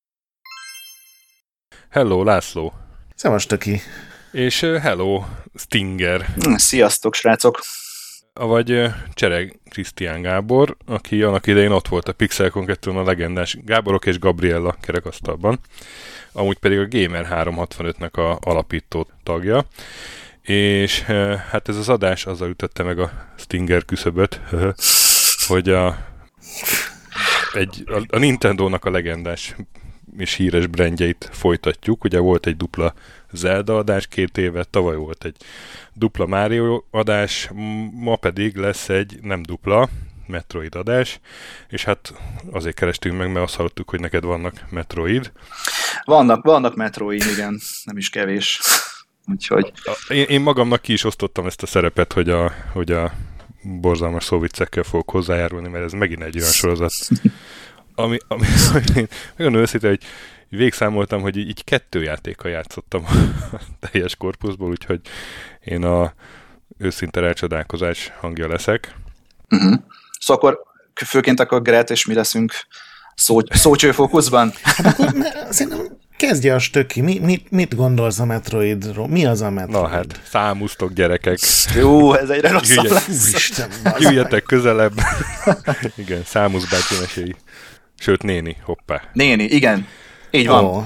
Hello, László. Szevas, Töki. És uh, hello, Stinger. Sziasztok, srácok. Avagy Csereg Krisztián Gábor, aki annak idején ott volt a Pixelkon kettőn a legendás Gáborok és Gabriella kerekasztalban, amúgy pedig a Gamer háromszázhatvanötnek a alapító tagja, és hát ez az adás azzal ütötte meg a Stinger küszöböt, hogy a, egy, a, a Nintendónak a legendás és híres brandjeit folytatjuk. Ugye volt egy dupla Zelda adás két éve, tavaly volt egy dupla Mario adás, ma pedig lesz egy nem dupla Metroid adás, és hát azért kerestünk meg, mert azt hallottuk, hogy neked vannak Metroid. Vannak, vannak Metroid, igen, nem is kevés. Úgyhogy... Én, én magamnak ki is osztottam ezt a szerepet, hogy a, hogy a borzalmas szóviccekkel fogok hozzájárulni, mert ez megint egy olyan sorozat, ami, ami, ami olyan őszintén, hogy végszámoltam, hogy így, így kettő játékkal játszottam a teljes korpuszból, úgyhogy én a őszinte rácsodálkozás hangja leszek. Uh-huh. Szóval akkor főként akkor Gret és mi leszünk szó, szócsőfókuszban? Hát akkor szerintem kezdje a Stöki. Mi, mit, mit gondolsz a Metroidról? Mi az a Metroid? Na hát, számusztok gyerekek. Jó, ez egyre rosszabb lesz. Jöjjetek közelebb. Igen, Számusz bácsi meséi. Sőt, néni, hoppá. Néni, igen. Így van. Oh.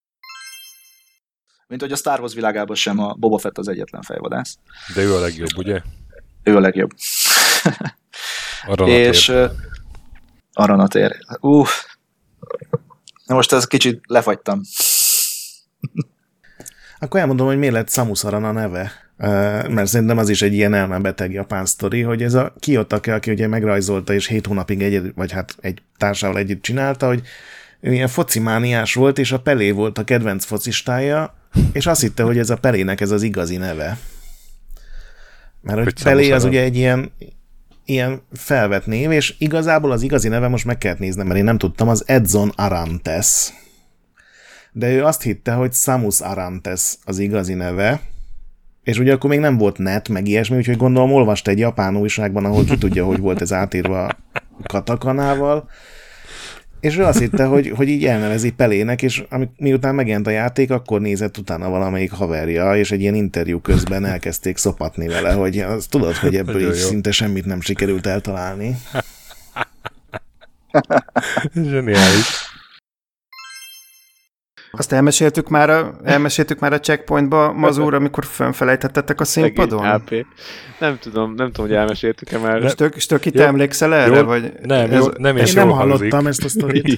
Mint hogy a Star Wars világában sem a Boba Fett az egyetlen fejvadász. De ő a legjobb, ugye? Ő a legjobb. Aranatér. És uh, Aranatér. Uff. Na most ez kicsit lefagytam. Akkor elmondom, hogy miért lett Samus Aran a neve. Uh, mert szerintem az is egy ilyen elmebeteg japán sztori, hogy ez a Kiyotake, aki ugye megrajzolta és hét hónapig egyedül, vagy hát egy társával együtt csinálta, hogy ő ilyen focimániás volt, és a Pelé volt a kedvenc focistája, és azt hitte, hogy ez a Pelének ez az igazi neve. Mert hogy, hogy Pelé az ugye egy ilyen, ilyen felvett név, és igazából az igazi neve, most meg kellett néznem, mert én nem tudtam, az Edson Arantes. De ő azt hitte, hogy Samus Arantes az igazi neve, És ugye akkor még nem volt net, meg ilyesmi, úgyhogy gondolom olvasta egy japán újságban, ahol ki tudja, hogy volt ez átírva katakanával, és ő azt hitte, hogy, hogy így elnevezi Pelének, és ami, miután megjelent a játék, akkor nézett utána valamelyik haverja, és egy ilyen interjú közben elkezdték szopatni vele, hogy az, tudod, hogy ebből így szinte semmit nem sikerült eltalálni. Zseniális. Azt elmeséltük már a, elmeséltük már a checkpointba, Mazur, amikor fönfelejtettetek a színpadon? há pé. Nem tudom, nem tudom, hogy elmeséltük-e már. És tök, és tök itt emlékszel erre? Jó, vagy nem, ez, jó, nem is én nem hallottam ezt a sztorit.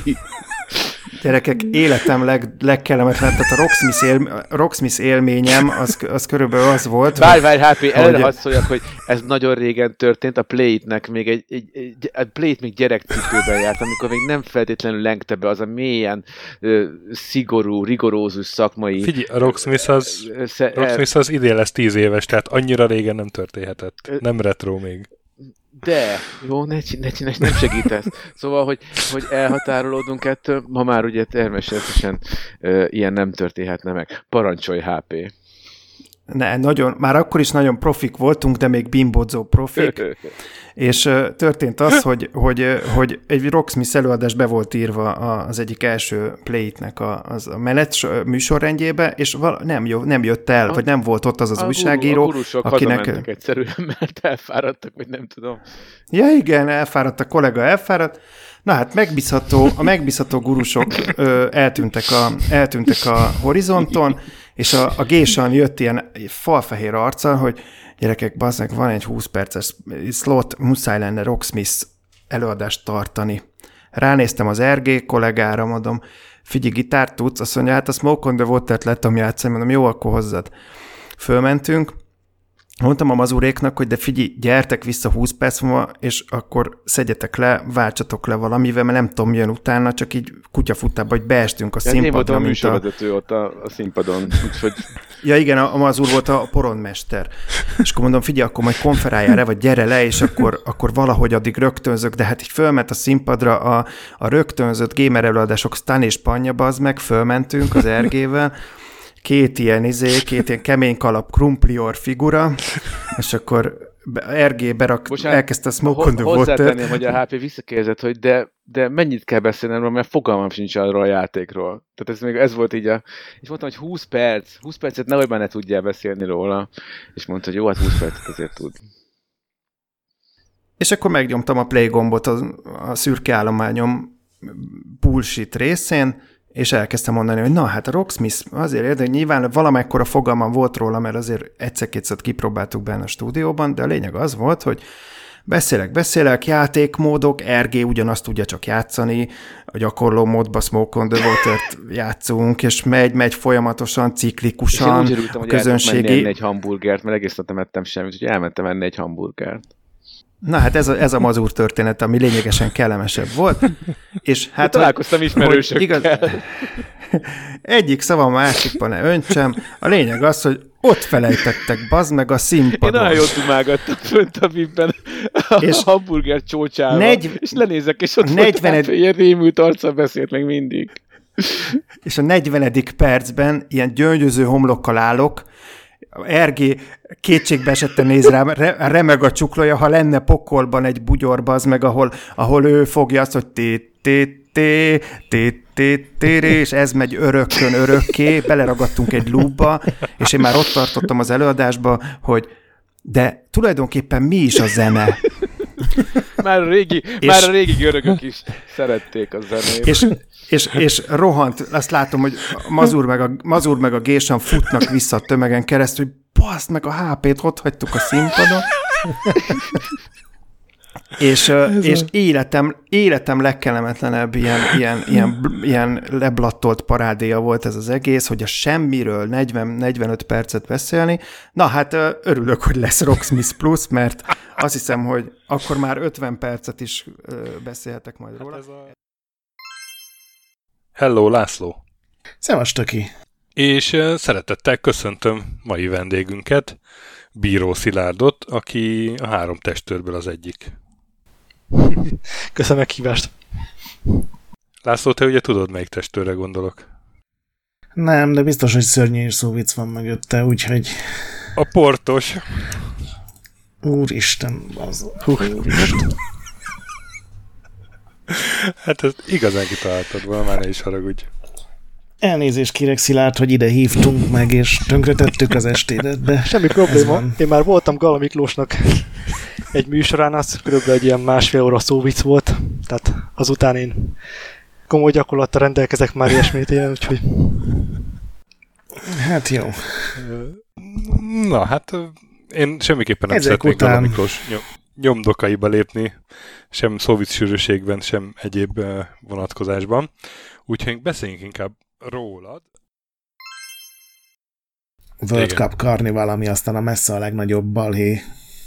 Gyerekek, életem leg, legkellemetlen, tehát a Rocksmith, él, Rocksmith élményem, az, az körülbelül az volt. Várj, várj, há pé, előre hadd szóljak, hogy ez nagyon régen történt, a Play-nek még egy, egy, egy a Play-t még gyerekcipőben járt, amikor még nem feltétlenül lengte be az a mélyen ö, szigorú, rigorózus szakmai... Figyelj, a Rocksmith az, sze, Rocksmith az idén lesz tíz éves, tehát annyira régen nem történhetett. Nem retro még. De, jó, ne, ne, ne, nem segítesz. Szóval, hogy, hogy elhatárolódunk ettől, ma már ugye természetesen uh, ilyen nem történhetne meg. Parancsolj, há pé. Ne, nagyon, már akkor is nagyon profik voltunk, de még bimbodzó profik. És uh, történt az, hogy, hogy, uh, hogy egy Rocksmith előadás be volt írva az egyik első Play-nek a, az a menet műsorrendjébe, és val- nem, jó, nem jött el, a, vagy nem volt ott az az a újságíró, guru, a akinek... hazamennek egyszerűen, mert elfáradtak, vagy nem tudom. Ja igen, elfáradt, a kollega elfáradt. Na hát megbízható, a megbízható gurusok ö, eltűntek, a, eltűntek a horizonton, és a, a gésan jött ilyen falfehér arccal, hogy gyerekek, bazdmeg, van egy húsz perces slot, muszáj lenne Rocksmith előadást tartani. Ránéztem az er gé kollégára, mondom, figyelj, gitárt tudsz? Azt mondja, hát a Smoke on the Water-t lettem játszani, mondom, jó, akkor hozzad. Fölmentünk, mondtam a mazuréknak, hogy de figyelj, gyertek vissza húsz perc múlva, és akkor szedjetek le, váltsatok le valamivel, mert nem tudom, jön utána, csak így kutyafutába, hogy beestünk a ja, színpadra. Én voltam a műsorvezető a... ott a, a színpadon, úgyhogy... Ja igen, a, a mazur volt a poronmester. És akkor mondom, figyelj, akkor majd konferáljál, vagy gyere le, és akkor, akkor valahogy addig rögtönzök, de hát így fölment a színpadra a, a rögtönzött gamer előadások Stan és Panya, bazd meg, fölmentünk az er gével, két ilyen izé, két ilyen kemény kalap krumplior figura, és akkor er gé berak, Bocsánat, elkezdte a Smoke on the Water. Hozzátenném, hogy a há pé visszakérdezett, hogy de, de mennyit kell beszélnem róla, mert fogalmam sincs arról a játékról. Tehát ez, még, ez volt így a... És mondtam, hogy húsz perc, húsz percet nehogy már ne tudjál beszélni róla. És mondta, hogy jó, hát húsz percet azért tud. És akkor megnyomtam a play gombot a, a szürke állományom bullshit részén, és elkezdtem mondani, hogy na, hát a Rocksmith azért érdekes, nyilván valamekkora fogalmam volt róla, mert azért egyszer-kétszer kipróbáltuk benne a stúdióban, de a lényeg az volt, hogy beszélek, beszélek, játékmódok, er gé ugyanazt tudja csak játszani, a gyakorló módban Smoke on the Water-t játszunk, és megy, megy folyamatosan, ciklikusan. És én úgy örültem, hogy közönségi... elmentem menni egy hamburgert, mert egész nap nem ettem semmit, úgyhogy elmentem menni egy hamburgert. Na hát ez a, ez a mazur történet, ami lényegesen kellemesebb volt. És hát, találkoztam ismerősökkel. Igaz, egyik szava másikban ne öntsem. A lényeg az, hogy ott felejtettek, bazd meg a színpadon. Én olyan jól dumálgattam fönt a vipben a és hamburger csócsával, negy... és lenézek, és ott negyvened... volt ilyen rémült arccal beszélt még mindig. És a negyvenedik percben ilyen gyöngyöző homlokkal állok, er gé kétségbe esetten néz rám, re, remeg a csuklója, ha lenne pokolban egy bugyorba, az meg, ahol, ahol ő fogja azt, hogy té, té, té, té, té, té, és ez megy örökkön örökké, beleragadtunk egy loopba, és én már ott tartottam az előadásba, hogy de tulajdonképpen mi is a zene? Már a régi, és, már a régi görögök is szerették a zenét. És, és, és rohant, azt látom, hogy Mazur meg a, Mazur meg a Gésan futnak vissza a tömegen keresztül, hogy baszd meg a há pét, ott hagytuk a színpadon. és és életem, életem legkellemetlenebb ilyen, ilyen, ilyen, ilyen leblattolt parádéja volt ez az egész, hogy a semmiről negyven-negyvenöt percet beszélni. Na hát örülök, hogy lesz Rocksmith Plus, mert azt hiszem, hogy akkor már ötven percet is beszélhetek majd róla. Hát a... Hello, László! Szevasz, Töki! És uh, szeretettel köszöntöm mai vendégünket, Bíró Szilárdot, aki a három testőrből az egyik. Köszönöm meghívást! László, te ugye tudod, melyik testőrre gondolok? Nem, de biztos, hogy szörnyű és szóvic van mögötte, úgyhogy... A portos. Úristen, az... Úristen. Hát ezt igazán kitaláltad volna, már ne is haragudj. Elnézést kérek, Szilárd, hogy ide hívtunk meg, és tönkretettük az estédet, de... Semmi probléma. Én már voltam Gala Miklósnak egy műsorán, az körülbelül egy ilyen másfél óra szóvic volt, tehát azután én komoly gyakorlattal rendelkezek már ilyesmit, úgyhogy... Hát jó. Na, hát én semmiképpen nem Ezek szeretnék után... Gala Miklós nyomdokaiba lépni, sem szóvic sűrűségben, sem egyéb vonatkozásban. Úgyhogy beszéljünk inkább rólad. World Cup Carnival, ami aztán a messze a legnagyobb balhé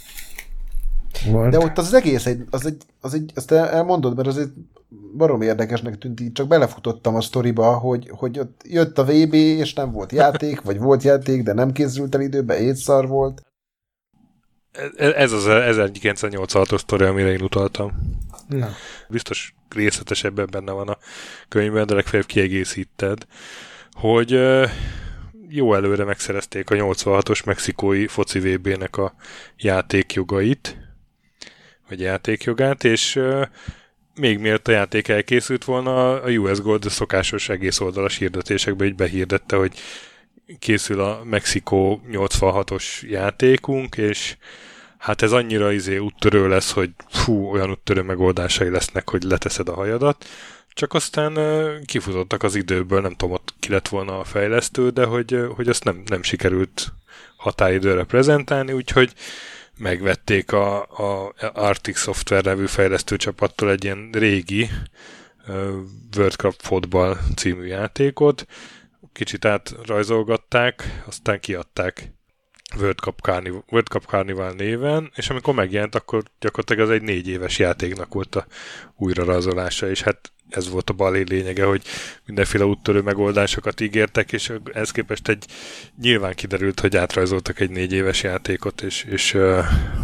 volt. De ott az egész, egy, az egy, az egy, azt elmondod, mert az egy baromi érdekesnek tűnt, így csak belefutottam a sztoriba, hogy, hogy ott jött a vé bé, és nem volt játék, vagy volt játék, de nem készült el időben, étszar volt. Ez az ezerkilencszáznyolcvanhatos sztori, amire én utaltam. Na. Biztos részletesebben benne van a könyvben, de legfeljebb kiegészíted, hogy jó előre megszerezték a nyolcvanhatos mexikói foci vé bének a játékjogait, vagy játékjogát, és még miért a játék elkészült volna, a U S Gold szokásos egész oldalas hirdetésekben így behirdette, hogy készül a Mexikó nyolcvanhatos játékunk, és hát ez annyira izé úttörő lesz, hogy fú, olyan úttörő megoldásai lesznek, hogy leteszed a hajadat. Csak aztán uh, kifutottak az időből, nem tudom, ott ki lett volna a fejlesztő, de hogy, uh, hogy azt nem, nem sikerült határidőre prezentálni, úgyhogy megvették a, a Arctic Software nevű fejlesztő csapattól egy ilyen régi uh, World Cup Football című játékot, kicsit átrajzolgatták, aztán kiadták World Cup Carnival, World Cup Carnival néven, és amikor megjelent, akkor gyakorlatilag az egy négy éves játéknak volt a újrarajzolása, és hát ez volt a balhé lényege, hogy mindenféle úttörő megoldásokat ígértek, és ehhez képest egy nyilván kiderült, hogy átrajzoltak egy négy éves játékot, és, és uh,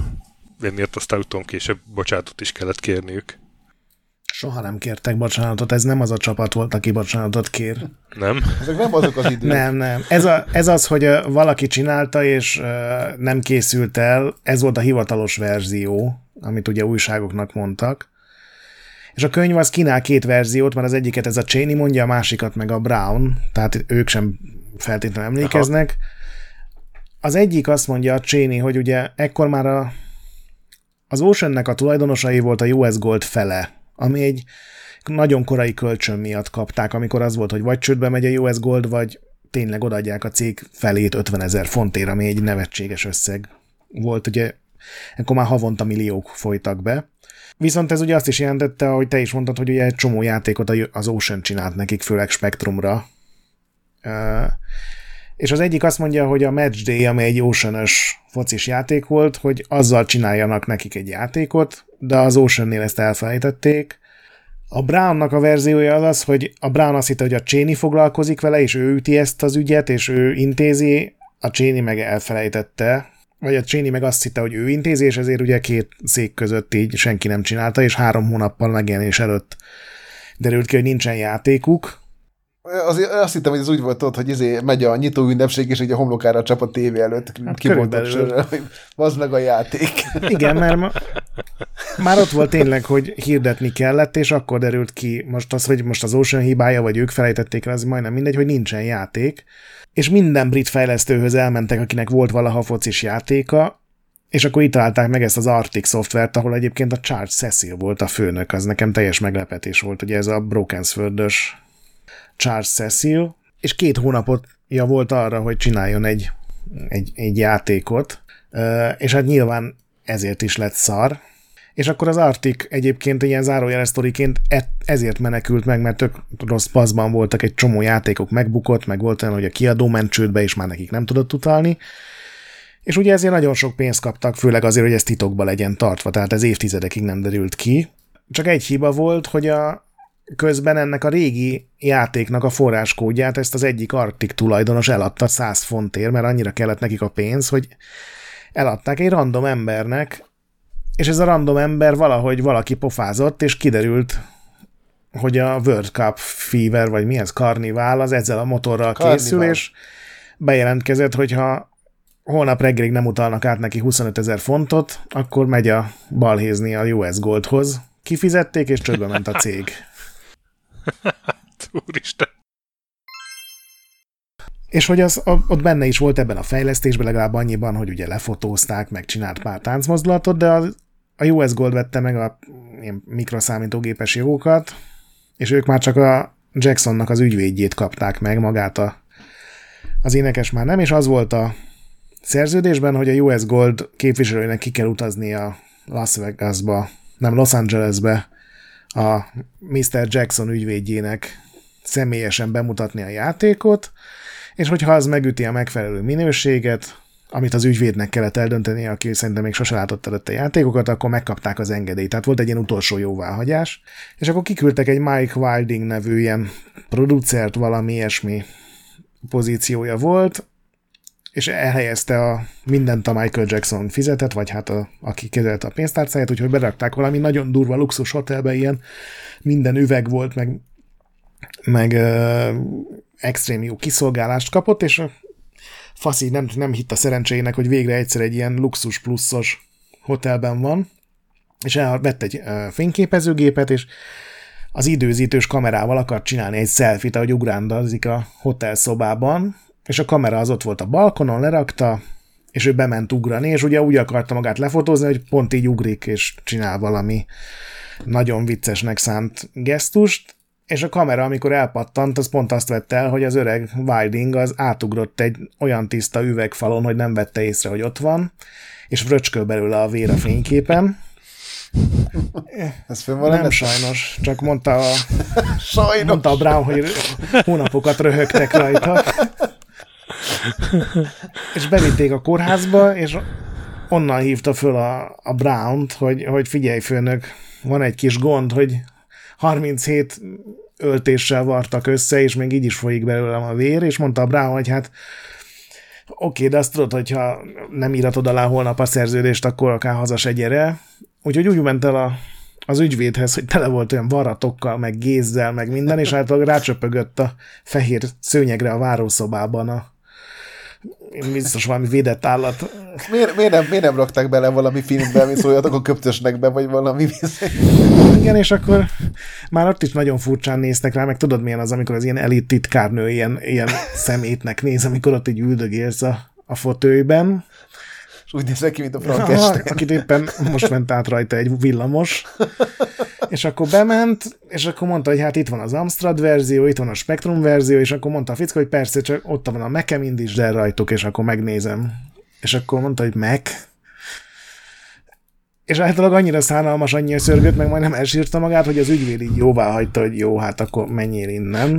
miért aztán utóbb később bocsánatot is kellett kérniük. Soha nem kértek bocsánatot, ez nem az a csapat volt, aki bocsánatot kér. Nem? Ezek nem azok az idők. Nem, nem. Ez, a, ez az, hogy valaki csinálta, és nem készült el, ez volt a hivatalos verzió, amit ugye újságoknak mondtak. És a könyv az kínál két verziót, mert az egyiket ez a Cheney mondja, a másikat meg a Brown, tehát ők sem feltétlenül emlékeznek. Aha. Az egyik azt mondja a Cheney, hogy ugye ekkor már a, az Oceannek a tulajdonosai volt a U S Gold fele, ami egy nagyon korai kölcsön miatt kapták, amikor az volt, hogy vagy csődbe megy a U S Gold, vagy tényleg odaadják a cég felét ötvenezer fontért, ami egy nevetséges összeg volt. Ugye ekkor már havonta milliók folytak be. Viszont ez ugye azt is jelentette, ahogy te is mondtad, hogy ugye egy csomó játékot az Ocean csinált nekik, főleg Spectrumra. És az egyik azt mondja, hogy a Match Day, ami egy Ocean-ös focis játék volt, hogy azzal csináljanak nekik egy játékot, de az Ocean-nél ezt elfelejtették. A Brownnak a verziója az az, hogy a Brown azt hitte, hogy a Cheney foglalkozik vele, és ő üti ezt az ügyet, és ő intézi, a Cheney meg elfelejtette, vagy a Cheney meg azt hitte, hogy ő intézi, és ezért ugye két szék között így senki nem csinálta, és három hónappal megjelenés előtt derült ki, hogy nincsen játékuk. Azért azt hittem, hogy ez úgy volt ott, hogy izé megy a nyitó ünnepség, és egy a homlokára csap a tévé előtt hát kibontott sörrel, hogy az meg a játék. Igen, mert ma, már ott volt tényleg, hogy hirdetni kellett, és akkor derült ki most az, hogy most az Ocean hibája, vagy ők felejtették rá, az majdnem mindegy, hogy nincsen játék. És minden brit fejlesztőhöz elmentek, akinek volt valaha focis játéka, és akkor itt találták meg ezt az Arctic szoftvert, ahol egyébként a Charles Cecil volt a főnök, az nekem teljes meglepetés volt, ugye ez a Brokensford-ös Charles Cecil, és két hónapotja volt arra, hogy csináljon egy, egy, egy játékot, és hát nyilván ezért is lett szar. És akkor az Arctic egyébként ilyen zárójeles sztoriként ezért menekült meg, mert tök rossz paszban voltak, egy csomó játékok megbukott, meg volt olyan, hogy a kiadó ment csődbe, és már nekik nem tudott utalni. És ugye ezért nagyon sok pénzt kaptak, főleg azért, hogy ez titokba legyen tartva, tehát ez évtizedekig nem derült ki. Csak egy hiba volt, hogy a közben ennek a régi játéknak a forráskódját ezt az egyik Arctic tulajdonos eladta száz fontért, mert annyira kellett nekik a pénz, hogy eladták egy random embernek, és ez a random ember valahogy valaki pofázott, és kiderült hogy a World Cup Fever, vagy mi ez, Carnival, az ezzel a motorral Carnival. készül, és bejelentkezett, hogyha holnap reggelig nem utalnak át neki huszonötezer fontot, akkor megy a balhézni a U S Goldhoz. Kifizették, és csődbe ment a cég. Úristen. És hogy az, ott benne is volt ebben a fejlesztésben, legalább annyiban, hogy ugye lefotózták, meg csinált pár táncmozdulatot, de az, a U S Gold vette meg a ilyen mikroszámítógépes jogokat, és ők már csak a Jacksonnak az ügyvédjét kapták meg, magát a, az énekes már nem, és az volt a szerződésben, hogy a U S Gold képviselőinek ki kell utazni a Las Vegasba, nem Los Angelesbe a miszter Jackson ügyvédjének személyesen bemutatni a játékot, és hogyha az megüti a megfelelő minőséget, amit az ügyvédnek kellett eldönteni, aki szerintem még sose látott előtte játékokat, akkor megkapták az engedélyt. Tehát volt egy ilyen utolsó jóváhagyás, és akkor kiküldtek egy Mike Wilding nevű ilyen producert, valami ilyesmi pozíciója volt, és elhelyezte a mindent a Michael Jackson fizetett, vagy hát a, aki kezelte a pénztárcáját, úgyhogy berakták valami nagyon durva luxus hotelbe, ilyen minden üveg volt, meg, meg ö, extrém jó kiszolgálást kapott, és a faszi nem, nem hitt a szerencséjének, hogy végre egyszer egy ilyen luxus pluszos hotelben van, és elvett egy ö, fényképezőgépet, és az időzítős kamerával akart csinálni egy selfie-t, ahogy ugrándozik a hotelszobában, és a kamera az ott volt a balkonon, lerakta, és ő bement ugrani, és ugye úgy akarta magát lefotózni, hogy pont így ugrik, és csinál valami nagyon viccesnek szánt gesztust, és a kamera, amikor elpattant, az pont azt vette el, hogy az öreg Wilding az átugrott egy olyan tiszta üvegfalon, hogy nem vette észre, hogy ott van, és fröcsköl belőle a vér a fényképen. Ez fönn van nem ennek? sajnos, csak mondta a, sajnos. mondta a Brown, hogy hónapokat röhögtek rajta. És bevitték a kórházba, és onnan hívta föl a, a Brown-t, hogy, hogy figyelj főnök, van egy kis gond, hogy harminchét öltéssel vartak össze, és még így is folyik belőlem a vér, és mondta a Brown, hogy hát oké, de azt tudod, hogyha nem íratod alá holnap a szerződést, akkor akár haza se gyere. Úgyhogy úgy ment el a, az ügyvédhez, hogy tele volt olyan varatokkal, meg gézzel, meg minden, és általában rácsöpögött a fehér szőnyegre a várószobában a biztos valami védett állat. Miért, miért, nem, miért nem rakták bele valami filmbe, ami szóljatok a köptösnek be, vagy valami? Igen, és akkor már ott is nagyon furcsán néztek rá, meg tudod milyen az, amikor az ilyen elit titkárnő ilyen, ilyen szemétnek néz, amikor ott így üldögélsz a, a fotőjben. És úgy nézek ki, mint a Frankenstein. Akit éppen most ment át rajta egy villamos. És akkor bement, és akkor mondta, hogy hát itt van az Amstrad verzió, itt van a Spectrum verzió, és akkor mondta a fickó, hogy persze, csak ott van a Mac-em is, de rajtuk, és akkor megnézem. És akkor mondta, hogy Mac. És általában annyira szánalmas, annyira szörgött, meg majdnem elsírta magát, hogy az ügyvéd így jóvá hagyta, hogy jó, hát akkor menjél innen.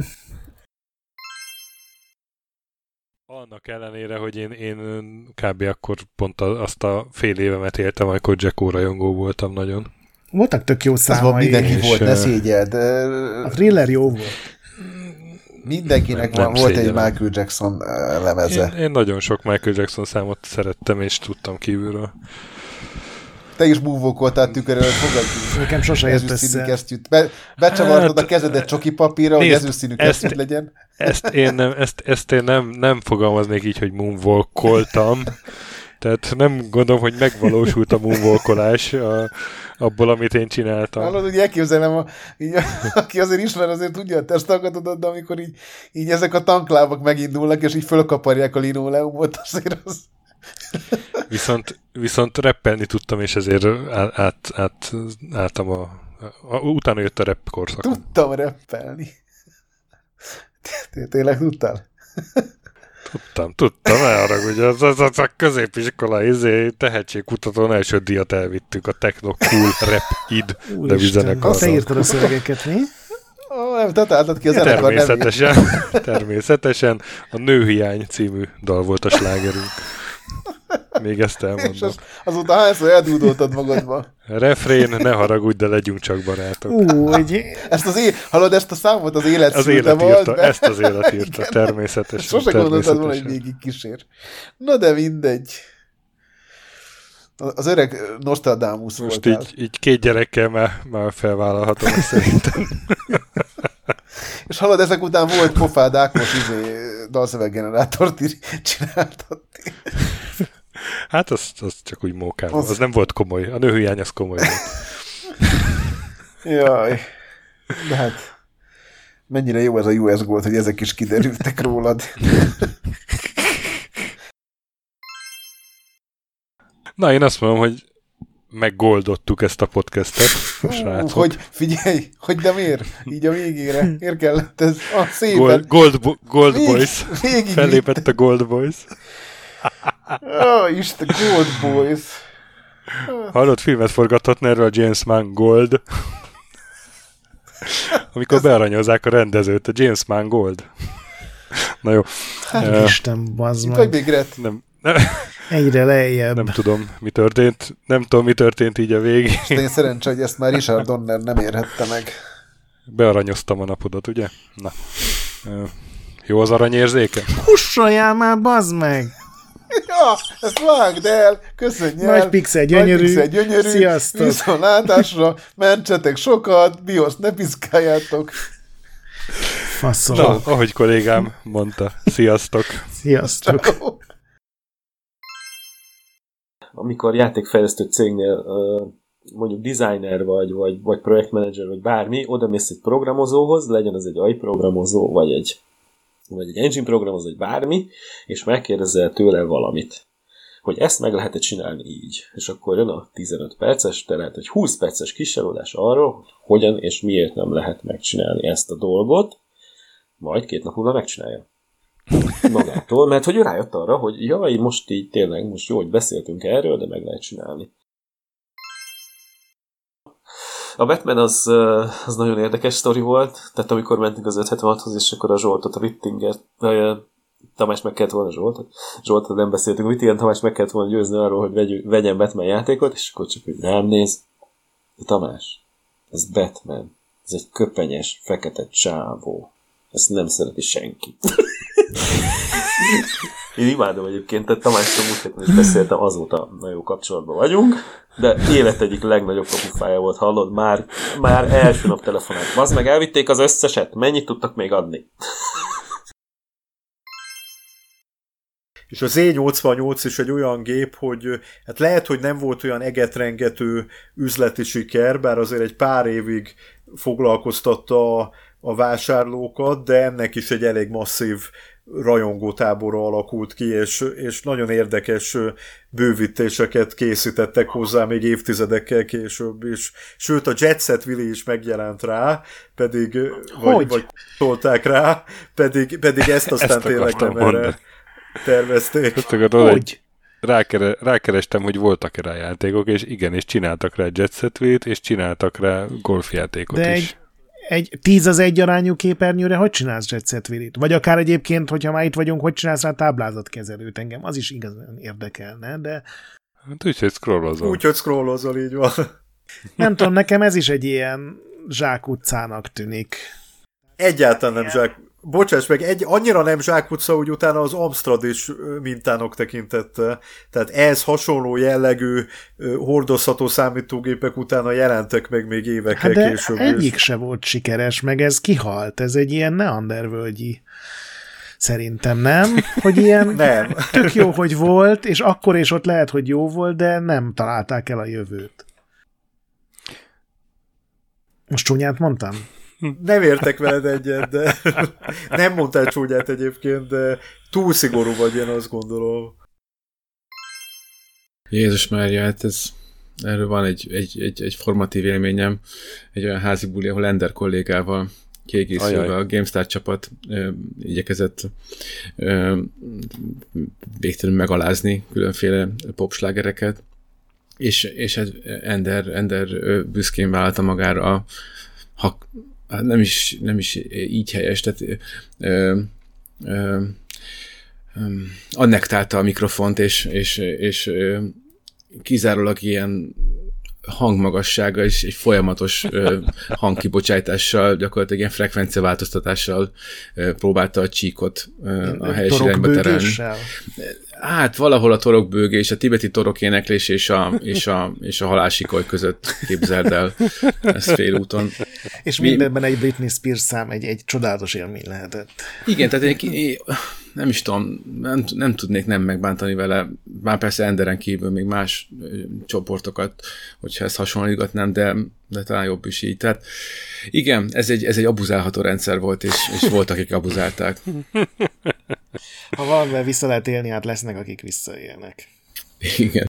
Annak ellenére, hogy én, én kb. Akkor pont azt a fél évemet éltem, amikor Jacko rajongó voltam nagyon. Voltak tök jó számai. Mindenki volt, ne szégyeld. A thriller jó volt. Mindenkinek nem, van, nem volt szégyelem. Egy Michael Jackson lemeze. Én, én nagyon sok Michael Jackson számot szerettem, és tudtam kívülről. Te is búvókoltál tükör előtt, fogadjuk. Nekem sose jött össze. Be, becsavartad hát, a kezedet csoki papírra, hogy ezüstszínű kesztyűt legyen. Ezt én, nem, ezt, ezt én nem, nem fogalmaznék így, hogy moonwalkoltam. Tehát nem gondolom, hogy megvalósult a moonwalkolás a, abból, amit én csináltam. Hallod, hogy elképzelem, a, így, aki azért ismer, azért tudja a testalkatodat, de amikor így, így ezek a tanklábak megindulnak, és így fölkaparják a linoleumot, azért az... Viszont, viszont rappelni tudtam, és ezért át, át, át, álltam a, a... Utána jött a rap korszak. Tudtam rappelni. Tényleg tudtál? Tudtam, tudtam, elharagudj, az, az, az a középiskola izé, tehetségkutatón első díjat elvittük, a Techno Cool Rap Id nevű zenekarral. Te írtad a szövegeket, mi? Ó, nem, te találtad ki a zenekar nevét. Természetesen, természetesen a Nőhiány című dal volt a slágerünk. Még ezt elmondom. És az, azóta hányszor eldúdoltad magadba? Refrén, ne haragudj, de legyünk csak barátok. Úgy. Ezt az é... Hallod, ezt a számot az élet az szülte élet volt. Írta, be? Ezt az élet írta, igen, természetesen. Sose gondoltad volna, hogy végig kísér. Na de mindegy. Az öreg Nostradamus most voltál. így, így két gyerekkel már, már felvállalhatom szerintem. És hallod, ezek után volt pofád Ákos izé, dalszöveggenerátort csináltatni. Hát az, az csak úgy mókál. Az... az nem volt komoly. A nőhiány az komoly volt. Jaj. De hát mennyire jó ez a U S Gold, hogy ezek is kiderültek rólad. Na, én azt mondom, hogy meggoldottuk ezt a podcastet. Uh, hogy figyelj, hogy de miért? Így a végére. Miért kellett ez a szépen? Gold, gold, bo- gold Vég, Boys. Végig fellépett a Gold Boys. Ó, oh, Isten, Gold Boys. Hallott, filmet forgatott erről a James Mann Gold. Amikor bearanyozzák a rendezőt, a James Mann Gold. Na jó. Hát uh, Isten, bazd meg. Vagy még Gret. Nem, nem. Egyre lejjebb. Nem tudom, mi történt. Nem tudom, mi történt így a végén. Én szerencsé, hogy ezt már Richard Donner nem érhette meg. Bearanyoztam a napodat, ugye? Na. Uh, jó az aranyérzéke? Hussoljál már, bazd meg! Ja, ezt vágd el, köszönj el. Nagy pixel gyönyörű. Nagy pixel gyönyörű. Sziasztok. Viszontlátásra, mentsetek sokat, bioszt ne piszkáljátok. Faszom. Na, ahogy kollégám mondta. Sziasztok. Sziasztok. Amikor játékfejlesztő cégnél mondjuk designer vagy, vagy, vagy projektmenedzser, vagy bármi, oda mész egy programozóhoz, legyen az egy á i programozó, vagy egy, vagy egy engine programozó, vagy bármi, és megkérdezel tőle valamit, hogy ezt meg lehet csinálni így. És akkor jön a tizenöt perces, de lehet egy húsz perces kiselődés arról, hogy hogyan és miért nem lehet megcsinálni ezt a dolgot, majd két nap múlva megcsinálja. Magától, mert hogy ő rájött arra, hogy jaj, most így tényleg, most jó, hogy beszéltünk erről, de meg lehet csinálni. A Batman az, az nagyon érdekes sztori volt, tehát amikor mentünk az ötszázhetvenhathoz, és akkor a Zsoltot, a Rittingert, Tamás meg kellett volna Zsoltot, Zsoltot nem beszéltünk, mit ilyen Tamás meg kellett volna győzni arról, hogy vegy, vegyen Batman játékot, és akkor csak úgy rám néz, de Tamás, ez Batman, ez egy köpenyes, fekete csávó. Ezt nem szereti senki. Én imádom egyébként, tehát Tamástól múlt héten is beszéltem, azóta nagyon jó kapcsolatban vagyunk, de élet egyik legnagyobb kapufája volt, hallod? Már, már első nap telefonált. Az meg elvitték az összeset, mennyit tudtak még adni? És az E nyolcvannyolc is egy olyan gép, hogy hát lehet, hogy nem volt olyan egetrengető üzleti siker, bár azért egy pár évig foglalkoztatta a, a vásárlókat, de ennek is egy elég masszív rajongótábora alakult ki, és, és nagyon érdekes bővítéseket készítettek hozzá még évtizedekkel később is. Sőt, a Jet Set Willy is megjelent rá, pedig vagy, vagy tolták rá, pedig, pedig ezt aztán ezt tényleg nem erre tervezték. Hogy? Rákere, rákerestem, hogy voltak-e rá játékok, és igen, és csináltak rá Jet Set Willyt, és csináltak rá golfjátékot de is. Egy... Egy tíz az egy arányú képernyőre hogy csinálsz Jet Set Willyt? Vagy akár egyébként, hogyha már itt vagyunk, hogy csinálsz rá táblázatkezelőt? Engem az is igazán érdekelne, de... Hát úgy, hogy scrollozol. Úgy, hogy scrollozol, így van. Nem tudom, nekem ez is egy ilyen zsákutcának tűnik. Egyáltalán nem zsák... Bocsáss meg, egy, annyira nem zsákutca, hogy utána az Amstrad is mintának tekintette. Tehát ez hasonló jellegű hordozható számítógépek utána jelentek meg még évekkel hát de később. egyik is. se volt sikeres, meg ez kihalt. Ez egy ilyen neandervölgyi szerintem, nem? Hogy ilyen nem. Tök jó, hogy volt, és akkor és ott lehet, hogy jó volt, de nem találták el a jövőt. Most csúnyát mondtam? Nem értek veled egyet, de nem mondtál csúnyát egyébként, de túl szigorú vagy, én azt gondolom. Jézus Mária, hát ez, erről van egy, egy, egy, egy formatív élményem, egy olyan házi buli, ahol Ender kollégával kiegészülve a GameStar csapat ö, igyekezett ö, végtelenül megalázni különféle popslágereket, és, és Ender, Ender büszkén vállalta magára a ha, nem is, nem is így helyes, tehát ö, ö, ö, annektálta a mikrofont, és, és, és ö, kizárólag ilyen hangmagassága és egy folyamatos ö, hangkibocsátással, gyakorlatilag ilyen frekvenciaváltoztatással ö, próbálta a csíkot ö, a helyes irányba terelni. Hát valahol a torokbőgés, a tibeti torok éneklés és a, és a, és a halálsikoly között képzeld el ezt félúton. És mindenben egy Britney Spears szám egy, egy csodálatos élmény lehetett. Igen, tehát én, én, nem is tudom, nem, nem tudnék nem megbántani vele, már persze Enderen kívül még más csoportokat, hogyha ezt hasonlítgatnám, de, de talán jobb is így. Tehát igen, ez egy, ez egy abuzálható rendszer volt, és, és volt, akik abuzálták. Ha valamivel vissza lehet élni, hát lesznek, akik visszaélnek. Igen.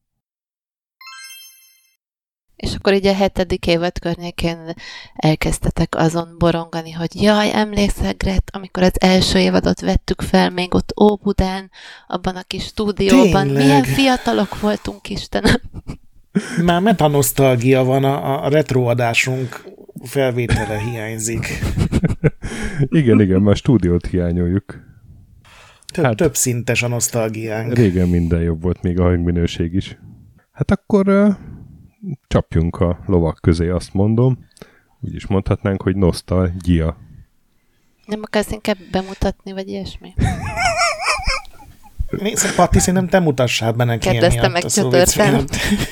És akkor így a hetedik évad környékén elkezdtetek azon borongani, hogy jaj, emlékszel, Gret, amikor az első évadot vettük fel, még ott Óbudán, abban a kis stúdióban. Tényleg? Milyen fiatalok voltunk, Istenem! Már metanosztalgia van, a, a retroadásunk felvétele hiányzik. Igen, igen, már stúdiót hiányoljuk. Több, hát, több szintes a nosztalgiánk. Régen minden jobb volt, még a hangminőség is. Hát akkor uh, csapjunk a lovak közé, azt mondom. Úgy is mondhatnánk, hogy nosztalgia. Nem akarsz inkább bemutatni, vagy ilyesmi? Nézd, Patti, szerintem te mutassál be neki. Kedveztem meg csötörtem.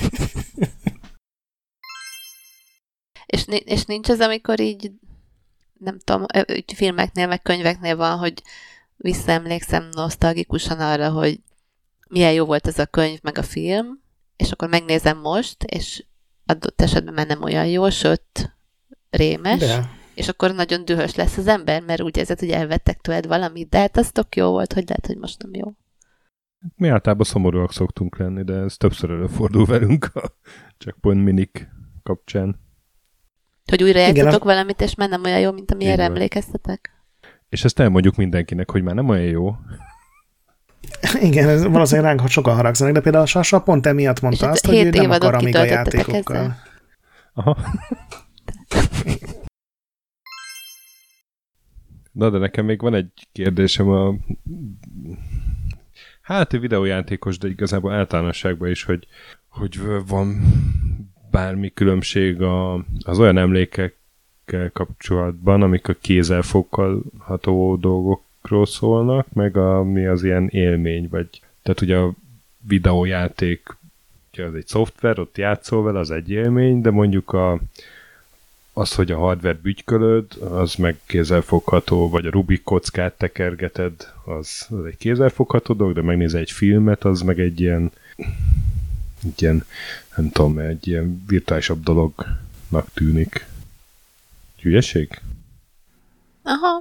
és, és nincs az, amikor így, nem tudom, filmeknél, meg könyveknél van, hogy visszaemlékszem nosztalgikusan arra, hogy milyen jó volt ez a könyv, meg a film, és akkor megnézem most, és adott esetben már nem olyan jó, sőt, rémes, de. És akkor nagyon dühös lesz az ember, mert úgy érzed, hogy elvettek tőled valamit, de hát az tök jó volt, hogy lehet, hogy most nem jó. Mi általában szomorúak szoktunk lenni, de ez többször előfordul velünk a Checkpoint Minik kapcsán. Hogy újra játszatok valamit, és már nem olyan jó, mint amilyen emlékeztetek? És ezt elmondjuk mindenkinek, hogy már nem olyan jó. Igen, ez valószínűleg ránk sokan haragszanak, de például a Sasa pont emiatt mondta azt, hogy ő nem akar Amiga játékokkal. Aha. Na, de nekem még van egy kérdésem a... Hát ő videójátékos, de igazából általánosságban is, hogy, hogy van bármi különbség a, az olyan emlékekkel kapcsolatban, amik a kézzel fogható dolgokról szólnak, meg ami az ilyen élmény, vagy tehát ugye a videójáték, ugye az egy szoftver, ott játszol vele, az egy élmény, de mondjuk a az, hogy a hardware bütykölöd, az meg kézzelfogható, vagy a Rubik kockát tekergeted, az, az egy kézzelfogható dolog, de megnézel egy filmet, az meg egy ilyen, egy ilyen, nem tudom, egy ilyen virtuálisabb dolognak tűnik. Hülyeség? Aha.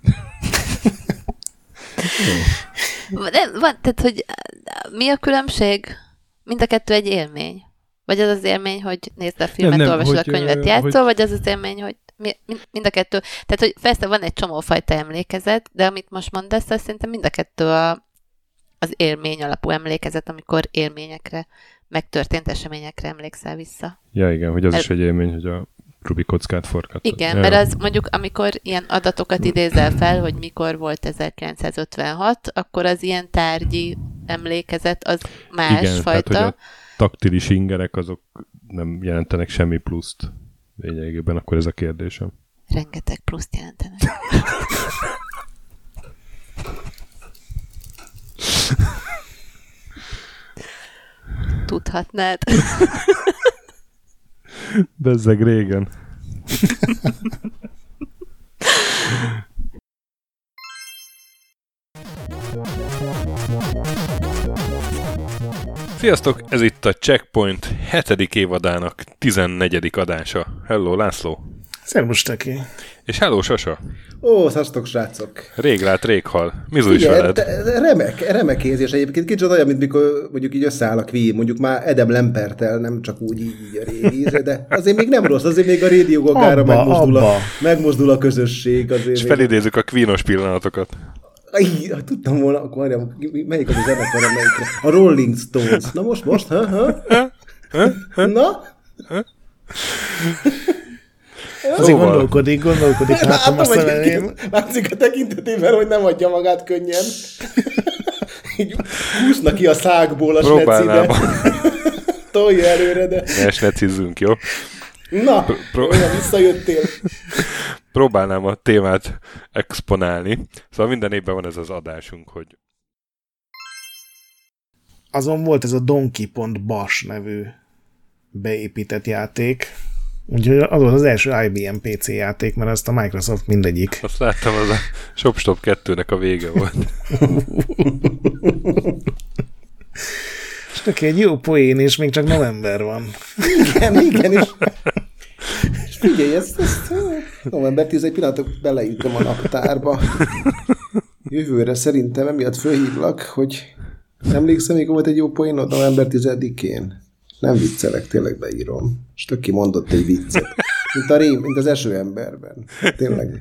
De, van, tehát, hogy mi a különbség? Mind a kettő egy élmény. Vagy az az élmény, hogy nézd a filmet, nem, nem, olvasod hogy, a könyvet, játszol, hogy... vagy az az élmény, hogy mi, mind a kettő. Tehát, hogy persze van egy csomófajta emlékezet, de amit most mondasz, az szerintem mind a kettő a, az élmény alapú emlékezet, amikor élményekre, megtörtént eseményekre emlékszel vissza. Ja, igen, hogy az El... is egy élmény, hogy a Rubik kockát forgatod. Igen, ja. mert az mondjuk, amikor ilyen adatokat idézel fel, hogy mikor volt ezerkilencszázötvenhat, akkor az ilyen tárgyi emlékezet, az másfajta. Igen, tehát, taktilis ingerek, azok nem jelentenek semmi pluszt. Lényegében akkor ez a kérdésem. Rengeteg pluszt jelentenek. Tudhatnád. Bezzeg régen. Sziasztok! Ez itt a Checkpoint hetedik évadának tizennegyedik adása. Hello, László! Szervusz, Teki! És hello, Sasa! Ó, szasztok, srácok! Rég lát, rég hal. Mizu is veled? Remek, remek érzés egyébként. Kicsit olyan, mint mikor mondjuk így összeáll a Queen, mondjuk már Adam Lamperttel, nem csak úgy így, így a régi íze, de azért még nem rossz, azért még a Radio Gagára megmozdul, a, megmozdul a közösség. Azért és felidézzük a Queen-os pillanatokat. Ay, tudtam volna, akkor várjam, melyik az a zenekar, melyikre? A Rolling Stones. Na most, most, ha? ha? Na? Azért gondolkodik, gondolkodik. Látom, hogy látszik a tekintetében, hogy nem adja magát könnyen. Így húzna ki a szákból a snecibe. Tolja előre, de... Ne snecizzünk, jó? Na, Pró- olyan visszajöttél. Próbálnám a témát exponálni. Szóval minden évben van ez az adásunk, hogy azon volt ez a Donkey Kong Bash nevű beépített játék, úgyhogy az volt az első I B M pé cé játék, mert ezt a Microsoft mindegyik. Azt láttam, az a ShopStop kettőnek a vége volt. És neki egy jó poén, és még csak november van. Igen, igen, és, és figyelj, ezt, ezt november tizedik pillanatok beleütöm a naptárba. Jövőre szerintem emiatt fölhívlak, hogy emlékszem, még volt egy jó poénod november tizedikén. Nem viccelek, tényleg beírom. És töki mondott egy viccet. Mint, a rém, mint az eső emberben. Tényleg.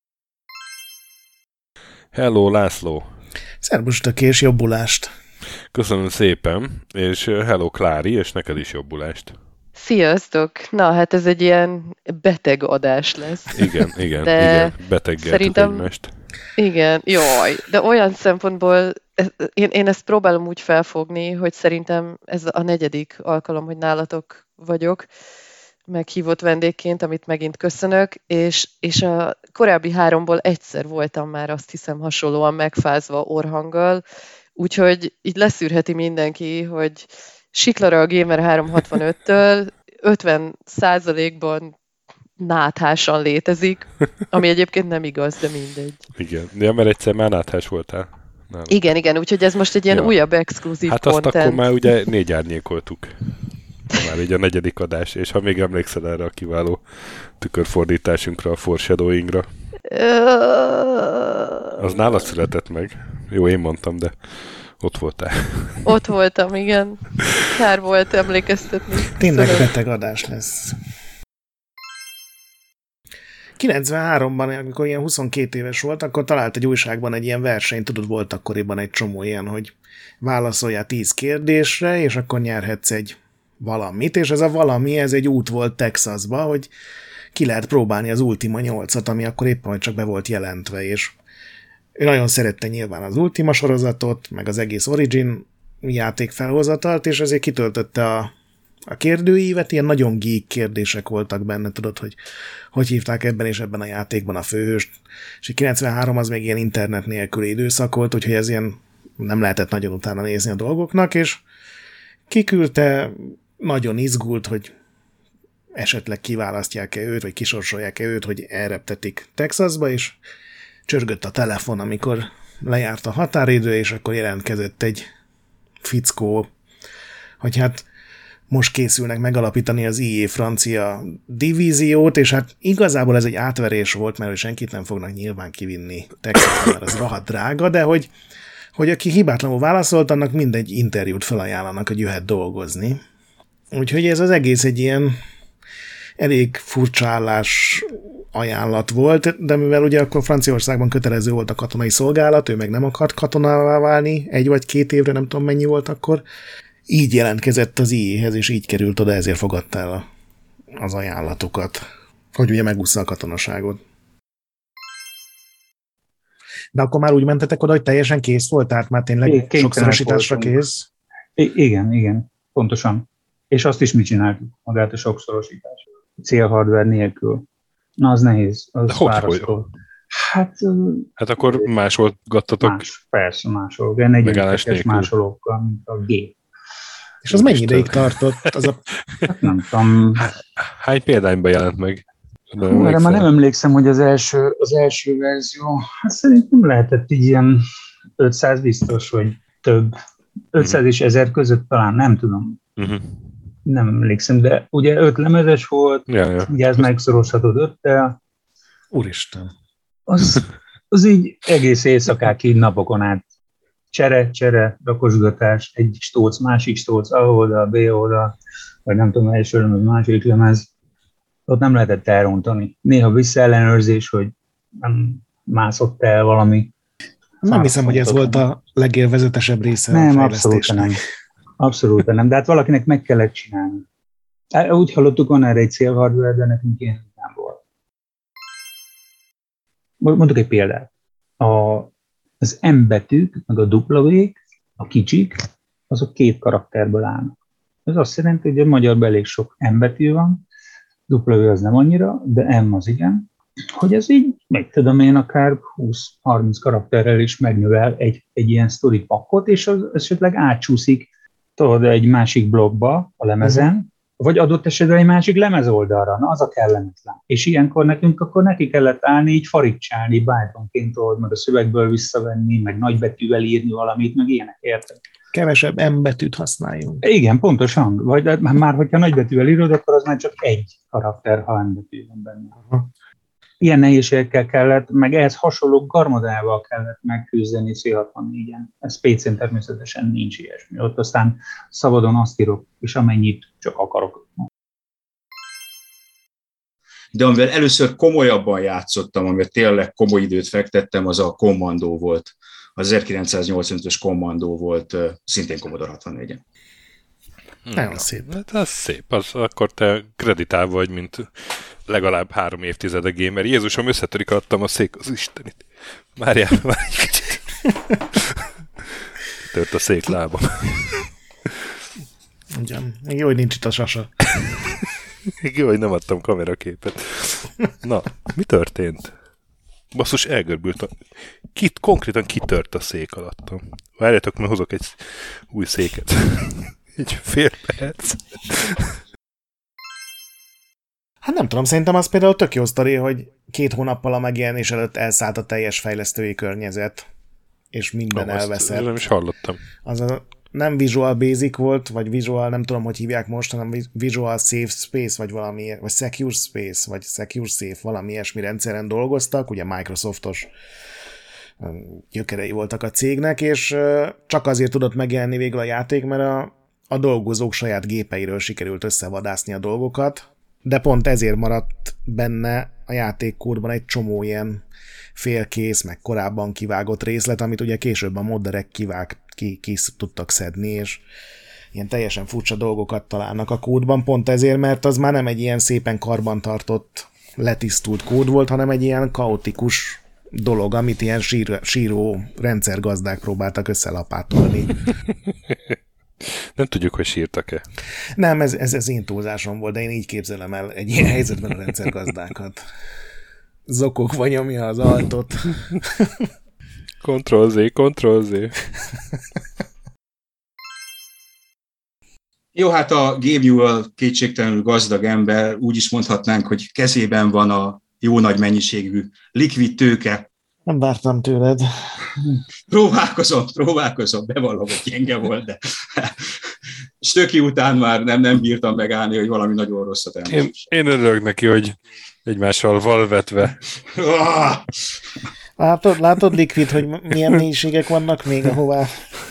Hello, László. Szerbus töki, és jobbulást. Köszönöm szépen, és hello, Klári, és neked is jobbulást. Sziasztok! Na, hát ez egy ilyen beteg adás lesz. Igen, igen, de igen. Beteggeltük szerintem... egymást. Igen, jaj, de olyan szempontból én, én ezt próbálom úgy felfogni, hogy szerintem ez a negyedik alkalom, hogy nálatok vagyok, meghívott vendégként, amit megint köszönök, és, és a korábbi háromból egyszer voltam már, azt hiszem, hasonlóan megfázva orhanggal, úgyhogy így leszűrheti mindenki, hogy Siklara a Gamer háromszázhatvanöttől ötven százalékban náthásan létezik, ami egyébként nem igaz, de mindegy. Igen, ja, mert egyszer már náthás voltál. Nem. Igen, igen, úgyhogy ez most egy ilyen ja. újabb exkluzív hát content. Hát azt akkor már ugye négy árnyékoltuk. Már így a negyedik adás, és ha még emlékszel erre a kiváló tükörfordításunkra, a foreshadowingra. Az nálad született meg. Jó, én mondtam, de ott voltál. Ott voltam, igen. Kár volt emlékeztetni. Tényleg beteg adás lesz. kilencvenháromban, amikor ilyen huszonkét éves volt, akkor talált egy újságban egy ilyen versenyt, tudod, volt akkoriban egy csomó ilyen, hogy válaszoljál tíz kérdésre, és akkor nyerhetsz egy valamit, és ez a valami, ez egy út volt Texasba, hogy ki lehet próbálni az Ultima nyolcat, ami akkor éppen hogy csak be volt jelentve, és ő nagyon szerette nyilván az Ultima sorozatot, meg az egész Origin játék felhozatalt, és ezért kitöltötte a A kérdőívet, ilyen nagyon geek kérdések voltak benne, tudod, hogy hogy hívták ebben és ebben a játékban a főhőst, és kilencvenhárom az még ilyen internet nélküli időszak volt, úgyhogy ez ilyen nem lehetett nagyon utána nézni a dolgoknak, és kiküldte, nagyon izgult, hogy esetleg kiválasztják-e őt, vagy kisorsolják-e őt, hogy elreptetik Texasba, és csörgött a telefon, amikor lejárt a határidő, és akkor jelentkezett egy fickó, hogy hát most készülnek megalapítani az í á francia divíziót, és hát igazából ez egy átverés volt, mert senkit nem fognak nyilván kivinni Texasba, mert az rohadt drága, de hogy, hogy aki hibátlanul válaszolt, annak mindegy interjút felajánlanak, hogy jöhet dolgozni. Úgyhogy ez az egész egy ilyen elég furcsa állás ajánlat volt, de mivel ugye akkor Franciaországban kötelező volt a katonai szolgálat, ő meg nem akart katonává válni, egy vagy két évre, nem tudom mennyi volt akkor, így jelentkezett az í á-hez, és így került oda, ezért fogadta el a, az ajánlatokat, hogy ugye megúszza a katonaságot. De akkor már úgy mentetek oda, hogy teljesen kész volt, tehát már tényleg sokszorosításra kész? I- igen, igen, pontosan. És azt is mi csináltuk, magát a sokszorosítást. Célhardware nélkül. Na, az nehéz, az fárasztó. Hát, hát akkor másolgattatok? Más, persze, másolok. negyvenes másolókkal, mint a gép. És az mennyi ideig tartott? Az a... Hát nem tudom. Hány példányban jelent meg? Hú, erre már nem emlékszem, hogy az első, az első verzió. Hát szerintem lehetett így ilyen ötszáz biztos, vagy több. ötszáz uh-huh. és ezer között talán, nem tudom. Uh-huh. Nem emlékszem, de ugye öt lemezes volt, ja, ja. Ugye ez megszorozhatod öttel. Úristen. Az, az így egész éjszakák így napokon át. Csere, csere, rakosgatás, egy stóc, másik stóc, A oldal, B oldal, vagy nem tudom, első lemez, másik lemez. Ott nem lehetett elrontani. Néha visszaellenőrzés, hogy nem mászott el valami. Nem hiszem, hogy ez volt a legélvezetesebb része nem, a abszolút nem. Abszolút nem, de hát valakinek meg kellett csinálni. Úgy hallottuk, van erre egy célhardware, de nekünk ilyen nem volt. Mondok egy példát. A, az M betűk, meg a W-k, a kicsik, azok két karakterből állnak. Ez azt jelenti, hogy a magyarban elég sok M betű van, W az nem annyira, de M az igen, hogy ez így, meg tudom én, akár húsz-harminc karakterrel is megnövel egy, egy ilyen sztori pakkot, és az esetleg átcsúszik tudod, egy másik blogba, a lemezen, uh-huh. vagy adott esetben egy másik lemezoldalra. Na, az a kellemetlen. És ilyenkor nekünk akkor neki kellett állni, így farigcsálni, bájtonként tudod, meg a szövegből visszavenni, meg nagybetűvel írni valamit, meg ilyenek, érted? Kevesebb M betűt használjunk. Igen, pontosan. Vagy már, hogyha nagybetűvel írod, akkor az már csak egy karakter, ha M betű van benne. Uh-huh. Ilyen nehézségekkel kellett, meg ehhez hasonló garmadával kellett megküzdeni cé hatvannégyen. Ez pé cén természetesen nincs ilyesmi. Ott aztán szabadon azt írok, és amennyit csak akarok. De amivel először komolyabban játszottam, amivel tényleg komoly időt fektettem, az a Commando volt. Az ezerkilencszáznyolcvanötös Commando volt, szintén Commodore hatvannégyen. Nagyon szép. Hát az szép. Az, akkor te kreditál vagy, mint legalább három évtizede gamer. Jézusom, összetörik adtam a szék az Istenit. Várjál, várj egy kicsit. Tört a szék lábam. Ugyan, még jó, hogy nincs itt a sasa. Jó, hogy nem adtam kameraképet. Na, mi történt? Basszus, elgörbült. A... Kit, konkrétan kitört a szék alattam. Várjátok, mert hozok egy új széket. Egy fél perc. Hát nem tudom, szerintem az például tök jó sztori, hogy két hónappal a megjelenés előtt elszállt a teljes fejlesztői környezet, és minden oh, elveszett. Nem is hallottam. Az a, nem Visual Basic volt, vagy Visual, nem tudom, hogy hívják most, hanem Visual Safe Space, vagy valami, vagy Secure Space, vagy Secure Safe, valami ilyesmi rendszeren dolgoztak, ugye Microsoftos gyökerei voltak a cégnek, és csak azért tudott megjelenni végül a játék, mert a, a dolgozók saját gépeiről sikerült összevadászni a dolgokat, de pont ezért maradt benne a játékkódban egy csomó ilyen félkész, meg korábban kivágott részlet, amit ugye később a modderek kivág, ki, ki tudtak szedni, és ilyen teljesen furcsa dolgokat találnak a kódban, pont ezért, mert az már nem egy ilyen szépen karbantartott, letisztult kód volt, hanem egy ilyen kaotikus dolog, amit ilyen sír, síró rendszergazdák próbáltak összelapátolni. Nem tudjuk, hogy sírtak-e. Nem, ez, ez, ez én túlzásom volt, de én így képzelem el egy ilyen helyzetben a rendszergazdákat. Zokogva nyomja az altot. Ctrl-Z, Ctrl-Z. Jó, hát a Gabe Newell kétségtelenül gazdag ember, úgy is mondhatnánk, hogy kezében van a jó nagy mennyiségű likvid tőke. Nem vártam tőled. Próbálkozom, próbálkozom, bevallom, hogy gyenge volt, de Stöki után már nem, nem bírtam megállni, hogy valami nagyon rosszat elmondom. Én, én örülök neki, hogy egymással valvetve. Látod, látod Liquid, hogy milyen mélységek vannak még, ahová...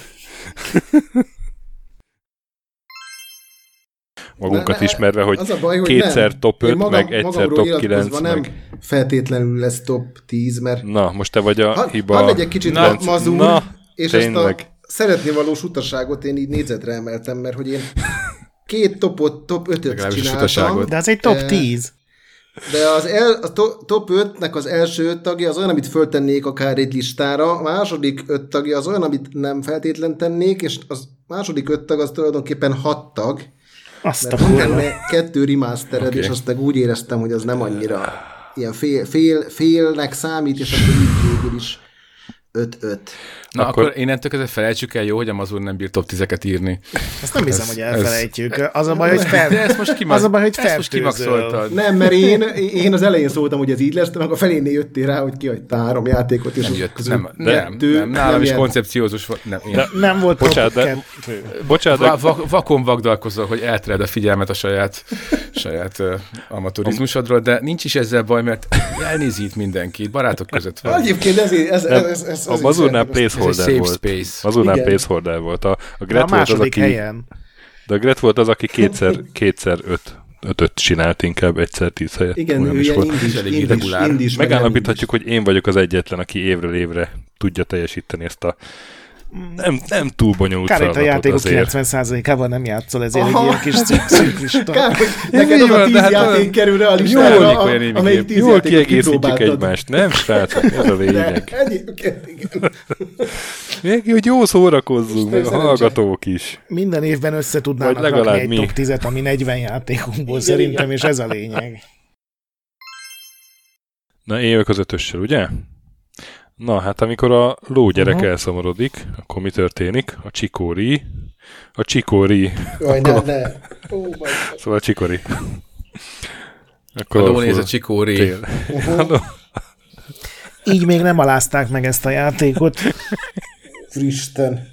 Magunkat ismerve, hogy, az a baj, hogy kétszer nem. top öt, magam, meg egyszer top kilenc. Nem meg... feltétlenül lesz top tíz, mert... Na, most te vagy a ha, hiba... Hadd legyek kicsit na, mazur, na, és tényleg. Ezt a szeretni valós utaságot én így négyzetre emeltem, mert hogy én két topot, top ötöt csináltam. De az egy top tíz. De az el, a to, top ötnek az első öt tagja az olyan, amit föltennék akár egy listára, a második öt tagja az olyan, amit nem feltétlen tennék, és az második öt tag az tulajdonképpen hat tag, azt mert benne kettő remastered, okay. És azt meg úgy éreztem, hogy az nem annyira ilyen fél, fél, félnek számít, és akkor így végül is öt-öt. Na akkor, akkor innentől kezdve felejtsük el, jó, hogy a Mazur nem bír top tízeket írni. Ezt nem hiszem, ez, hogy elfelejtjük. Ez... Az a baj, hogy fel... De ezt most kimag... az a baj, hogy ezt most kimaxoltad. Nem, mert én, én az elején szóltam, hogy ez így lesz, de meg a felénél jöttél rá, hogy kihagyta három játékot, és nem jött, közül nem, nem, nem, nálam nem is koncepciózus volt. Nem, de, nem volt bocsánat, de, bocsánat, va, va, vakon vagdalkozol, hogy eltered a figyelmet a saját, saját uh, amaturizmusodról, de nincs is ezzel baj, mert elnézít mindenki, barátok között van. Egyébként ez, ez, ez, ez, ez a Mazurnál placeholder volt. Mazurnál placeholder volt. A, a Gret volt az, aki... Helyen. De a Gret volt az, aki kétszer, kétszer öt, ötöt csinált, inkább egyszer tíz helyet. Igen, ő ilyen indis, indis, indis. Megállapíthatjuk, hogy én vagyok az egyetlen, aki évről évre tudja teljesíteni ezt a nem, nem túl bonyolult feladatot azért. Kár, a játékok kilencven százalékában nem játszol, ezért aha. Egy ilyen kis sziklista. Kár, hogy neked az a tíz hát játék kerül rá a listára, amelyik tíz jól kiegészítjük egymást, nem, srácok? Ez a lényeg. Még, hogy jó szórakozzunk, meg a hallgatók is. Minden évben össze tudnának rakni egy top tízet, ami negyven játékunkból szerintem, és ez a lényeg. Na, én jövök az ötössel, ugye? Na, hát amikor a lógyerek uh-huh. elszomorodik, akkor mi történik? A Csikóri A Chicory. Jaj, ne, ne. Oh, szóval a Chicory. Akkor néz a Chicory. Uh-huh. Így még nem alázták meg ezt a játékot. Fristen.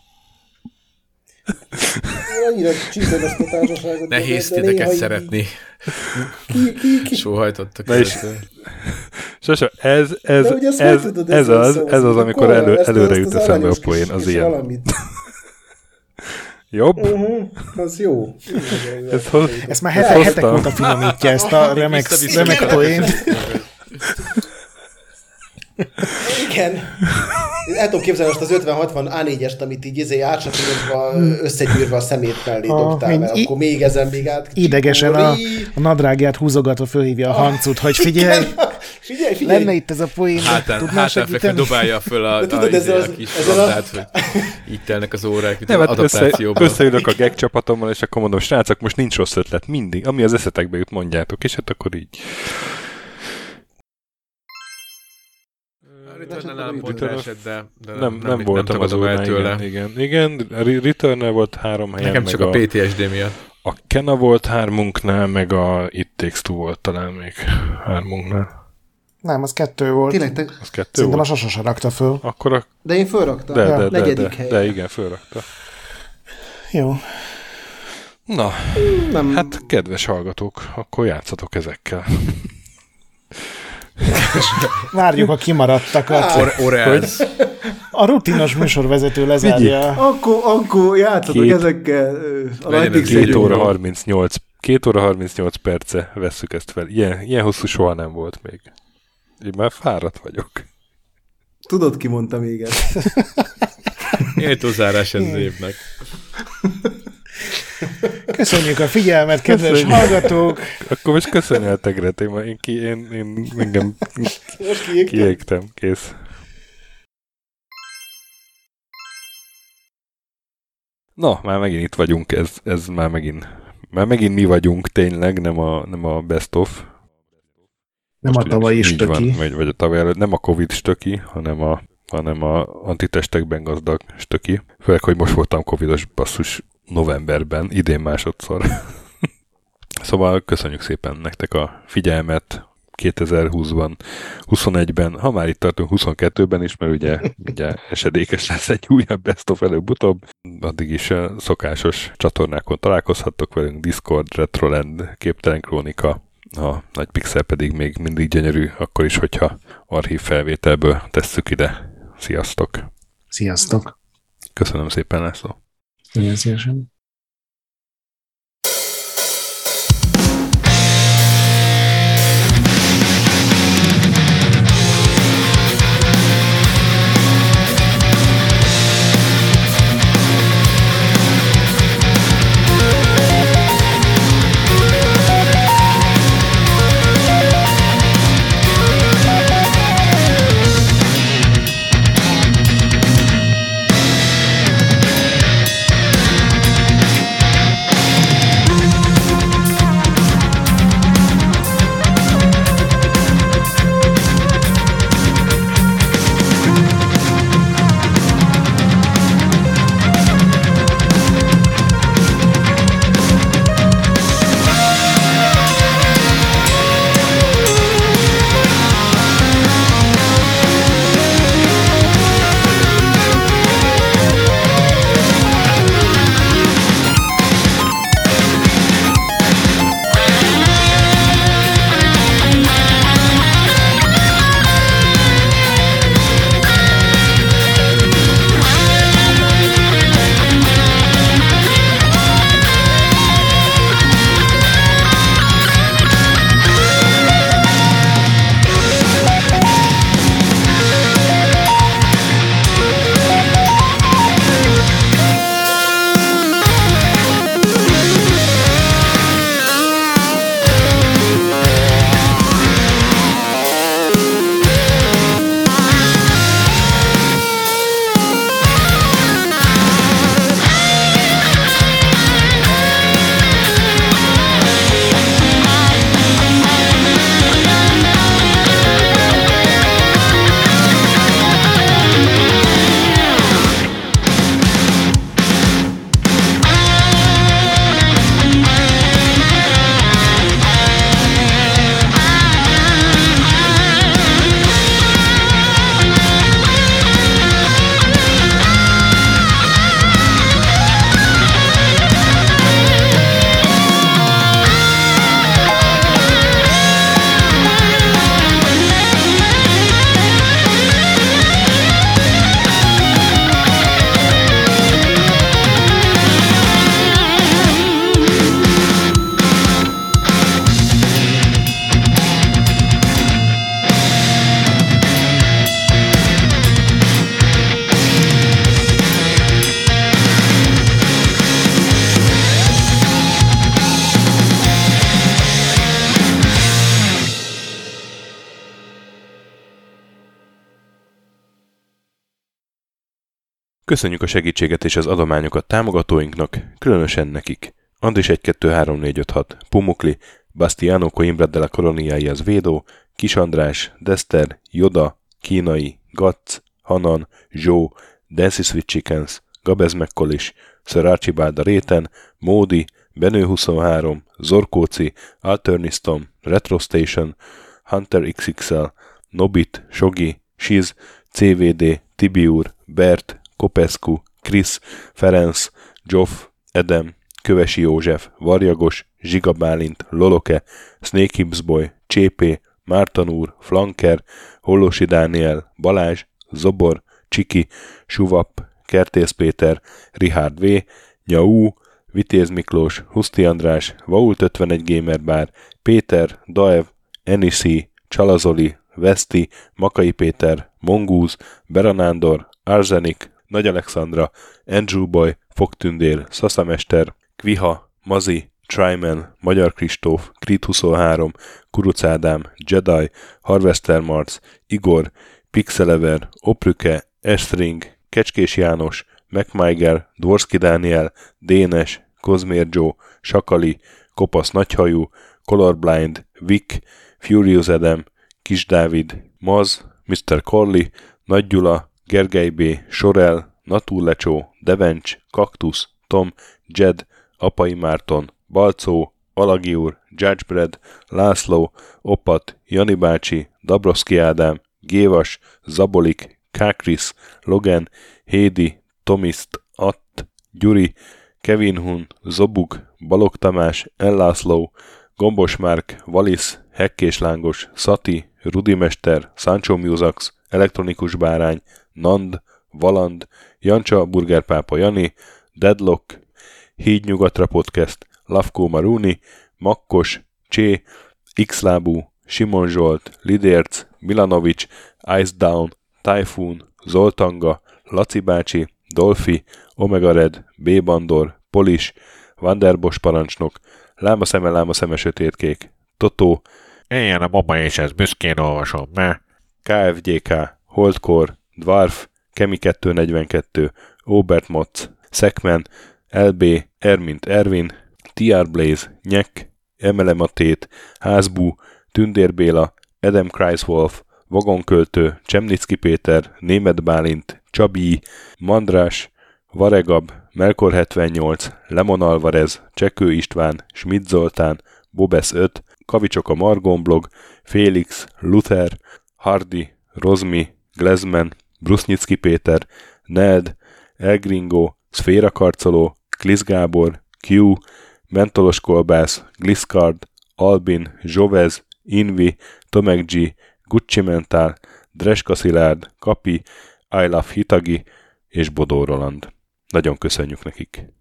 Annyira csípem ezt a társaságot. Nehéz titeket szeretni. Ki, ki, ki? Sóhajtottak. Sose, ez, ez, ez, ez, tudod, ez, az, ez az, amikor elő, előre jut eszembe a poén, az ilyen. Valamit. Jobb? Uh-huh, az jó. Ez hoz, ezt már hetek, hetek óta finomítja ezt a remek, remek poént. Igen. El tudom képzelni most az ötven-hatvan á négyest, amit így izé átsatírozva, összegyűrve a szemét mellé dobtál, mert akkor még ezen még át... Idegesen a, a nadrágját húzogatva fölhívja a Hancut, hogy figyelj, figyelj, figyelj. Lenne itt ez a poén, tudnál segíteni? Dobálja föl a, a, tudod, a, a, a kis labdát, hogy így telnek az órák, itt az adaptációban. Össze, összeülök a gag csapatommal, és akkor mondom, srácok, most nincs rossz ötlet, mindig, ami az eszetekbe jut, mondjátok, és hát akkor így. Returnal pont esett, de, de nem, nem, nem, nem voltam az el tőle. Igen, igen, igen. Returnal volt három helyen. Nekem csak a, a pé té es dé miatt. A Kena volt hármunknál, meg a It Takes Two volt talán még hármunknál. Nem, az kettő volt. Tényleg, te... Az kettő Szerintem volt. a Sasa se rakta föl. Akkor a... De én fölraktam. De, de, de, negyedik de, helyen. De igen, fölrakta. Jó. Na, nem. Hát kedves hallgatók, akkor játszatok ezekkel. Várjuk a kimaradtakat. Or- Orelsz. A rutinos műsorvezető lezárja. Akkor, akkor játszatok két, ezekkel. A két óra harmincnyolc Két óra harmincnyolc perce vesszük ezt fel. Ilyen, ilyen hosszú soha nem volt még. Én már fáradt vagyok. Tudod, ki mondta még ezt? Éltózárás ez évnek. Köszönjük a figyelmet, kedves Köszönjük. hallgatók! Akkor most köszönj el, Tegret, én, én, én, én engem kiégtem, kész. Na, már megint itt vagyunk, ez, ez már megint, már megint mi vagyunk tényleg, nem a, nem a best of. Nem most a tavalyi stöki. Van, vagy, vagy a tavaly előtt, nem a Covid stöki, hanem a, hanem a antitestekben gazdag stöki. Főleg, hogy most voltam covidos basszus novemberben, idén másodszor. Szóval köszönjük szépen nektek a figyelmet kétezer-húszban, huszonegyben, ha már itt tartunk huszonkettőben is, mert ugye, ugye esedékes lesz egy újabb best of előbb-utóbb. Addig is a szokásos csatornákon találkozhattok velünk, Discord, Retroland, Képtelen Krónika, a Nagy Pixel pedig még mindig gyönyörű, akkor is, hogyha archív felvételből tesszük ide. Sziasztok! Sziasztok! Köszönöm szépen, László! Nagyon szívesen! Köszönjük a segítséget és az adományokat támogatóinknak, különösen nekik. Andris egy kettő három négy öt hat, Pumukli, Bastiano Coimbra de la Coloniai az Védó, Kis András, Dester, Joda, Kínai, Gatz, Hanan, Zsó, Dancy Sweet Chickens, Gabez Mekkolis, Sir Archibald a Réten, Módi, Benő huszonhárom, Zorkóci, Alternistom, Retro Station, Hunter iksz iksz el, Nobit, Sogi, Siz, cé vé dé, Tibiur, Bert, Kopescu, Krisz, Ferenc, Zsoff, Edem, Kövesi József, Varjagos, Zsiga Bálint, Loloke, Snake Hips Boy, Csépé, Márton úr, Flanker, Hollosi Dániel, Balázs, Zobor, Csiki, Suvap, Kertész Péter, Richard V, Nyau, Vitéz Miklós, Huszti András, Vault ötvenegy Gamer Bar, Péter, Daev, Enisi, Csalazoli, Veszti, Makai Péter, Mongúz, Beranándor, Arzenik, Nagy Alexandra, Andrew Boy, Fogtündér, Szaszamester, Kviha, Mazi, Tryman, Magyar Kristóf, Krit huszonhárom, Kuruc Ádám, Jedi, Harvester Marc, Igor, Pixelever, Oprüke, Estring, Kecskés János, MacMiger, Dvorski Dániel, Dénes, Kozmér Joe, Sakali, Kopasz Nagyhajú, Colorblind, Vic, Furious Adam, Kis Dávid, Maz, miszter Corley, Nagy Gyula, Gergely B., Sorel, Naturlecsó, Devencs, Kaktusz, Tom, Jed, Apai Márton, Balcó, Alagi úr, Judgebred, László, Opat, Jani bácsi, Dabrowski Ádám, Gévas, Zabolik, Kákris, Logan, Hédi, Tomiszt, Att, Gyuri, Kevin Hun, Zobug, Balog Tamás, Ellászló, Gombos Márk, Valisz, Hekkés Lángos, Szati, Rudimester, Sancho Musax, Elektronikus Bárány, Nand, Valand, Jancsa, Burgerpápa Jani, Deadlock, Híd Nyugatra Podcast, Lavkó Maruni, Makkos, Csé, Xlábú, Simon Zsolt, Lidérc, Milanovic, Ice Down, Typhoon, Zoltanga, Laci bácsi, Dolfi, Omega Red, B. Bandor, Polis, Vanderbos parancsnok, Láma szeme, láma szeme sötétkék, Totó, Éljen a mama és ez büszkén olvasom, me. ká ef gé ká, Holdcore, Dwarf, Kemi kettőnegyvenkettő, Obert Motz, Szekmen, el bé, Ermint Ervin, té er Blaze, Nyek, Emelematét, Házbú, Tündér Béla, Adam Kreiswolf, Vagonköltő, Csemnicki Péter, Németh Bálint, Csabi, Mandrás, Varegab, Melkor hetvennyolc, Lemon Alvarez, Csekő István, Schmidt Zoltán, Bobesz öt, Kavicsok a Margon blog, Félix, Luther, Hardy, Rozmi, Glezman, Brusznyicki Péter, Ned, Elgringo, Szféra Karcoló, Klisz Gábor, Q, Mentolos Kolbász, Gliscard, Albin, Zsovez, Invi, Tomek G, Gucci Mentál, Dreska Szilárd, Kapi, I Love Hitagi és Bodó Roland. Nagyon köszönjük nekik!